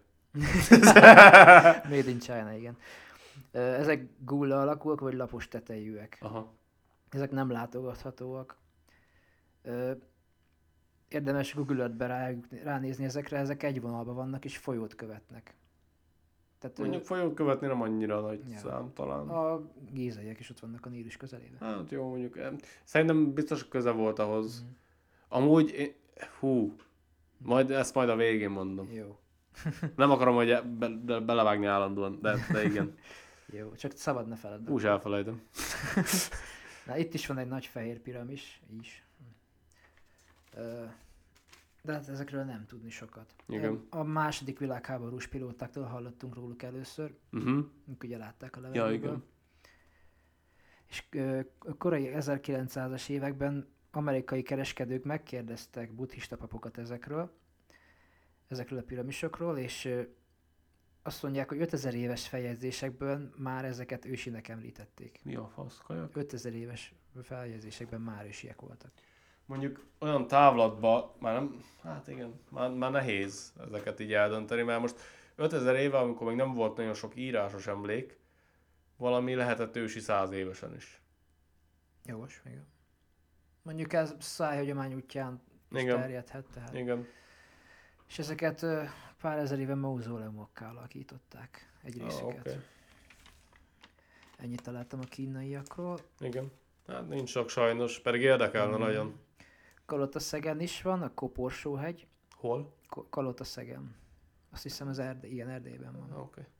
[SPEAKER 1] Made in China, igen. Uh, ezek gulla alakúak, vagy lapos tetejűek.
[SPEAKER 2] Aha.
[SPEAKER 1] Ezek nem látogathatóak. Uh, érdemes Google-ötbe rá, ránézni ezekre, ezek egy vonalban vannak, és folyót követnek. Tehát,
[SPEAKER 2] Mondjuk folyót követni nem annyira nagy
[SPEAKER 1] Ja.
[SPEAKER 2] szám talán.
[SPEAKER 1] a gízaiak is ott vannak a Nílus közelében.
[SPEAKER 2] Hát jó, mondjuk. em, Szerintem biztos köze volt ahhoz.
[SPEAKER 1] Mhm.
[SPEAKER 2] Amúgy, én, hú, majd ezt majd a végén mondom.
[SPEAKER 1] Jó.
[SPEAKER 2] Nem akarom, hogy e- be, be, belevágni állandóan, de, de igen.
[SPEAKER 1] Jó, csak szabad ne feled.
[SPEAKER 2] Úgy elfelejtem.
[SPEAKER 1] Na, itt is van egy nagy fehér piramis, is. Ö, De hát ezekről nem tudni sokat.
[SPEAKER 2] Igen.
[SPEAKER 1] A második világháborús pilótáktól hallottunk róluk először,
[SPEAKER 2] Uh-huh.
[SPEAKER 1] ők ugye látták a
[SPEAKER 2] Ja,
[SPEAKER 1] levegőből.
[SPEAKER 2] igen.
[SPEAKER 1] És ö, a korai ezerkilencszázas években amerikai kereskedők megkérdeztek buddhista papokat ezekről, ezekről a piramisokról, és ö, azt mondják, hogy ötezer éves feljegyzésekből már ezeket ősinek említették.
[SPEAKER 2] Mi a fasz, kajak?
[SPEAKER 1] ötezer éves feljegyzésekben már ősiek voltak.
[SPEAKER 2] Mondjuk olyan távlatban már nem, hát igen, már, már nehéz ezeket így eldönteni, mert most ötezer éve, amikor még nem volt nagyon sok írásos emlék, valami lehetett ősi száz évesen is.
[SPEAKER 1] Jogos, igen. Mondjuk ez szájhagyomány útján is
[SPEAKER 2] Igen.
[SPEAKER 1] terjedhet, tehát.
[SPEAKER 2] Igen.
[SPEAKER 1] És ezeket ö, pár ezer éve mauzóleumokká alakították egy
[SPEAKER 2] Ah,
[SPEAKER 1] részüket.
[SPEAKER 2] oké.
[SPEAKER 1] Ennyit találtam a kínaiakról.
[SPEAKER 2] Igen. Hát nincs sok sajnos, pedig érdekelne
[SPEAKER 1] Mm.
[SPEAKER 2] nagyon.
[SPEAKER 1] Kalotaszegen is van, a Koporsóhegy.
[SPEAKER 2] Hol?
[SPEAKER 1] Ko- Kalotaszegen. Azt hiszem az Erde- igen, Erdélyben van.
[SPEAKER 2] Ah, oké.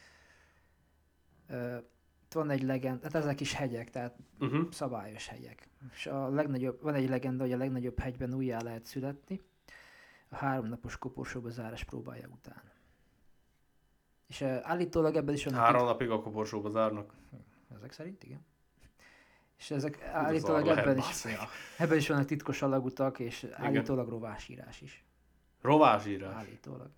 [SPEAKER 1] Ö, itt van egy legend, hát ezek is hegyek, tehát
[SPEAKER 2] Uh-huh.
[SPEAKER 1] szabályos hegyek. És a legnagyobb, van egy legenda, hogy a legnagyobb hegyben újjá lehet születni a háromnapos koporsóba zárás próbája után. És uh, állítólag ebben is van
[SPEAKER 2] Három napig a koporsóba zárnak.
[SPEAKER 1] ezek szerint, igen. És ezek állítólag
[SPEAKER 2] szar lehet,
[SPEAKER 1] ebben is,
[SPEAKER 2] basszeg.
[SPEAKER 1] ja, ebben is vannak titkos alagutak, és állítólag rovásírás is.
[SPEAKER 2] Rovásírás.
[SPEAKER 1] Állítólag.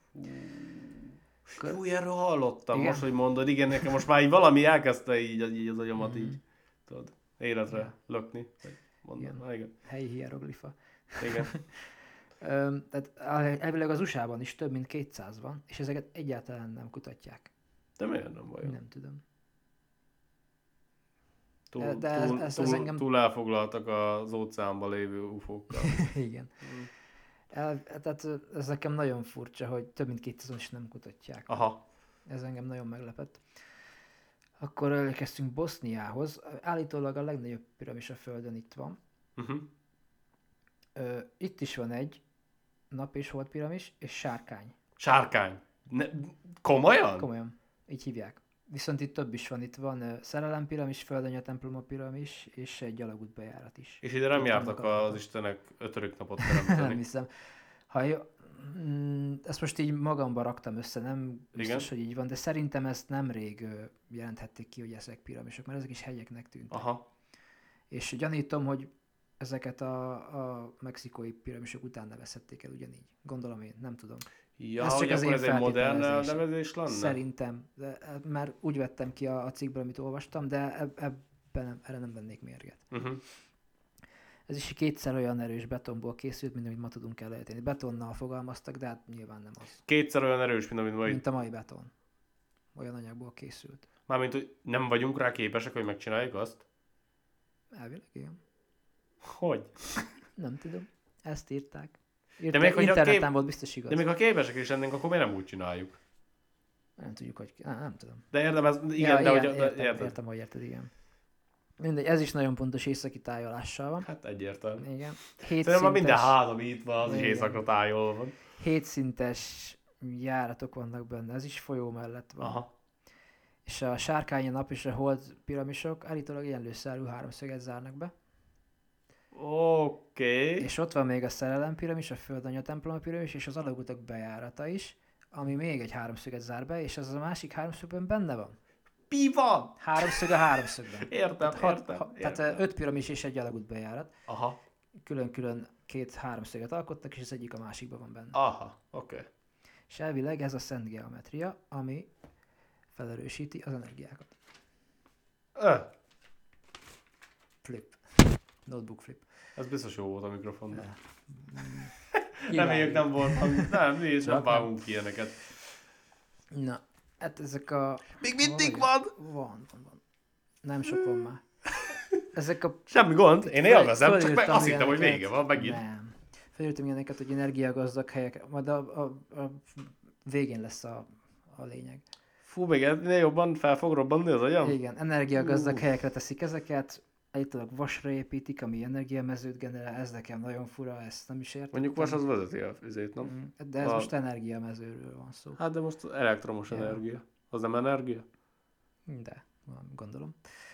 [SPEAKER 2] Hú, erről hallottam
[SPEAKER 1] Igen.
[SPEAKER 2] most, hogy mondod. Igen, nekem most már így valami elkezdte így, így az agyamat
[SPEAKER 1] Mhm.
[SPEAKER 2] így, tudod, életre
[SPEAKER 1] Ja.
[SPEAKER 2] lökni. vagy Mondom.
[SPEAKER 1] Igen.
[SPEAKER 2] Na, igen.
[SPEAKER 1] Helyi hieroglifa.
[SPEAKER 2] Igen.
[SPEAKER 1] Ö, tehát el- elvileg az u es á-ban is több mint kétszáz van, és ezeket egyáltalán nem kutatják.
[SPEAKER 2] De miért nem vajon?
[SPEAKER 1] Nem tudom.
[SPEAKER 2] Túl,
[SPEAKER 1] De ez-
[SPEAKER 2] túl,
[SPEAKER 1] ez- ez
[SPEAKER 2] túl,
[SPEAKER 1] engem-
[SPEAKER 2] túl elfoglaltak az óceánban lévő ufókkal.
[SPEAKER 1] Igen. El, tehát ez nekem nagyon furcsa, hogy több mint kétszázon is nem kutatják.
[SPEAKER 2] Aha.
[SPEAKER 1] Ez engem nagyon meglepett. Akkor elkezdtünk Boszniához. Állítólag a legnagyobb piramis a Földön itt van.
[SPEAKER 2] Uh-huh.
[SPEAKER 1] Ö, itt is van egy nap és hold piramis, és sárkány.
[SPEAKER 2] Sárkány. Ne, komolyan?
[SPEAKER 1] Komolyan, így hívják. Viszont itt több is van. Itt van uh, szerelem piramis, földanya temploma piramis, és egy gyalogút bejárat is.
[SPEAKER 2] És ide nem
[SPEAKER 1] Itt
[SPEAKER 2] jártak
[SPEAKER 1] vannak a-
[SPEAKER 2] az istenek ötödik napot
[SPEAKER 1] Nem
[SPEAKER 2] teremteni.
[SPEAKER 1] hiszem. Ha jó, mm, ezt most így magamba raktam össze, nem biztos,
[SPEAKER 2] Igen?
[SPEAKER 1] hogy így van, de szerintem ezt nemrég ö, jelenthették ki, hogy ezek piramisok, mert ezek is hegyeknek tűntek.
[SPEAKER 2] Aha.
[SPEAKER 1] És gyanítom, hogy ezeket a, a mexikói piramisok után nevezhették el ugyanígy. Gondolom én, nem tudom.
[SPEAKER 2] Ja,
[SPEAKER 1] Ez csak
[SPEAKER 2] hogy
[SPEAKER 1] az
[SPEAKER 2] akkor
[SPEAKER 1] én
[SPEAKER 2] ez egy modern
[SPEAKER 1] feltételezés.
[SPEAKER 2] nevezés lenne?
[SPEAKER 1] Szerintem. De, e, már úgy vettem ki a, a cikkből, amit olvastam, de eb, ebben nem, erre nem vennék mérget.
[SPEAKER 2] Uh-huh.
[SPEAKER 1] Ez is kétszer olyan erős betonból készült, mint amit ma tudunk elejteni. Betonnal fogalmaztak, de hát nyilván nem az.
[SPEAKER 2] Kétszer olyan erős, mint amit majd...
[SPEAKER 1] Mint a mai beton. Olyan anyagból készült.
[SPEAKER 2] Mármint, hogy nem vagyunk rá képesek, hogy megcsináljuk azt?
[SPEAKER 1] Elvileg, igen.
[SPEAKER 2] Hogy?
[SPEAKER 1] Nem tudom. Ezt írták.
[SPEAKER 2] De
[SPEAKER 1] Írták,
[SPEAKER 2] még, hogyha
[SPEAKER 1] interneten
[SPEAKER 2] kép-
[SPEAKER 1] volt biztos igaz.
[SPEAKER 2] De még ha képesek is lennénk, akkor miért nem úgy csináljuk?
[SPEAKER 1] Nem tudjuk, hogy... Nem, nem tudom.
[SPEAKER 2] De érdem, ez... Igen,
[SPEAKER 1] Ja,
[SPEAKER 2] de
[SPEAKER 1] igen,
[SPEAKER 2] hogy...
[SPEAKER 1] értem,
[SPEAKER 2] érted?
[SPEAKER 1] értem, hogy érted, igen. Mindegy, ez is nagyon pontos északi tájolással van.
[SPEAKER 2] Hát egyértelmű.
[SPEAKER 1] Igen. Hét
[SPEAKER 2] Szerintem már minden
[SPEAKER 1] szintes,
[SPEAKER 2] ház, ami itt van, az is
[SPEAKER 1] Igen.
[SPEAKER 2] éjszakra tájol van.
[SPEAKER 1] hétszintes járatok vannak benne, ez is folyó mellett van.
[SPEAKER 2] Aha.
[SPEAKER 1] És a sárkány, a nap és a hold piramisok állítólag egyenlő szárú háromszöget zárnak be.
[SPEAKER 2] Oké. Okay.
[SPEAKER 1] És ott van még a szerelem piramis, a földanya temploma piramis, és az alagutak bejárata is, ami még egy háromszöget zár be, és az a másik háromszögben benne van.
[SPEAKER 2] Mi van?
[SPEAKER 1] Háromszög a háromszögben.
[SPEAKER 2] Értem,
[SPEAKER 1] Tehát, hat,
[SPEAKER 2] értem,
[SPEAKER 1] ha,
[SPEAKER 2] értem.
[SPEAKER 1] tehát ö, öt piramis és egy alagút bejárat.
[SPEAKER 2] Aha.
[SPEAKER 1] Külön-külön két háromszöget alkottak, és az egyik a másikban van benne.
[SPEAKER 2] Aha, oké. Okay.
[SPEAKER 1] És elvileg ez a szent geometria, ami felerősíti az energiákat.
[SPEAKER 2] Ö,
[SPEAKER 1] Flip. Notebook flip.
[SPEAKER 2] ez biztos jó volt a mikrofonban.
[SPEAKER 1] Ja.
[SPEAKER 2] Reméljük nem volt hang. Nem, mi is nem
[SPEAKER 1] Csak
[SPEAKER 2] vágunk ilyeneket.
[SPEAKER 1] Na, hát ezek a...
[SPEAKER 2] Még mindig
[SPEAKER 1] Hol
[SPEAKER 2] van!
[SPEAKER 1] Van, van, van. Nem sok van már. Ezek a...
[SPEAKER 2] Semmi gond, én élvezem, csak meg
[SPEAKER 1] Fölírtam
[SPEAKER 2] azt hittem, hogy
[SPEAKER 1] ilyeneket.
[SPEAKER 2] vége van megint.
[SPEAKER 1] Nem. Felírtam ilyeneket, hogy energiagazdag helyek, majd a, a, a végén lesz a, a lényeg.
[SPEAKER 2] Fú, még ennél jobban fel fog robbanni az agyam?
[SPEAKER 1] Igen, energiagazdag
[SPEAKER 2] Ú.
[SPEAKER 1] helyekre teszik ezeket, állítólag vasra építik, ami energiamezőt generál, ez nekem nagyon fura, ezt nem is értem.
[SPEAKER 2] Mondjuk vas az vezeti a fizét, nem?
[SPEAKER 1] Mm, De ez
[SPEAKER 2] A-
[SPEAKER 1] most energiamezőről van szó.
[SPEAKER 2] Hát de most elektromos
[SPEAKER 1] Ja.
[SPEAKER 2] energia. Az nem energia?
[SPEAKER 1] De, van, gondolom.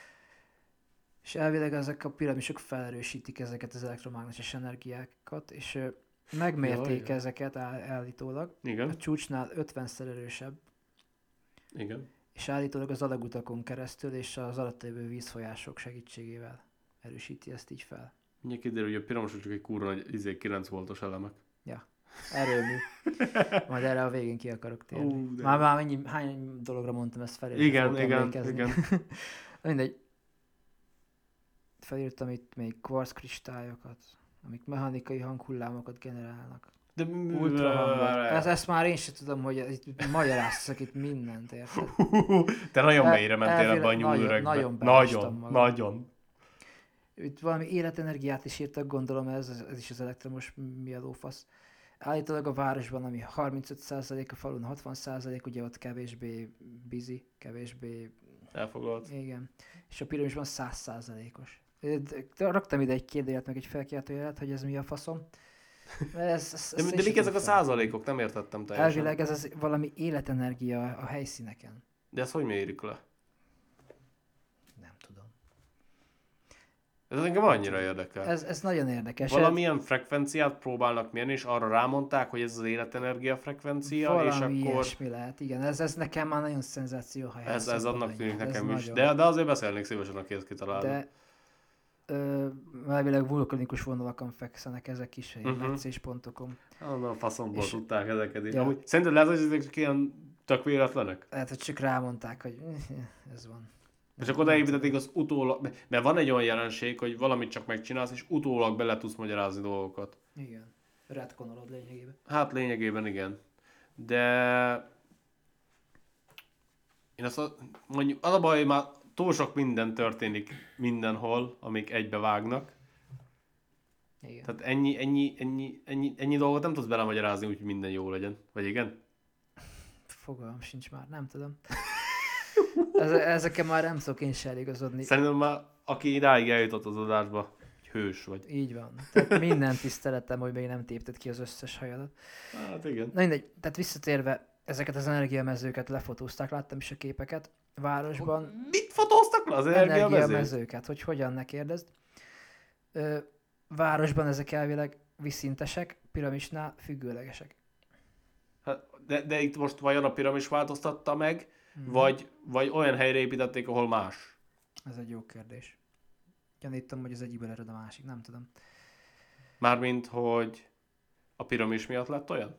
[SPEAKER 1] És elvileg ezek a piramisok felerősítik ezeket az elektromágneses energiákat, és ö, megmérték
[SPEAKER 2] Jaj.
[SPEAKER 1] ezeket áll, állítólag. A
[SPEAKER 2] Igen,
[SPEAKER 1] csúcsnál ötvenszer erősebb,
[SPEAKER 2] igen.
[SPEAKER 1] és állítólag az alagutakon keresztül és az alatt lévő vízfolyások segítségével erősíti ezt így fel.
[SPEAKER 2] Mindjárt kiderül, hogy a piramisok csak egy kurva nagy izé, kilenc voltos elemek.
[SPEAKER 1] Erőmű. Majd erre a végén ki akarok térni.
[SPEAKER 2] Ú, de-
[SPEAKER 1] Már, már mennyi, hány dologra mondtam ezt fel, és
[SPEAKER 2] Igen,
[SPEAKER 1] fogok
[SPEAKER 2] igen,
[SPEAKER 1] emlékezni.
[SPEAKER 2] igen.
[SPEAKER 1] Mindegy. Felírtam itt még kvarc kristályokat, amik mechanikai hanghullámokat generálnak.
[SPEAKER 2] De
[SPEAKER 1] Ultrahangot. Ez, ezt már én sem tudom, hogy itt magyaráztak itt mindent, érted?
[SPEAKER 2] Te nagyon
[SPEAKER 1] El-
[SPEAKER 2] mélyre mentél
[SPEAKER 1] elvileg
[SPEAKER 2] ebbe a
[SPEAKER 1] nagyon-
[SPEAKER 2] nyúlöregbe.
[SPEAKER 1] nagyon beástam
[SPEAKER 2] Nagyon,
[SPEAKER 1] magam.
[SPEAKER 2] nagyon.
[SPEAKER 1] Itt valami életenergiát is írtak, gondolom ez, ez is az elektromos mi a lófasz. Állítólag a városban, ami harmincöt százalék, a falun hatvan százalék, ugye ott kevésbé busy, kevésbé,
[SPEAKER 2] Elfoglalt.
[SPEAKER 1] igen. És a piramisban száz százalékos. Raktam ide egy kérdőjelet, meg egy felkiáltójelet, hogy ez mi a faszom. Ez, ez,
[SPEAKER 2] De,
[SPEAKER 1] ezt
[SPEAKER 2] de
[SPEAKER 1] én
[SPEAKER 2] mik
[SPEAKER 1] sem
[SPEAKER 2] ezek a
[SPEAKER 1] tudom
[SPEAKER 2] százalékok? Nem értettem
[SPEAKER 1] fel.
[SPEAKER 2] teljesen.
[SPEAKER 1] Elvileg ez az valami életenergia a helyszíneken.
[SPEAKER 2] De ezt hogy mérik le?
[SPEAKER 1] Nem tudom.
[SPEAKER 2] Ez engem annyira érdekel.
[SPEAKER 1] Ez, ez nagyon érdekes.
[SPEAKER 2] Valamilyen frekvenciát próbálnak mérni, és arra rámondták, hogy ez az életenergia frekvencia,
[SPEAKER 1] Valami
[SPEAKER 2] és akkor
[SPEAKER 1] ilyesmi lehet, igen. Ez, ez nekem már nagyon szenzáció, ha
[SPEAKER 2] ez, ez
[SPEAKER 1] elszoktam
[SPEAKER 2] annak
[SPEAKER 1] egy
[SPEAKER 2] tűnik
[SPEAKER 1] ilyet. Ez
[SPEAKER 2] nekem is.
[SPEAKER 1] nagyon-
[SPEAKER 2] De, de azért beszélnék szívesen, aki ezt kitalálja.
[SPEAKER 1] De ö, elvileg vulkanikus vonalakon fekszenek ezek is,
[SPEAKER 2] Mhm.
[SPEAKER 1] uh-huh. metszés pontokon.
[SPEAKER 2] Onnan a faszomból
[SPEAKER 1] És-
[SPEAKER 2] tudták ezeket is.
[SPEAKER 1] Ja.
[SPEAKER 2] Amúgy, szerinted lehet, hogy ezek csak ilyen tök véletlenek?
[SPEAKER 1] Tehát, hogy csak rámondták, hogy ez van.
[SPEAKER 2] És akkor odaépítették az utólag, mert van egy olyan jelenség, hogy valamit csak megcsinálsz, és utólag bele tudsz magyarázni dolgokat.
[SPEAKER 1] Igen. retkonolod lényegében.
[SPEAKER 2] Hát lényegében igen. De én azt a- mondjuk, az a baj, hogy már túl sok minden történik mindenhol, amik egybevágnak.
[SPEAKER 1] Igen.
[SPEAKER 2] Tehát ennyi, ennyi, ennyi, ennyi, ennyi dolgot nem tudsz belemagyarázni, úgyhogy minden jó legyen. Vagy igen?
[SPEAKER 1] Fogalmam sincs már, nem tudom. Eze- ezeken már nem tudok én se eligazodni.
[SPEAKER 2] Szerintem már aki idáig eljutott az adásba, egy hős vagy.
[SPEAKER 1] Így van. Tehát minden tiszteletem, hogy még nem tépted ki az összes hajadat.
[SPEAKER 2] Hát igen.
[SPEAKER 1] Na mindegy, tehát visszatérve, ezeket az energiamezőket lefotózták, láttam is a képeket. Városban
[SPEAKER 2] Mit fotóztak le az energiamezőt?
[SPEAKER 1] energiamezőket, hogy hogyan ne kérdezd. Ö, városban ezek elvileg vízszintesek, piramisnál függőlegesek.
[SPEAKER 2] Hát, de, de itt most vajon a piramis változtatta meg,
[SPEAKER 1] Hmm.
[SPEAKER 2] vagy, vagy olyan helyre építették, ahol más?
[SPEAKER 1] Ez egy jó kérdés. Gyanítom, hogy az egyikből ered a másik, nem tudom.
[SPEAKER 2] Mármint, hogy a piramis miatt lett olyan?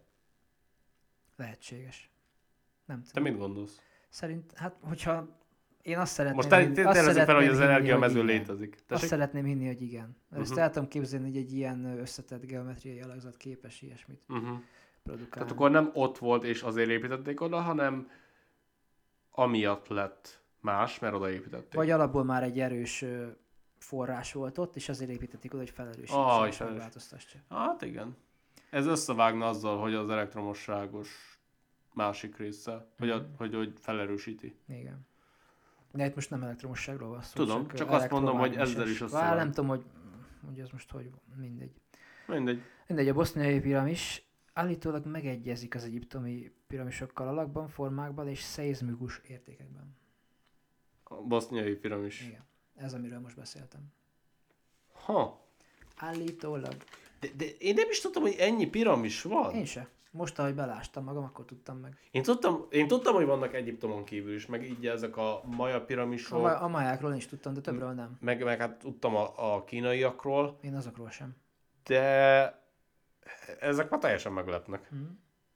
[SPEAKER 1] Lehetséges. Nem
[SPEAKER 2] Te
[SPEAKER 1] tudom.
[SPEAKER 2] mit gondolsz?
[SPEAKER 1] Szerint, hát hogyha én azt szeretném...
[SPEAKER 2] Most te
[SPEAKER 1] hinni- azt
[SPEAKER 2] tervezzük fel, hogy
[SPEAKER 1] szeretném
[SPEAKER 2] az
[SPEAKER 1] hinni,
[SPEAKER 2] energiamező
[SPEAKER 1] hogy igen.
[SPEAKER 2] létezik.
[SPEAKER 1] Azt
[SPEAKER 2] Tessék?
[SPEAKER 1] szeretném hinni, hogy igen. Ezt
[SPEAKER 2] Uh-huh.
[SPEAKER 1] el tudom képzelni, hogy egy ilyen összetett geometriai alakzat képes ilyesmit
[SPEAKER 2] Uh-huh.
[SPEAKER 1] produkálni.
[SPEAKER 2] Tehát akkor nem ott volt és azért építették oda, hanem amiatt lett más, mert oda építették.
[SPEAKER 1] Vagy alapból már egy erős ö, forrás volt ott, és azért építették oda, hogy felerősítse
[SPEAKER 2] Ah,
[SPEAKER 1] és
[SPEAKER 2] és erős.
[SPEAKER 1] megváltoztassa.
[SPEAKER 2] Hát igen. Ez összevágna azzal, hogy az elektromosságos másik része, hogy, a,
[SPEAKER 1] Mhm.
[SPEAKER 2] hogy, hogy felerősíti.
[SPEAKER 1] Igen. De itt most nem elektromosságról van szó.
[SPEAKER 2] Tudom, csak azt mondom, hogy ezzel is
[SPEAKER 1] Vár,
[SPEAKER 2] összevág.
[SPEAKER 1] nem tudom, hogy, hogy ez most hogy mindegy.
[SPEAKER 2] Mindegy.
[SPEAKER 1] Mindegy, a boszniai piramis állítólag megegyezik az egyiptomi piramisokkal alakban, formákban és szeizmikus értékekben.
[SPEAKER 2] A boszniai piramis.
[SPEAKER 1] Igen. Ez, amiről most beszéltem.
[SPEAKER 2] Ha.
[SPEAKER 1] Állítólag.
[SPEAKER 2] De, de én nem is tudtam, hogy ennyi piramis van.
[SPEAKER 1] Én se. Most, ahogy belástam magam, akkor tudtam meg.
[SPEAKER 2] Én tudtam, én tudtam, hogy vannak Egyiptomon kívül is, meg így ezek a maja
[SPEAKER 1] A,
[SPEAKER 2] piramisok,
[SPEAKER 1] ma- a majákról én is tudtam, de többről nem.
[SPEAKER 2] meg, meg hát tudtam a, a kínaiakról,
[SPEAKER 1] Én azokról sem.
[SPEAKER 2] de ezek már teljesen meglepnek.
[SPEAKER 1] Mhm.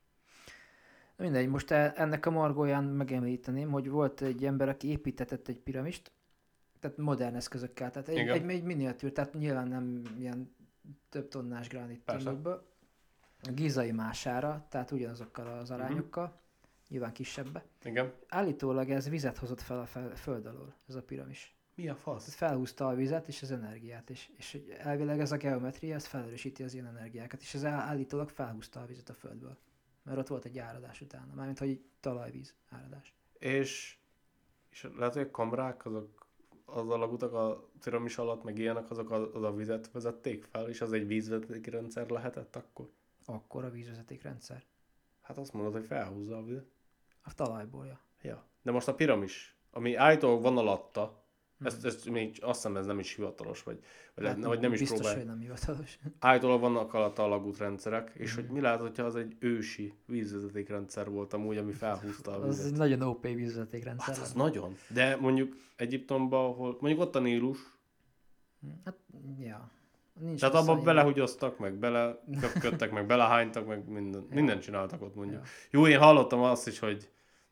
[SPEAKER 1] Na mindegy, most e- ennek a margóján megemlíteném, hogy volt egy ember, aki építetett egy piramist, tehát modern eszközökkel, tehát egy,
[SPEAKER 2] Igen.
[SPEAKER 1] egy, egy miniatűr, tehát nyilván nem ilyen több tonnás gránit
[SPEAKER 2] Persze.
[SPEAKER 1] tömökből. A gízai mására, tehát ugyanazokkal az
[SPEAKER 2] Mhm.
[SPEAKER 1] arányokkal, nyilván kisebbe.
[SPEAKER 2] Igen.
[SPEAKER 1] Állítólag ez vizet hozott fel a fel, föld alól, ez a piramis.
[SPEAKER 2] Mi a
[SPEAKER 1] Tehát
[SPEAKER 2] fasz?
[SPEAKER 1] felhúzta a vizet és az energiát, és, és hogy elvileg ez a geometria, ez felerősíti az ilyen energiákat, és ez áll- állítólag felhúzta a vizet a földből. Mert ott volt egy áradás utána, mármint hogy egy talajvíz áradás.
[SPEAKER 2] És, és lehet, hogy a kamrák, azok az alagutak a piramis alatt, meg ilyenek, azok a, az a vizet vezették fel, és az egy vízvezetéki rendszer lehetett akkor?
[SPEAKER 1] Akkor a vízvezetékrendszer.
[SPEAKER 2] Hát azt mondod, hogy felhúzza a vizet.
[SPEAKER 1] A talajból, ja.
[SPEAKER 2] Ja. De most a piramis, ami állítólag van alatta,
[SPEAKER 1] Hmm.
[SPEAKER 2] ezt, ezt még azt hiszem ez nem is hivatalos, vagy, vagy,
[SPEAKER 1] Hát
[SPEAKER 2] hát, vagy nem is
[SPEAKER 1] biztos,
[SPEAKER 2] próbál.
[SPEAKER 1] hogy nem hivatalos.
[SPEAKER 2] Állítólag vannak alatta alagútrendszerek, és
[SPEAKER 1] Mhm.
[SPEAKER 2] hogy mi lehet, hogyha az egy ősi vízvezetékrendszer volt amúgy, ami felhúzta a
[SPEAKER 1] Az
[SPEAKER 2] vizet.
[SPEAKER 1] egy nagyon ó pé vízvezetékrendszer.
[SPEAKER 2] Hát az
[SPEAKER 1] lenne.
[SPEAKER 2] nagyon. De mondjuk Egyiptomban, ahol, mondjuk ott a Nílus,
[SPEAKER 1] Hát, ja. Nincs
[SPEAKER 2] tehát
[SPEAKER 1] messze
[SPEAKER 2] abban
[SPEAKER 1] annyira.
[SPEAKER 2] belehúgyoztak, meg beleköpködtek, meg belehánytak, meg minden,
[SPEAKER 1] Ja.
[SPEAKER 2] mindent csináltak ott mondjuk.
[SPEAKER 1] Ja.
[SPEAKER 2] Jó, én hallottam azt is, hogy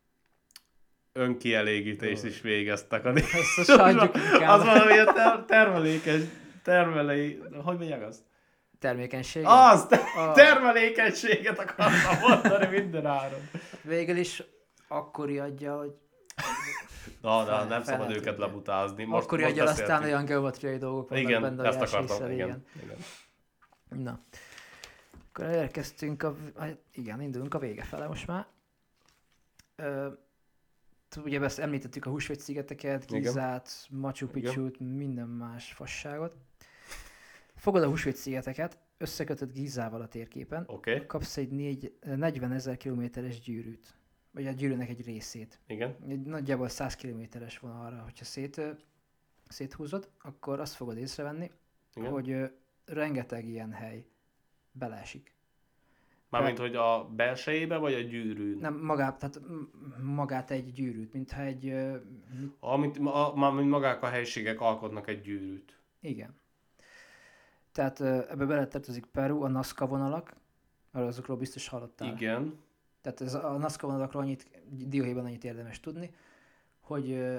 [SPEAKER 2] önkielégítést
[SPEAKER 1] Ó.
[SPEAKER 2] is végeztek. A
[SPEAKER 1] Ezt azt hagyjuk inkább.
[SPEAKER 2] az valami a ter- termelékeny, termelei, hogy mondják azt?
[SPEAKER 1] Termékenység.
[SPEAKER 2] Az, te-
[SPEAKER 1] A-
[SPEAKER 2] termelékenységet akartam mondani minden áron.
[SPEAKER 1] Végül is akkori adja, hogy
[SPEAKER 2] Na, de
[SPEAKER 1] Fel-
[SPEAKER 2] nem szabad
[SPEAKER 1] fel
[SPEAKER 2] őket
[SPEAKER 1] tudja.
[SPEAKER 2] lebutálni. Most,
[SPEAKER 1] akkori
[SPEAKER 2] most
[SPEAKER 1] adja aztán
[SPEAKER 2] beszéltünk.
[SPEAKER 1] olyan geometriai dolgok vannak
[SPEAKER 2] Igen,
[SPEAKER 1] benne,
[SPEAKER 2] ezt
[SPEAKER 1] hogy el se
[SPEAKER 2] akartam.
[SPEAKER 1] hiszel,
[SPEAKER 2] Igen. igen.
[SPEAKER 1] Na. Akkor elérkeztünk a... a- Igen, indulunk a vége fele most már. Ö, t- ugye ezt említettük a húsvétszigeteket,
[SPEAKER 2] Igen.
[SPEAKER 1] Gizát, Machu
[SPEAKER 2] Igen.
[SPEAKER 1] Picchu-t, minden más fasságot. Fogod a húsvétszigeteket, összekötöd Gizával a térképen,
[SPEAKER 2] Oké, okay.
[SPEAKER 1] kapsz egy négy, negyvenezer kilométeres gyűrűt. Vagy a gyűrűnek egy részét.
[SPEAKER 2] igen.
[SPEAKER 1] Egy nagyjából száz kilométeres vonalra, hogyha szét, ö, széthúzod, akkor azt fogod észrevenni,
[SPEAKER 2] igen.
[SPEAKER 1] hogy ö, rengeteg ilyen hely beleesik.
[SPEAKER 2] Mármint, hogy a belsejébe, vagy a gyűrűn?
[SPEAKER 1] Nem, magát, tehát m- magát egy gyűrűt, mintha egy... ö, mit-
[SPEAKER 2] Amit, a, mármint magák a helységek alkotnak egy gyűrűt.
[SPEAKER 1] Igen. Tehát ö, ebbe beletartozik Peru, a Nazca vonalak, arra azokról biztos hallottál.
[SPEAKER 2] Igen.
[SPEAKER 1] Tehát ez a Nazca vonalakról annyit, dióhéjban annyit érdemes tudni, hogy ö,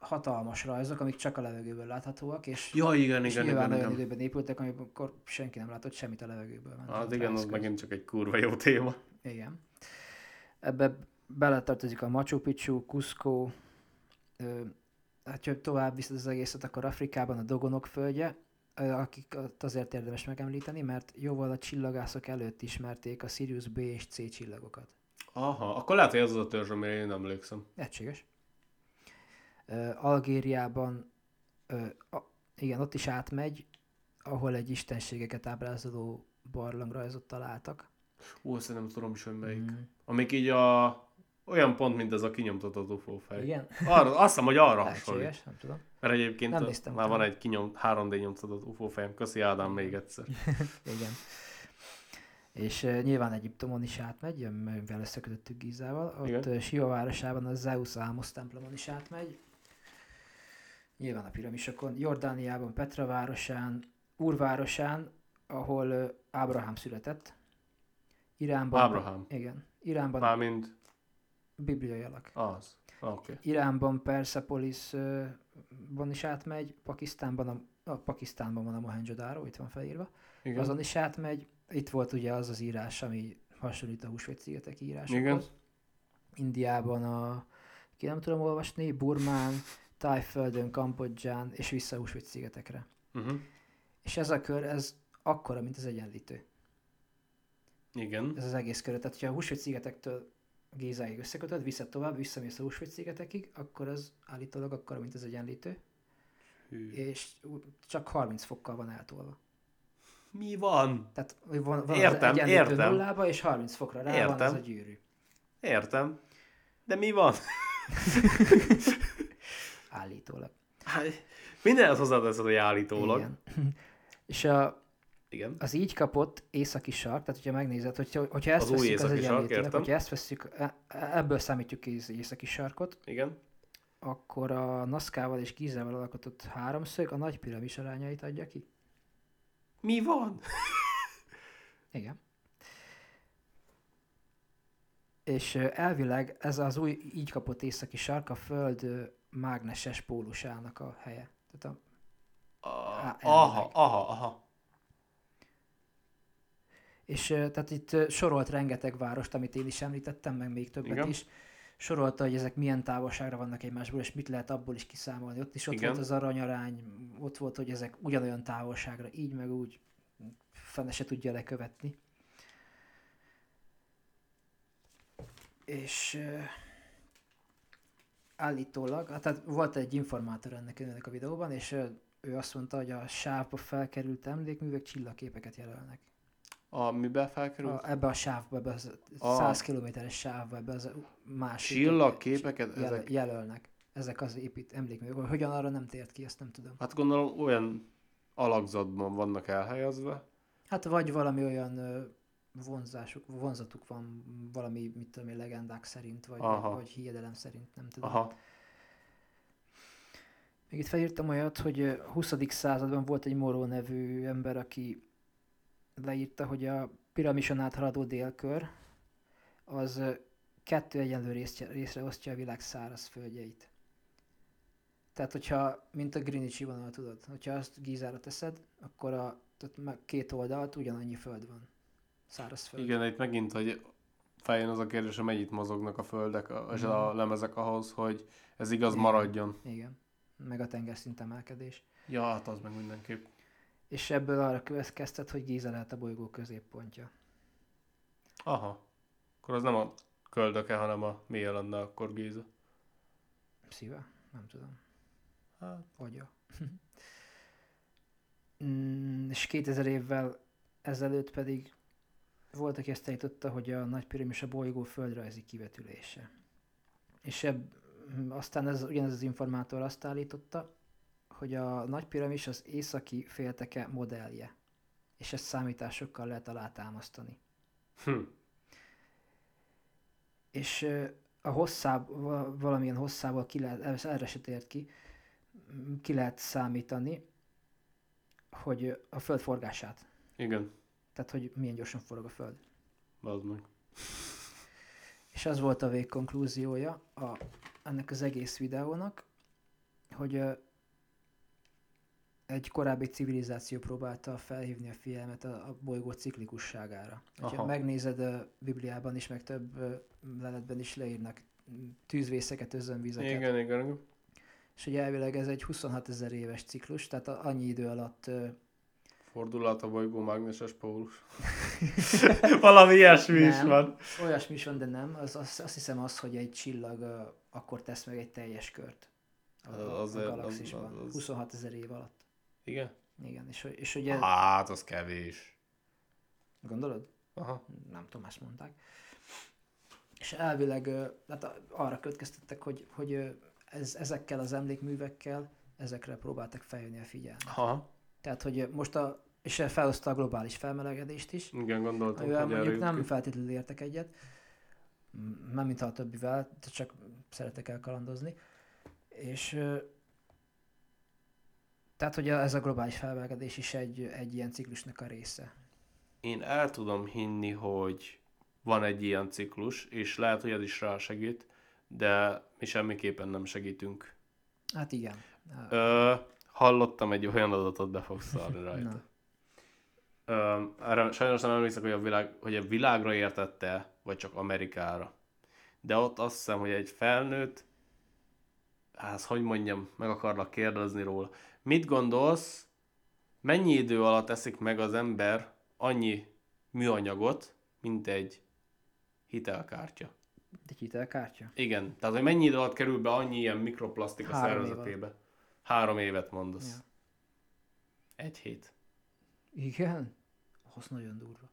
[SPEAKER 1] hatalmas rajzok, amik csak a levegőből láthatóak, és,
[SPEAKER 2] Ja, igen,
[SPEAKER 1] és
[SPEAKER 2] igen,
[SPEAKER 1] nyilván
[SPEAKER 2] igen,
[SPEAKER 1] olyan
[SPEAKER 2] igen.
[SPEAKER 1] időben épültek, amikor senki nem látott semmit a levegőből. ment
[SPEAKER 2] Hát
[SPEAKER 1] a
[SPEAKER 2] igen, az
[SPEAKER 1] rajzköz.
[SPEAKER 2] megint csak egy kurva jó téma.
[SPEAKER 1] Igen. Ebbe beletartozik a Machu Picchu, Cusco, ö, hát ha tovább viszed az egészet, akkor Afrikában a Dogonok földje, ö, akiket azért érdemes megemlíteni, mert jóval a csillagászok előtt ismerték a Sirius B és C csillagokat.
[SPEAKER 2] Aha, akkor lehet, hogy ez az a törzs, amire én emlékszem.
[SPEAKER 1] Lehetséges. Ö, Algériában, ö, a, igen, ott is átmegy, ahol egy istenségeket ábrázoló barlangrajzot találtak.
[SPEAKER 2] Ó, azt nem tudom is, hogy melyik.
[SPEAKER 1] Mm.
[SPEAKER 2] Amik így a... olyan pont, mint ez a kinyomtatott u f o fej.
[SPEAKER 1] Igen?
[SPEAKER 2] Arra, azt hiszem, hogy arra hasonlít.
[SPEAKER 1] Lehetséges, nem tudom.
[SPEAKER 2] Mert egyébként
[SPEAKER 1] Nem
[SPEAKER 2] a,
[SPEAKER 1] néztem
[SPEAKER 2] már
[SPEAKER 1] utána.
[SPEAKER 2] van egy kinyom, három dé nyomtatott u f o fejem. Köszi Ádám még egyszer.
[SPEAKER 1] Igen. És uh, nyilván Egyiptomon is átmegy, mivel összekötöttük Gízával. Ott
[SPEAKER 2] Igen.
[SPEAKER 1] uh, Sia városában a Zeus Ámosz templomon is átmegy. Nyilván a piramisokon. Jordániában Petra városán, Ur városán, ahol uh, Ábrahám született. Iránban...
[SPEAKER 2] Ábrahám.
[SPEAKER 1] Igen. Iránban
[SPEAKER 2] Mármint
[SPEAKER 1] bibliai alak.
[SPEAKER 2] az. Oké. Okay.
[SPEAKER 1] Iránban Persepolisban is átmegy, Pakisztánban, a, a Pakisztánban van a Mohenjo-daro, itt van felírva.
[SPEAKER 2] Igen.
[SPEAKER 1] Azon is átmegy. Itt volt ugye az az írás, ami hasonlít a Húsvét-szigetek írásokhoz.
[SPEAKER 2] Igen.
[SPEAKER 1] Indiában a, ki nem tudom olvasni, Burmán, Tájföldön, Kambodzsán és vissza a Húsvét-szigetekre.
[SPEAKER 2] Uh-huh.
[SPEAKER 1] És ez a kör, ez akkora, mint az Egyenlítő.
[SPEAKER 2] Igen.
[SPEAKER 1] Ez az egész kör. Tehát, hogyha a Húsvét-szigetektől Gézáig összekötöd, vissza tovább, visszamész a Húsvét-szigetekig, akkor az állítólag akkora, mint az Egyenlítő.
[SPEAKER 2] Hű.
[SPEAKER 1] És csak harminc fokkal van eltolva.
[SPEAKER 2] Mi van?
[SPEAKER 1] Tehát van, van
[SPEAKER 2] Értem,
[SPEAKER 1] az Egyenlítő
[SPEAKER 2] értem.
[SPEAKER 1] nullába, és harminc fokra rá
[SPEAKER 2] Értem.
[SPEAKER 1] van ez a gyűrű.
[SPEAKER 2] Értem. De mi van?
[SPEAKER 1] Állítólag.
[SPEAKER 2] Hát, mindenhez hozzáteszed, hogy állítólag.
[SPEAKER 1] Igen. És a,
[SPEAKER 2] Igen.
[SPEAKER 1] az így kapott északi sark, tehát hogyha megnézed, hogyha, hogyha ezt
[SPEAKER 2] Az új
[SPEAKER 1] veszük az
[SPEAKER 2] északi sark,
[SPEAKER 1] Egyenlítőnek,
[SPEAKER 2] értem.
[SPEAKER 1] hogyha ezt veszük, e- ebből számítjuk ki az északi sarkot,
[SPEAKER 2] Igen.
[SPEAKER 1] akkor a Nazcával és Gízával alkotott háromszög a nagy piramis arányait adja ki.
[SPEAKER 2] Mi van?
[SPEAKER 1] Igen. És ö, elvileg ez az új így kapott északi sark a Föld ö, mágneses pólusának a helye. Tehát a,
[SPEAKER 2] Ah,
[SPEAKER 1] elvileg.
[SPEAKER 2] aha, aha, aha.
[SPEAKER 1] és ö, tehát itt ö, sorolt rengeteg várost, amit én is említettem, meg még többet
[SPEAKER 2] Igen.
[SPEAKER 1] is. Sorolta, hogy ezek milyen távolságra vannak egymásból, és mit lehet abból is kiszámolni. Ott is ott
[SPEAKER 2] Igen.
[SPEAKER 1] volt az aranyarány, ott volt, hogy ezek ugyanolyan távolságra, így meg úgy fene se tudja lekövetni. És uh, állítólag, hát tehát volt egy informátor ennek, ennek a videóban, és uh, ő azt mondta, hogy a sávba felkerült emlékművek csillagképeket jelölnek.
[SPEAKER 2] A miben felkerült?
[SPEAKER 1] A, ebbe a sávba, ebbe az
[SPEAKER 2] A-
[SPEAKER 1] száz kilométeres sávba, ebbe az másik
[SPEAKER 2] Csillagképeket?
[SPEAKER 1] jel,
[SPEAKER 2] Ezek...
[SPEAKER 1] jelölnek. Ezek az épít emlékművek. Hogyan arra nem tért ki, ezt nem tudom.
[SPEAKER 2] Hát gondolom olyan alakzatban vannak elhelyezve.
[SPEAKER 1] Hát vagy valami olyan ö, vonzásuk, vonzatuk van, valami, mit tudom én, legendák szerint, vagy,
[SPEAKER 2] Aha.
[SPEAKER 1] vagy hiedelem szerint, nem tudom.
[SPEAKER 2] Aha.
[SPEAKER 1] Még itt felírtam olyat, hogy ö, a huszadik században volt egy Moró nevű ember, aki leírta, hogy a piramison át haladó délkör az ö, kettő egyenlő részre, részre osztja a világ száraz földjeit. Tehát, hogyha, mint a Greenwichi vonal, tudod, hogyha azt Gízára teszed, akkor a tehát meg két oldalt ugyanannyi föld van. Száraz föld.
[SPEAKER 2] Igen, itt megint, hogy feljön az a kérdés, hogy mennyit mozognak a földek a- és a
[SPEAKER 1] Mhm.
[SPEAKER 2] lemezek ahhoz, hogy ez igaz
[SPEAKER 1] Igen.
[SPEAKER 2] maradjon.
[SPEAKER 1] Igen. Meg a tengerszint emelkedés.
[SPEAKER 2] Ja, hát az meg mindenképp.
[SPEAKER 1] És ebből arra következtet, hogy Gíza lehet a bolygó középpontja.
[SPEAKER 2] Aha. Akkor az nem a köldöke, hanem a milyen lenne akkor Géza.
[SPEAKER 1] Szíve? Nem tudom.
[SPEAKER 2] Hát.
[SPEAKER 1] Agya. mm, és kétezer évvel ezelőtt pedig volt, aki ezt állította, hogy a nagy piramis a bolygó földrajzi kivetülése. És ebb, aztán ez, ugyanez az informátor azt állította, hogy a nagy piramis az északi félteke modellje. És ezt számításokkal lehet alátámasztani.
[SPEAKER 2] Hm.
[SPEAKER 1] És ö, a hosszáb, va- valamilyen hosszából ki lehet, erre se tért ki, m, ki lehet számítani, hogy ö, a föld forgását.
[SPEAKER 2] Igen.
[SPEAKER 1] Tehát, hogy milyen gyorsan forog a föld.
[SPEAKER 2] Az meg.
[SPEAKER 1] És az volt a végkonklúziója a, ennek az egész videónak, hogy ö, egy korábbi civilizáció próbálta felhívni a figyelmet a, a bolygó ciklikusságára. Ha megnézed a Bibliában is, meg több ö, leletben is leírnak tűzvészeket, özönvizeket.
[SPEAKER 2] Igen, igen, igen.
[SPEAKER 1] És hogy elvileg ez egy huszonhat ezer éves ciklus, tehát a, annyi idő alatt... Ö,
[SPEAKER 2] Fordulat a bolygó mágneses pólus. Valami ilyesmi
[SPEAKER 1] nem,
[SPEAKER 2] is van.
[SPEAKER 1] Olyasmi is van, de nem. Az, az, azt hiszem az, hogy egy csillag ö, akkor tesz meg egy teljes kört a, a,
[SPEAKER 2] Az-
[SPEAKER 1] a
[SPEAKER 2] az-
[SPEAKER 1] galaxisban.
[SPEAKER 2] az- az-
[SPEAKER 1] huszonhat ezer év alatt.
[SPEAKER 2] Igen?
[SPEAKER 1] Igen, és, hogy- és ugye...
[SPEAKER 2] Hát, az kevés.
[SPEAKER 1] Gondolod?
[SPEAKER 2] Aha.
[SPEAKER 1] Nem tudom, ezt mondták. És elvileg ö, hát a- arra következtettek, hogy, hogy ö, ez, ezekkel az emlékművekkel ezekre próbáltak feljönni a figyelmet.
[SPEAKER 2] Aha.
[SPEAKER 1] Tehát, hogy ö, most a, és felhozta a globális felmelegedést is,
[SPEAKER 2] Igen, gondoltam,
[SPEAKER 1] amivel
[SPEAKER 2] hogy erre
[SPEAKER 1] mondjuk
[SPEAKER 2] jut
[SPEAKER 1] nem
[SPEAKER 2] ki.
[SPEAKER 1] feltétlenül értek egyet, M- nem mintha a többivel, de csak szeretek elkalandozni. És ö, tehát, hogy a- ez a globális felmelegedés is egy, egy ilyen ciklusnak a része.
[SPEAKER 2] Én el tudom hinni, hogy van egy ilyen ciklus, és lehet, hogy ez is rá segít, de mi semmiképpen nem segítünk.
[SPEAKER 1] Hát igen.
[SPEAKER 2] Ö, hallottam egy olyan adatot, be fogsz szarni
[SPEAKER 1] Na.
[SPEAKER 2] rajta. Ö, erre sajnos nem emlékszek, hogy a, világ, hogy a világra értette, vagy csak Amerikára. De ott azt hiszem, hogy egy felnőtt, hát hogy mondjam, meg akarlak kérdezni róla. Mit gondolsz, mennyi idő alatt eszik meg az ember annyi műanyagot, mint egy hitelkártya?
[SPEAKER 1] Egy hitelkártya?
[SPEAKER 2] Igen, tehát hogy mennyi idő alatt kerül be annyi ilyen mikroplasztik a
[SPEAKER 1] Három év
[SPEAKER 2] szervezetébe? Három évet mondasz.
[SPEAKER 1] Ja.
[SPEAKER 2] Egy hét.
[SPEAKER 1] Igen? Az nagyon durva.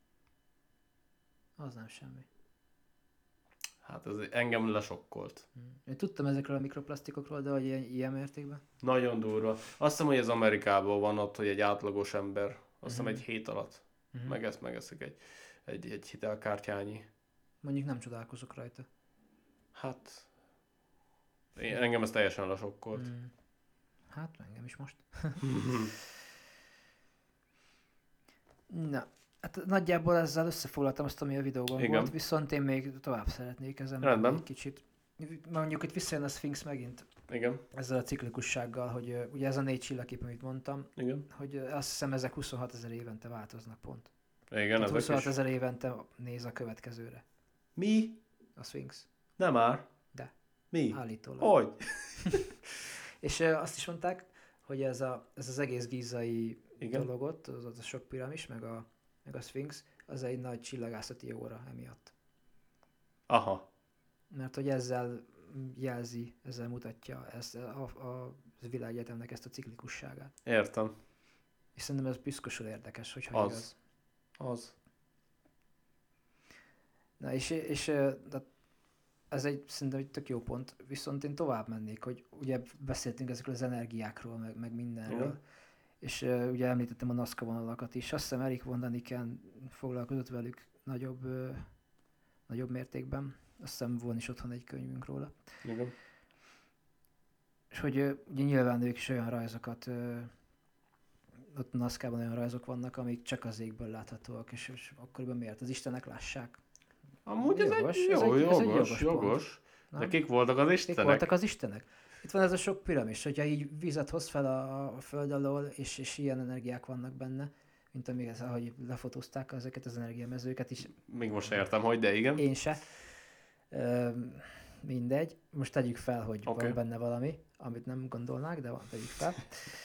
[SPEAKER 1] Az nem semmi.
[SPEAKER 2] Hát ez engem lesokkolt.
[SPEAKER 1] Hm. Én tudtam ezekről a mikroplasztikokról, de hogy ilyen, ilyen mértékben?
[SPEAKER 2] Nagyon durva. Azt hiszem, hogy ez Amerikában van ott, hogy egy átlagos ember, azt hiszem
[SPEAKER 1] Mhm.
[SPEAKER 2] egy hét alatt
[SPEAKER 1] Uh-huh.
[SPEAKER 2] megesz, megeszik egy, egy, egy hitelkártyányi.
[SPEAKER 1] Mondjuk nem csodálkozok rajta.
[SPEAKER 2] Hát, én, engem ez teljesen lesokkolt.
[SPEAKER 1] Mm. Hát engem is most. Na, hát nagyjából ezzel összefoglaltam azt, ami a videóban
[SPEAKER 2] Igen.
[SPEAKER 1] volt, viszont én még tovább szeretnék ezen
[SPEAKER 2] Rendben.
[SPEAKER 1] egy kicsit. Mondjuk itt visszajön a Sphinx megint
[SPEAKER 2] Igen,
[SPEAKER 1] ezzel a ciklikussággal, hogy ö, ugye ez a négy csillagkép, amit mondtam,
[SPEAKER 2] igen.
[SPEAKER 1] hogy ö, azt hiszem ezek huszonhat ezer évente változnak pont.
[SPEAKER 2] Igen,
[SPEAKER 1] Tehát
[SPEAKER 2] ezek
[SPEAKER 1] huszonhat
[SPEAKER 2] is.
[SPEAKER 1] ezer évente néz a következőre.
[SPEAKER 2] Mi?
[SPEAKER 1] A Sphinx.
[SPEAKER 2] Nem már.
[SPEAKER 1] De.
[SPEAKER 2] Mi?
[SPEAKER 1] Állítólag.
[SPEAKER 2] Hogy?
[SPEAKER 1] És ö, azt is mondták, hogy ez, a, ez az egész gízai
[SPEAKER 2] Igen.
[SPEAKER 1] dologot, az, az a sok piramis, meg a, meg a Sphinx, az egy nagy csillagászati óra emiatt.
[SPEAKER 2] Aha.
[SPEAKER 1] Mert hogy ezzel jelzi, ezzel mutatja ezt a, a, a világegyetemnek ezt a ciklikusságát.
[SPEAKER 2] Értem.
[SPEAKER 1] És szerintem ez piszkosul érdekes, hogyha
[SPEAKER 2] Az.
[SPEAKER 1] igaz.
[SPEAKER 2] Az.
[SPEAKER 1] Na és, és ö, de ez egy szerintem egy tök jó pont, viszont én tovább mennék, hogy ugye beszéltünk ezekről az energiákról, meg, meg mindenről,
[SPEAKER 2] Igen.
[SPEAKER 1] és uh, ugye említettem a Nazca vonalakat is, azt hiszem Erik von Daniken foglalkozott velük nagyobb, uh, nagyobb mértékben, azt hiszem van is otthon egy könyvünk róla.
[SPEAKER 2] Igen.
[SPEAKER 1] És hogy uh, ugye nyilván ők is olyan rajzokat, uh, ott Nazcában olyan rajzok vannak, amik csak az égből láthatóak, és, és akkoriban miért? Az Istenek lássák.
[SPEAKER 2] Amúgy ez
[SPEAKER 1] Jogos,
[SPEAKER 2] egy
[SPEAKER 1] ez
[SPEAKER 2] jó,
[SPEAKER 1] egy- ez egy
[SPEAKER 2] jogos,
[SPEAKER 1] jogos
[SPEAKER 2] jogos.
[SPEAKER 1] Nem?
[SPEAKER 2] De kik voltak az
[SPEAKER 1] Kik
[SPEAKER 2] istenek?
[SPEAKER 1] voltak az istenek? Itt van ez a sok piramis, hogyha így vizet hoz fel a, a föld alól, és, és ilyen energiák vannak benne, mint amíg ez, ahogy lefotózták ezeket az energiamezőket is.
[SPEAKER 2] Még most értem, hogy de igen.
[SPEAKER 1] Én se. Üm, mindegy. Most tegyük fel, hogy
[SPEAKER 2] Oké.
[SPEAKER 1] van benne valami, amit nem gondolnák, de van, tegyük fel.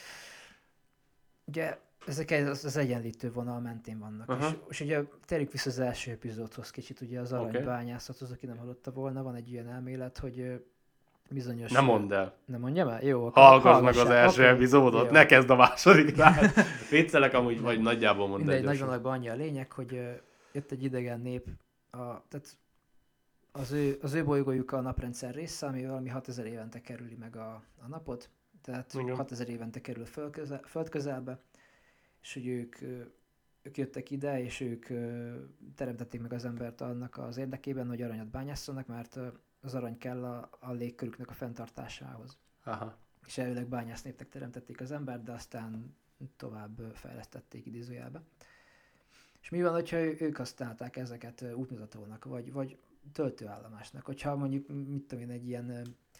[SPEAKER 1] Ugye ezek az, az egyenlítő vonal mentén vannak.
[SPEAKER 2] Aha.
[SPEAKER 1] És, és ugye térjük vissza az első epizódhoz kicsit, ugye az
[SPEAKER 2] Oké.
[SPEAKER 1] aranybányászathoz, aki nem hallotta volna, van egy ilyen elmélet, hogy ö, bizonyos...
[SPEAKER 2] Nem mondd el.
[SPEAKER 1] Nem mondjam el? Jó, akkor
[SPEAKER 2] Hallgass meg az
[SPEAKER 1] hallgassák.
[SPEAKER 2] első
[SPEAKER 1] Oké,
[SPEAKER 2] epizódot,
[SPEAKER 1] jó.
[SPEAKER 2] ne kezd a másodiknál. Viccelek amúgy, vagy nagyjából mondd el
[SPEAKER 1] Mindegy, nagy
[SPEAKER 2] gyorsan.
[SPEAKER 1] vonalakban annyi a lényeg, hogy ö, jött egy idegen nép, a, tehát az ő, az ő bolygójuk a naprendszer része, ami valami hatezer évente kerüli meg a, a napot, tehát
[SPEAKER 2] Igen.
[SPEAKER 1] hatezer évente kerül földközel, földközelbe, és hogy ők, ö, ők jöttek ide, és ők ö, teremtették meg az embert annak az érdekében, hogy aranyat bányásszanak, mert ö, az arany kell a, a légkörüknek a fenntartásához.
[SPEAKER 2] Aha.
[SPEAKER 1] És elvileg bányásznépnek teremtették az embert, de aztán tovább ö, fejlesztették idézőjelbe. És mi van, hogyha ő- ők használták ezeket ö, útmutatónak, vagy, vagy töltőállomásnak? Hogyha mondjuk, mit tudom én, egy ilyen, ö,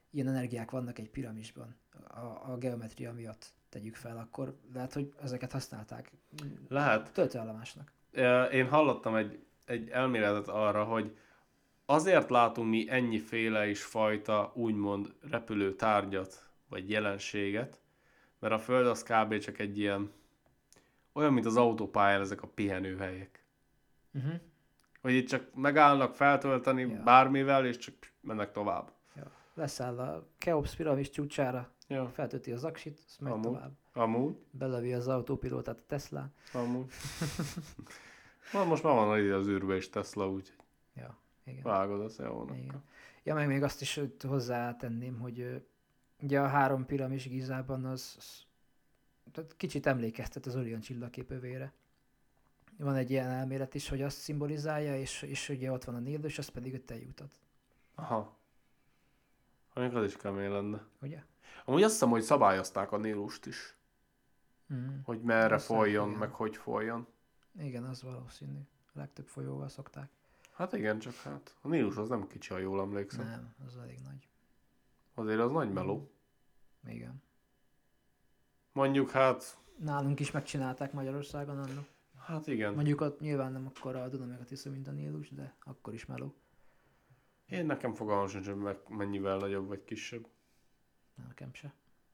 [SPEAKER 1] ilyen energiák vannak egy piramisban, a, a geometria miatt tegyük fel, akkor lehet, hogy ezeket használták
[SPEAKER 2] Lehet.
[SPEAKER 1] töltőállomásnak.
[SPEAKER 2] Ö, Én hallottam egy, egy elméletet arra, hogy azért látunk mi ennyiféle is fajta, úgymond repülő tárgyat, vagy jelenséget, mert a Föld az kb. Csak egy ilyen, olyan, mint az autópályán ezek a pihenőhelyek.
[SPEAKER 1] Uh-huh.
[SPEAKER 2] Hogy itt csak megállnak feltölteni
[SPEAKER 1] Ja.
[SPEAKER 2] bármivel, és csak mennek tovább.
[SPEAKER 1] Ja. Leszáll a Keops piramis csúcsára,
[SPEAKER 2] Ja.
[SPEAKER 1] feltölti az aksit, azt megy
[SPEAKER 2] Amúgy.
[SPEAKER 1] tovább.
[SPEAKER 2] Amúgy.
[SPEAKER 1] Belövi az autópilótát a Teslán.
[SPEAKER 2] Amúgy. Na, most már van ide az űrbe is Tesla, úgyhogy
[SPEAKER 1] Ja, igen.
[SPEAKER 2] vágod az jó.
[SPEAKER 1] igen. Ja, meg még azt is hogy hozzátenném, hogy ö, ugye a három piramis Gizában az, az tehát kicsit emlékeztet az Orion csillagképövére. Van egy ilyen elmélet is, hogy azt szimbolizálja, és, és ugye ott van a Nílus, és az pedig a tejútat.
[SPEAKER 2] Aha. Mondjuk az is kemény lenne.
[SPEAKER 1] Ugye?
[SPEAKER 2] Amúgy azt hiszem, hogy szabályozták a Nílust is.
[SPEAKER 1] Mm.
[SPEAKER 2] Hogy merre
[SPEAKER 1] Azt
[SPEAKER 2] folyjon,
[SPEAKER 1] igen.
[SPEAKER 2] meg hogy folyjon.
[SPEAKER 1] Igen, az valószínű. A legtöbb folyóval szokták.
[SPEAKER 2] Hát igen, csak hát a Nílus az nem kicsi, ha jól emlékszem.
[SPEAKER 1] Nem, az elég nagy.
[SPEAKER 2] Azért az nagy meló.
[SPEAKER 1] Igen.
[SPEAKER 2] Mondjuk hát,
[SPEAKER 1] Nálunk is megcsinálták Magyarországon annak.
[SPEAKER 2] hát igen.
[SPEAKER 1] Mondjuk ott nyilván nem akkora a Duna meg a Tisza, mint a Nílus, de akkor is meló.
[SPEAKER 2] Én nekem fogalmam sincs, hogy meg mennyivel nagyobb vagy kisebb.
[SPEAKER 1] Nekem se.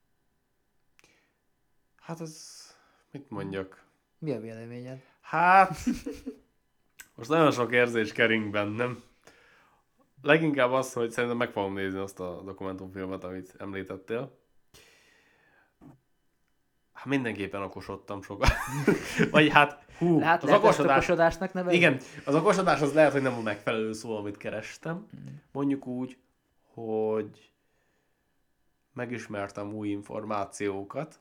[SPEAKER 2] Hát az, mit mondjak?
[SPEAKER 1] Mi a véleményed?
[SPEAKER 2] Hát, most nagyon sok érzés kering bennem. Leginkább az, hogy szerintem meg fogom nézni azt a dokumentumfilmet, amit említettél. Hát mindenképpen okosodtam sokat. Vagy hát, hú,
[SPEAKER 1] Hát
[SPEAKER 2] az
[SPEAKER 1] lehet ezt
[SPEAKER 2] okosodás...
[SPEAKER 1] okosodásnak nevezni?
[SPEAKER 2] Igen, az okosodás az lehet, hogy nem a megfelelő szó, amit kerestem.
[SPEAKER 1] Mm.
[SPEAKER 2] Mondjuk úgy, hogy megismertem új információkat,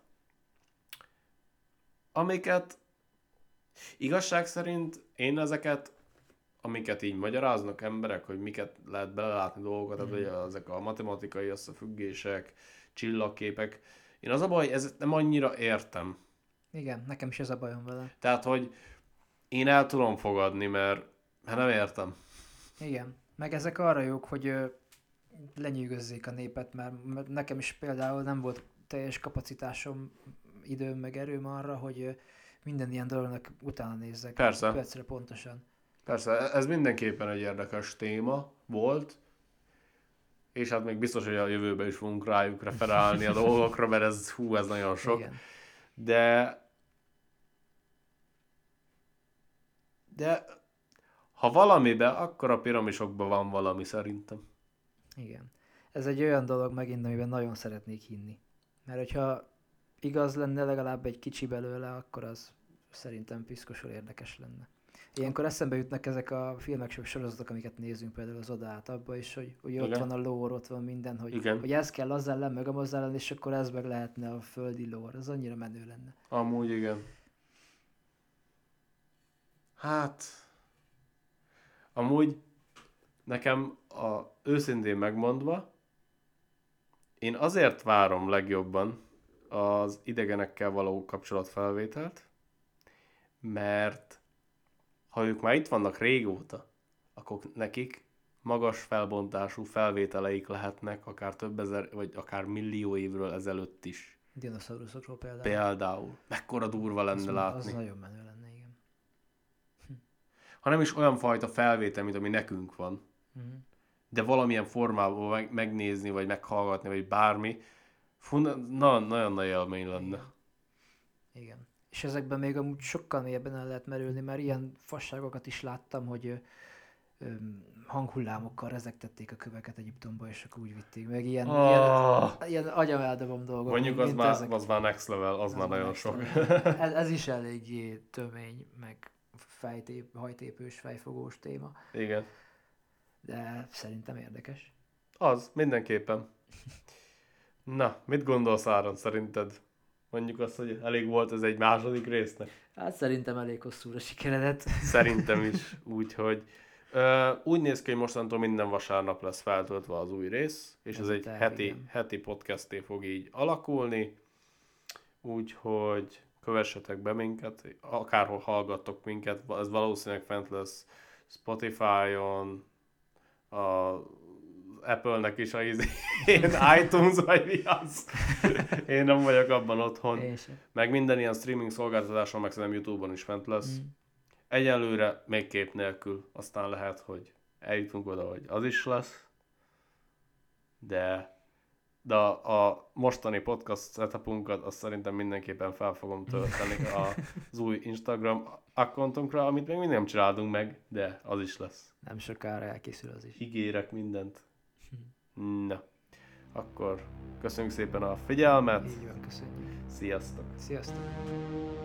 [SPEAKER 2] amiket igazság szerint én ezeket, amiket így magyaráznak emberek, hogy miket lehet belelátni dolgokat, tehát
[SPEAKER 1] Mhm.
[SPEAKER 2] hogy ezek a matematikai összefüggések, csillagképek, én az a baj, ezt nem annyira értem.
[SPEAKER 1] Igen, nekem is ez a bajom vele.
[SPEAKER 2] Tehát, hogy én el tudom fogadni, mert, mert nem értem.
[SPEAKER 1] Igen. Meg ezek arra jók, hogy ö, lenyűgözzék a népet, mert, mert nekem is például nem volt teljes kapacitásom, időm, meg erőm arra, hogy ö, minden ilyen dolognak utána nézzek.
[SPEAKER 2] Persze.
[SPEAKER 1] Percre pontosan.
[SPEAKER 2] Persze, ez mindenképpen egy érdekes téma volt, és hát még biztos, hogy a jövőben is fogunk rájuk referálni a dolgokra, mert ez, hú, ez nagyon sok.
[SPEAKER 1] Igen.
[SPEAKER 2] De, de ha valamiben, akkor a piramisokban van valami szerintem.
[SPEAKER 1] Igen. Ez egy olyan dolog megint, amiben nagyon szeretnék hinni. Mert hogyha igaz lenne legalább egy kicsi belőle, akkor az szerintem piszkosul érdekes lenne. Ilyenkor eszembe jutnak ezek a filmek, sok sorozatok, amiket nézünk, például az Oda át abba is, hogy ugye ott
[SPEAKER 2] Igen.
[SPEAKER 1] van a lore, ott van minden, hogy,
[SPEAKER 2] Igen.
[SPEAKER 1] hogy ez kell az ellen, meg az ellen, és akkor ez meg lehetne a földi lore. Ez annyira menő lenne.
[SPEAKER 2] Amúgy igen. Hát, amúgy nekem a, őszintén megmondva, én azért várom legjobban az idegenekkel való kapcsolatfelvételt, mert ha ők már itt vannak régóta, akkor nekik magas felbontású felvételeik lehetnek, akár több ezer, vagy akár millió évről ezelőtt is.
[SPEAKER 1] Dinoszauruszokról például.
[SPEAKER 2] Például. Mekkora durva lenne
[SPEAKER 1] az,
[SPEAKER 2] látni.
[SPEAKER 1] Az nagyon menő lenne, igen.
[SPEAKER 2] Ha nem is olyan fajta felvétel, mint ami nekünk van,
[SPEAKER 1] Uh-huh.
[SPEAKER 2] de valamilyen formában meg, megnézni, vagy meghallgatni, vagy bármi, fú, na, na, nagyon nagy élmény lenne.
[SPEAKER 1] Igen. És ezekben még amúgy sokkal mélyebben el lehet merülni, mert ilyen fasságokat is láttam, hogy ö, ö, hanghullámokkal rezegtették a köveket Egyiptomba, és akkor úgy vitték meg. Ilyen,
[SPEAKER 2] Oh,
[SPEAKER 1] ilyen, ilyen agyameldobom dolgok.
[SPEAKER 2] mondjuk az
[SPEAKER 1] mint
[SPEAKER 2] már,
[SPEAKER 1] ezek.
[SPEAKER 2] az már next level, az,
[SPEAKER 1] Az
[SPEAKER 2] már
[SPEAKER 1] már
[SPEAKER 2] nagyon
[SPEAKER 1] next
[SPEAKER 2] sok.
[SPEAKER 1] level. ez, ez is eléggé tömény, meg fejtép, hajtépős, fejfogós téma,
[SPEAKER 2] Igen.
[SPEAKER 1] de szerintem érdekes.
[SPEAKER 2] Az, mindenképpen. Na, mit gondolsz, Áron, szerinted? Mondjuk azt, hogy elég volt ez egy második résznek?
[SPEAKER 1] Hát szerintem elég hosszúra sikeredett.
[SPEAKER 2] Szerintem is, úgyhogy ö, úgy néz ki, hogy mostantól minden vasárnap lesz feltöltve az új rész, és ez,
[SPEAKER 1] Ez
[SPEAKER 2] egy
[SPEAKER 1] terv,
[SPEAKER 2] heti,
[SPEAKER 1] igen.
[SPEAKER 2] heti podcasté fog így alakulni, úgyhogy kövessetek be minket, akárhol hallgattok minket, ez valószínűleg fent lesz Spotify-on, a Apple-nek is a izé, iTunes, vagy mi az. Én nem vagyok abban otthon. Meg minden ilyen streaming szolgáltatáson, meg szerintem YouTube-on is fent lesz. Mm. Egyelőre még kép nélkül, aztán lehet, hogy eljutunk oda, hogy az is lesz. De, de a mostani podcast setupunkat azt szerintem mindenképpen fel fogom tölteni az új Instagram accountunkra, amit még mindig nem csinálunk meg, de az is lesz.
[SPEAKER 1] Nem sokára elkészül az is.
[SPEAKER 2] Ígérek mindent. Na, akkor köszönjük szépen a figyelmet.
[SPEAKER 1] Így van, köszönjük.
[SPEAKER 2] Sziasztok.
[SPEAKER 1] Sziasztok.